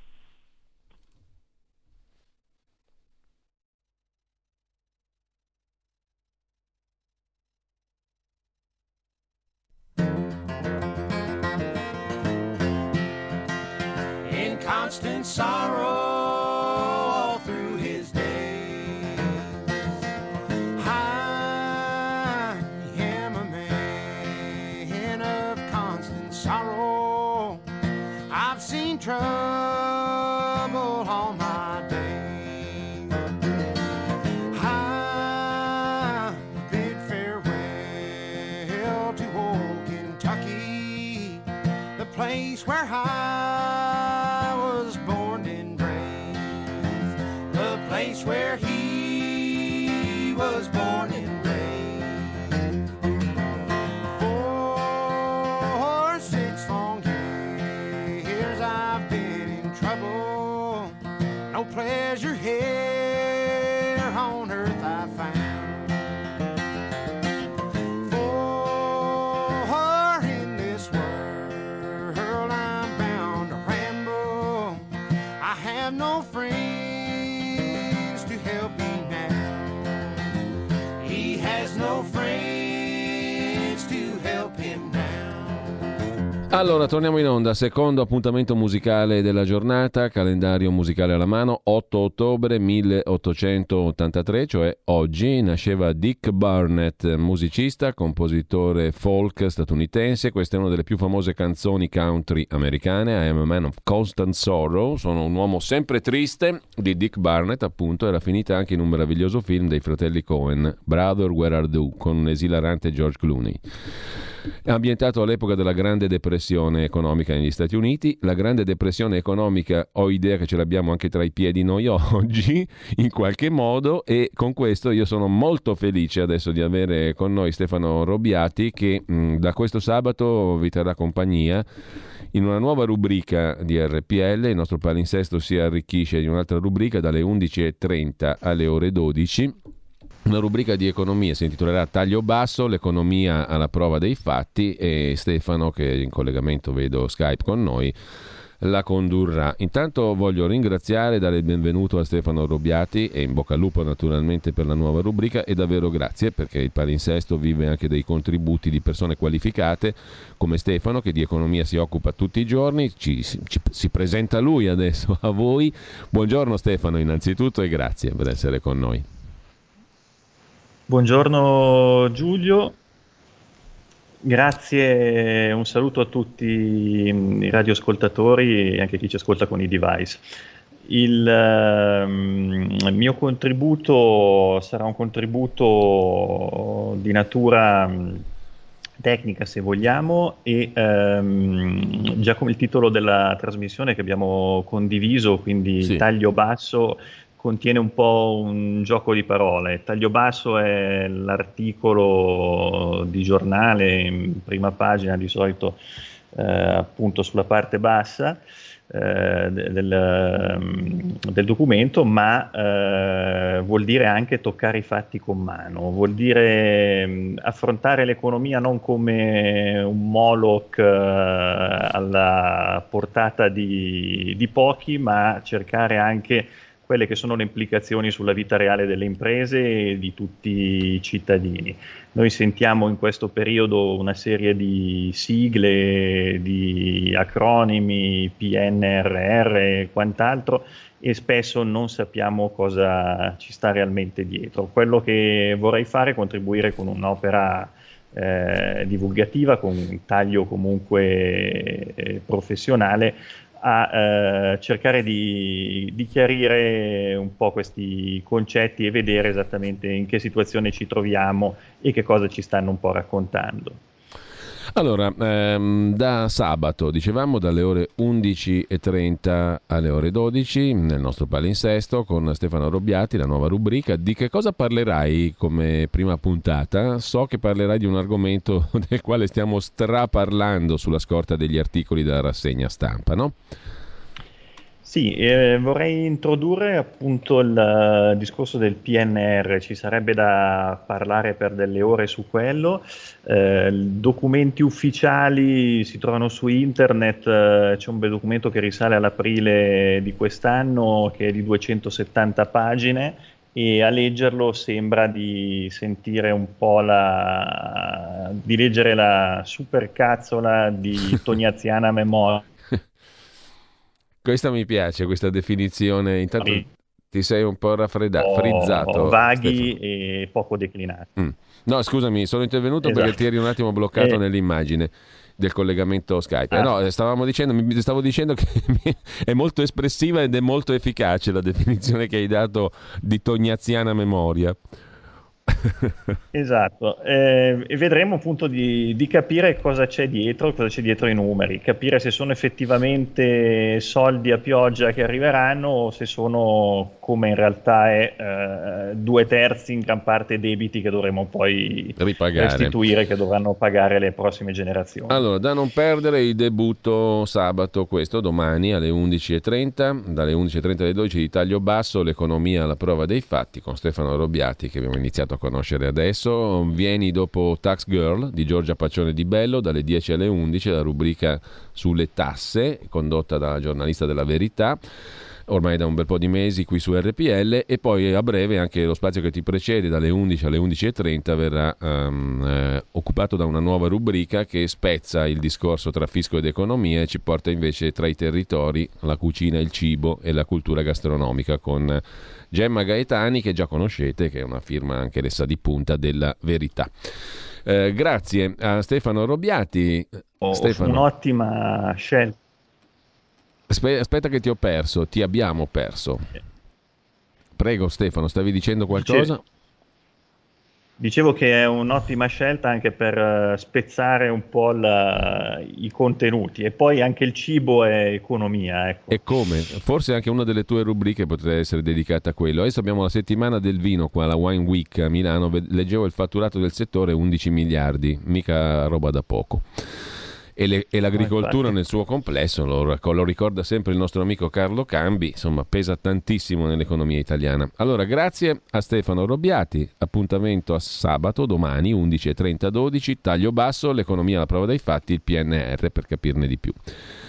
In constant sorrow through his days, I am a man of constant sorrow. I've seen trouble all my days. I bid farewell to old Kentucky, the place where I was born and raised, the place where he was born and raised. For six long years I've been in trouble, no pleasure here on earth I found. For in this world I'm bound to ramble, I have no friends to help me now. He has no friends to help him now. Allora, torniamo in onda, secondo appuntamento musicale della giornata, calendario musicale alla mano, otto ottobre milleottocentottantatré, cioè oggi, nasceva Dick Barnett, musicista, compositore folk statunitense. Questa è una delle più famose canzoni country americane, I Am a Man of Constant Sorrow, sono un uomo sempre triste, di Dick Barnett appunto. Era finita anche in un meraviglioso film dei fratelli Coen, Brother Where Are You, con un esilarante George Clooney. È ambientato all'epoca della grande depressione economica negli Stati Uniti. La grande depressione economica ho idea che ce l'abbiamo anche tra i piedi noi oggi in qualche modo, e con questo io sono molto felice adesso di avere con noi Stefano Robbiati, che mh, da questo sabato vi terrà compagnia in una nuova rubrica di R P L. Il nostro palinsesto si arricchisce di un'altra rubrica dalle undici e trenta alle ore dodici. Una rubrica di economia, si intitolerà Taglio Basso, l'economia alla prova dei fatti, e Stefano, che è in collegamento, vedo, Skype con noi, la condurrà. Intanto voglio ringraziare e dare il benvenuto a Stefano Robbiati, e in bocca al lupo naturalmente per la nuova rubrica, e davvero grazie, perché il palinsesto vive anche dei contributi di persone qualificate come Stefano, che di economia si occupa tutti i giorni. Ci, ci, si presenta lui adesso a voi. Buongiorno Stefano innanzitutto, e grazie per essere con noi. Buongiorno Giulio, grazie, un saluto a tutti i radioascoltatori e anche chi ci ascolta con i device. Il uh, mio contributo sarà un contributo di natura tecnica, se vogliamo, e um, già come il titolo della trasmissione che abbiamo condiviso, quindi sì. Taglio basso, contiene un po' un gioco di parole. Taglio basso è l'articolo di giornale in prima pagina, di solito eh, appunto sulla parte bassa eh, del, del documento, ma eh, vuol dire anche toccare i fatti con mano, vuol dire mh, affrontare l'economia non come un Moloch eh, alla portata di, di pochi, ma cercare anche quelle che sono le implicazioni sulla vita reale delle imprese e di tutti i cittadini. Noi sentiamo in questo periodo una serie di sigle, di acronimi, P N R R e quant'altro, e spesso non sappiamo cosa ci sta realmente dietro. Quello che vorrei fare è contribuire con un'opera eh, divulgativa, con un taglio comunque eh, professionale, a eh, cercare di, di chiarire un po' questi concetti e vedere esattamente in che situazione ci troviamo e che cosa ci stanno un po' raccontando. Allora, ehm, da sabato, dicevamo, dalle ore undici e trenta alle ore dodici, nel nostro palinsesto con Stefano Robbiati, la nuova rubrica. Di che cosa parlerai come prima puntata? So che parlerai di un argomento del quale stiamo straparlando sulla scorta degli articoli della rassegna stampa, no? Sì, eh, vorrei introdurre appunto il uh, discorso del P N R, ci sarebbe da parlare per delle ore su quello. Eh, documenti ufficiali si trovano su internet, eh, c'è un bel documento che risale all'aprile di quest'anno che è di duecentosettanta pagine, e a leggerlo sembra di sentire un po' la... di leggere la supercazzola di Tognaziana memoria. Questa mi piace, questa definizione. Intanto sì. Ti sei un po' raffreddato, oh, frizzato. Vaghi Stefano. E poco declinati. Mm. No, scusami, sono intervenuto esatto. perché ti eri un attimo bloccato eh. nell'immagine del collegamento Skype. Ah. Eh no, stavamo dicendo, mi stavo dicendo che è molto espressiva ed è molto efficace la definizione che hai dato di Tognaziana memoria. Esatto, eh, e vedremo appunto di, di capire cosa c'è dietro, cosa c'è dietro i numeri, capire se sono effettivamente soldi a pioggia che arriveranno o se sono, come in realtà è, eh, due terzi in gran parte debiti che dovremo poi ripagare, restituire, che dovranno pagare le prossime generazioni. Allora, da non perdere il debutto sabato, questo domani alle undici e trenta, dalle undici e trenta alle dodici di Taglio Basso, l'economia alla prova dei fatti, con Stefano Robbiati, che abbiamo iniziato a conoscere adesso. Vieni dopo Tax Girl di Giorgia Paccione Di Bello, dalle dieci alle undici, la rubrica sulle tasse condotta dalla giornalista della Verità ormai da un bel po' di mesi qui su R P L, e poi a breve anche lo spazio che ti precede dalle undici alle undici e trenta verrà um, eh, occupato da una nuova rubrica che spezza il discorso tra fisco ed economia e ci porta invece tra i territori, la cucina, il cibo e la cultura gastronomica, con Gemma Gaetani, che già conoscete, che è una firma anche essa di punta della Verità. Eh, grazie a Stefano Robbiati. Oh, Stefano. Un'ottima scelta. Aspetta che ti ho perso, ti abbiamo perso. Prego Stefano, stavi dicendo qualcosa? Dicevo, dicevo che è un'ottima scelta anche per spezzare un po' la, i contenuti, e poi anche il cibo è economia. Ecco. E come? Forse anche una delle tue rubriche potrebbe essere dedicata a quello. Adesso abbiamo la settimana del vino qua, la Wine Week a Milano, leggevo il fatturato del settore undici miliardi, mica roba da poco. E, le, e l'agricoltura nel suo complesso, lo, lo ricorda sempre il nostro amico Carlo Cambi, insomma pesa tantissimo nell'economia italiana. Allora grazie a Stefano Robbiati, appuntamento a sabato, domani undici e trenta dodici, Taglio Basso, l'economia alla prova dei fatti, il P N R, per capirne di più.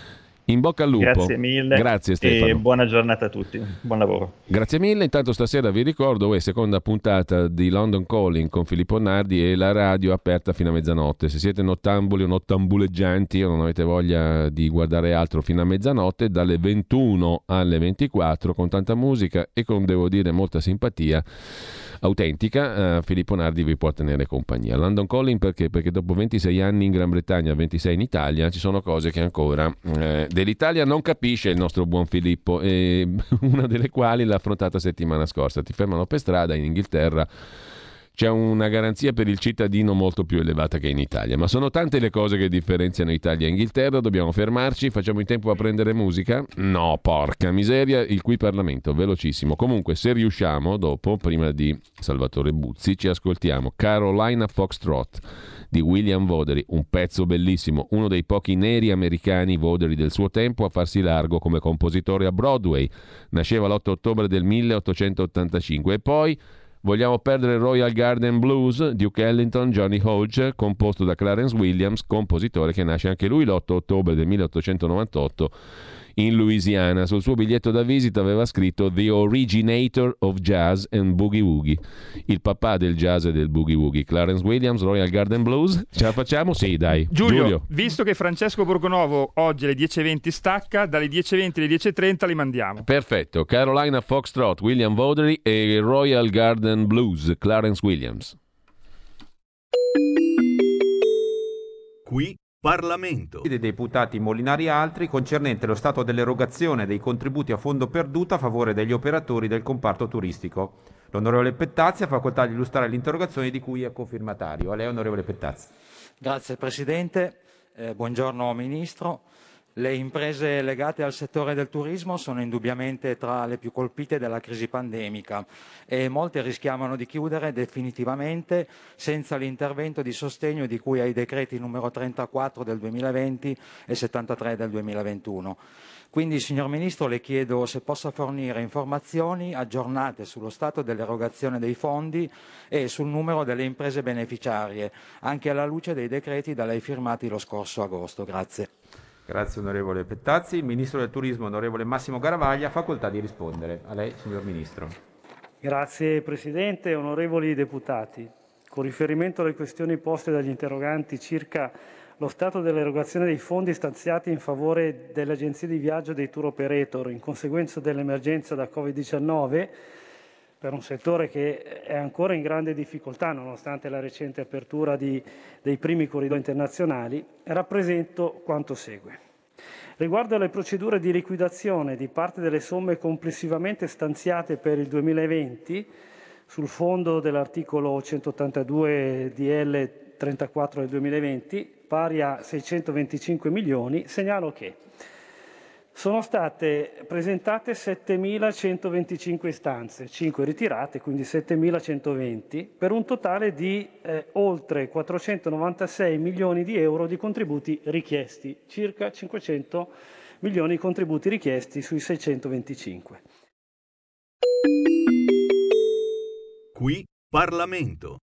In bocca al lupo. Grazie mille. Grazie Stefano. E buona giornata a tutti. Buon lavoro. Grazie mille. Intanto stasera vi ricordo, è seconda puntata di London Calling con Filippo Nardi e la radio aperta fino a mezzanotte. Se siete nottambuli o nottambuleggianti o non avete voglia di guardare altro fino a mezzanotte, dalle ventuno alle ventiquattro con tanta musica e con, devo dire, molta simpatia autentica, uh, Filippo Nardi vi può tenere compagnia. London Calling perché? Perché dopo ventisei anni in Gran Bretagna, ventisei in Italia, ci sono cose che ancora eh, dell'Italia non capisce il nostro buon Filippo, e una delle quali l'ha affrontata settimana scorsa. Ti fermano per strada in Inghilterra, c'è una garanzia per il cittadino molto più elevata che in Italia, ma sono tante le cose che differenziano Italia e Inghilterra. Dobbiamo fermarci, facciamo in tempo a prendere musica? No, porca miseria, il cui Parlamento, velocissimo. Comunque, se riusciamo, dopo, prima di Salvatore Buzzi, ci ascoltiamo Carolina Foxtrot di William Vodery, un pezzo bellissimo, uno dei pochi neri americani Vodery del suo tempo a farsi largo come compositore a Broadway. Nasceva l'otto ottobre del milleottocentottantacinque e poi vogliamo perdere Royal Garden Blues, Duke Ellington, Johnny Hodge, composto da Clarence Williams, compositore che nasce anche lui l'otto ottobre del milleottocentonovantotto in Louisiana. Sul suo biglietto da visita aveva scritto The Originator of Jazz and Boogie Woogie, il papà del jazz e del boogie woogie. Clarence Williams, Royal Garden Blues. Ce la facciamo? Sì, dai. Giulio, Giulio. Visto che Francesco Borgonovo oggi alle dieci e venti stacca, dalle dieci e venti alle dieci e trenta li mandiamo. Perfetto. Carolina Foxtrot, William Vodery e Royal Garden Blues, Clarence Williams. Qui Parlamento. Dei deputati Molinari e altri concernente lo stato dell'erogazione dei contributi a fondo perduto a favore degli operatori del comparto turistico. L'onorevole Pettazzi ha facoltà di illustrare l'interrogazione di cui è cofirmatario. A lei, onorevole Pettazzi. Grazie Presidente, eh, buongiorno Ministro. Le imprese legate al settore del turismo sono indubbiamente tra le più colpite dalla crisi pandemica e molte rischiavano di chiudere definitivamente senza l'intervento di sostegno di cui ai decreti numero trentaquattro del duemilaventi e settantatré del duemilaventuno. Quindi, signor Ministro, le chiedo se possa fornire informazioni aggiornate sullo stato dell'erogazione dei fondi e sul numero delle imprese beneficiarie, anche alla luce dei decreti da lei firmati lo scorso agosto. Grazie. Grazie onorevole Pettazzi. Il Ministro del Turismo, onorevole Massimo Garavaglia, ha facoltà di rispondere. A lei, signor Ministro. Grazie Presidente, onorevoli deputati. Con riferimento alle questioni poste dagli interroganti circa lo stato dell'erogazione dei fondi stanziati in favore delle agenzie di viaggio e dei tour operator in conseguenza dell'emergenza da covid diciannove, per un settore che è ancora in grande difficoltà nonostante la recente apertura di, dei primi corridoi internazionali, rappresento quanto segue. Riguardo alle procedure di liquidazione di parte delle somme complessivamente stanziate per il duemilaventi sul fondo dell'articolo centottantadue D L trentaquattro del duemilaventi, pari a seicentoventicinque milioni, segnalo che sono state presentate settemilacentoventicinque istanze, cinque ritirate, quindi settemilacentoventi, per un totale di eh, oltre quattrocentonovantasei milioni di euro di contributi richiesti, circa cinquecento milioni di contributi richiesti sui seicentoventicinque. Qui Parlamento.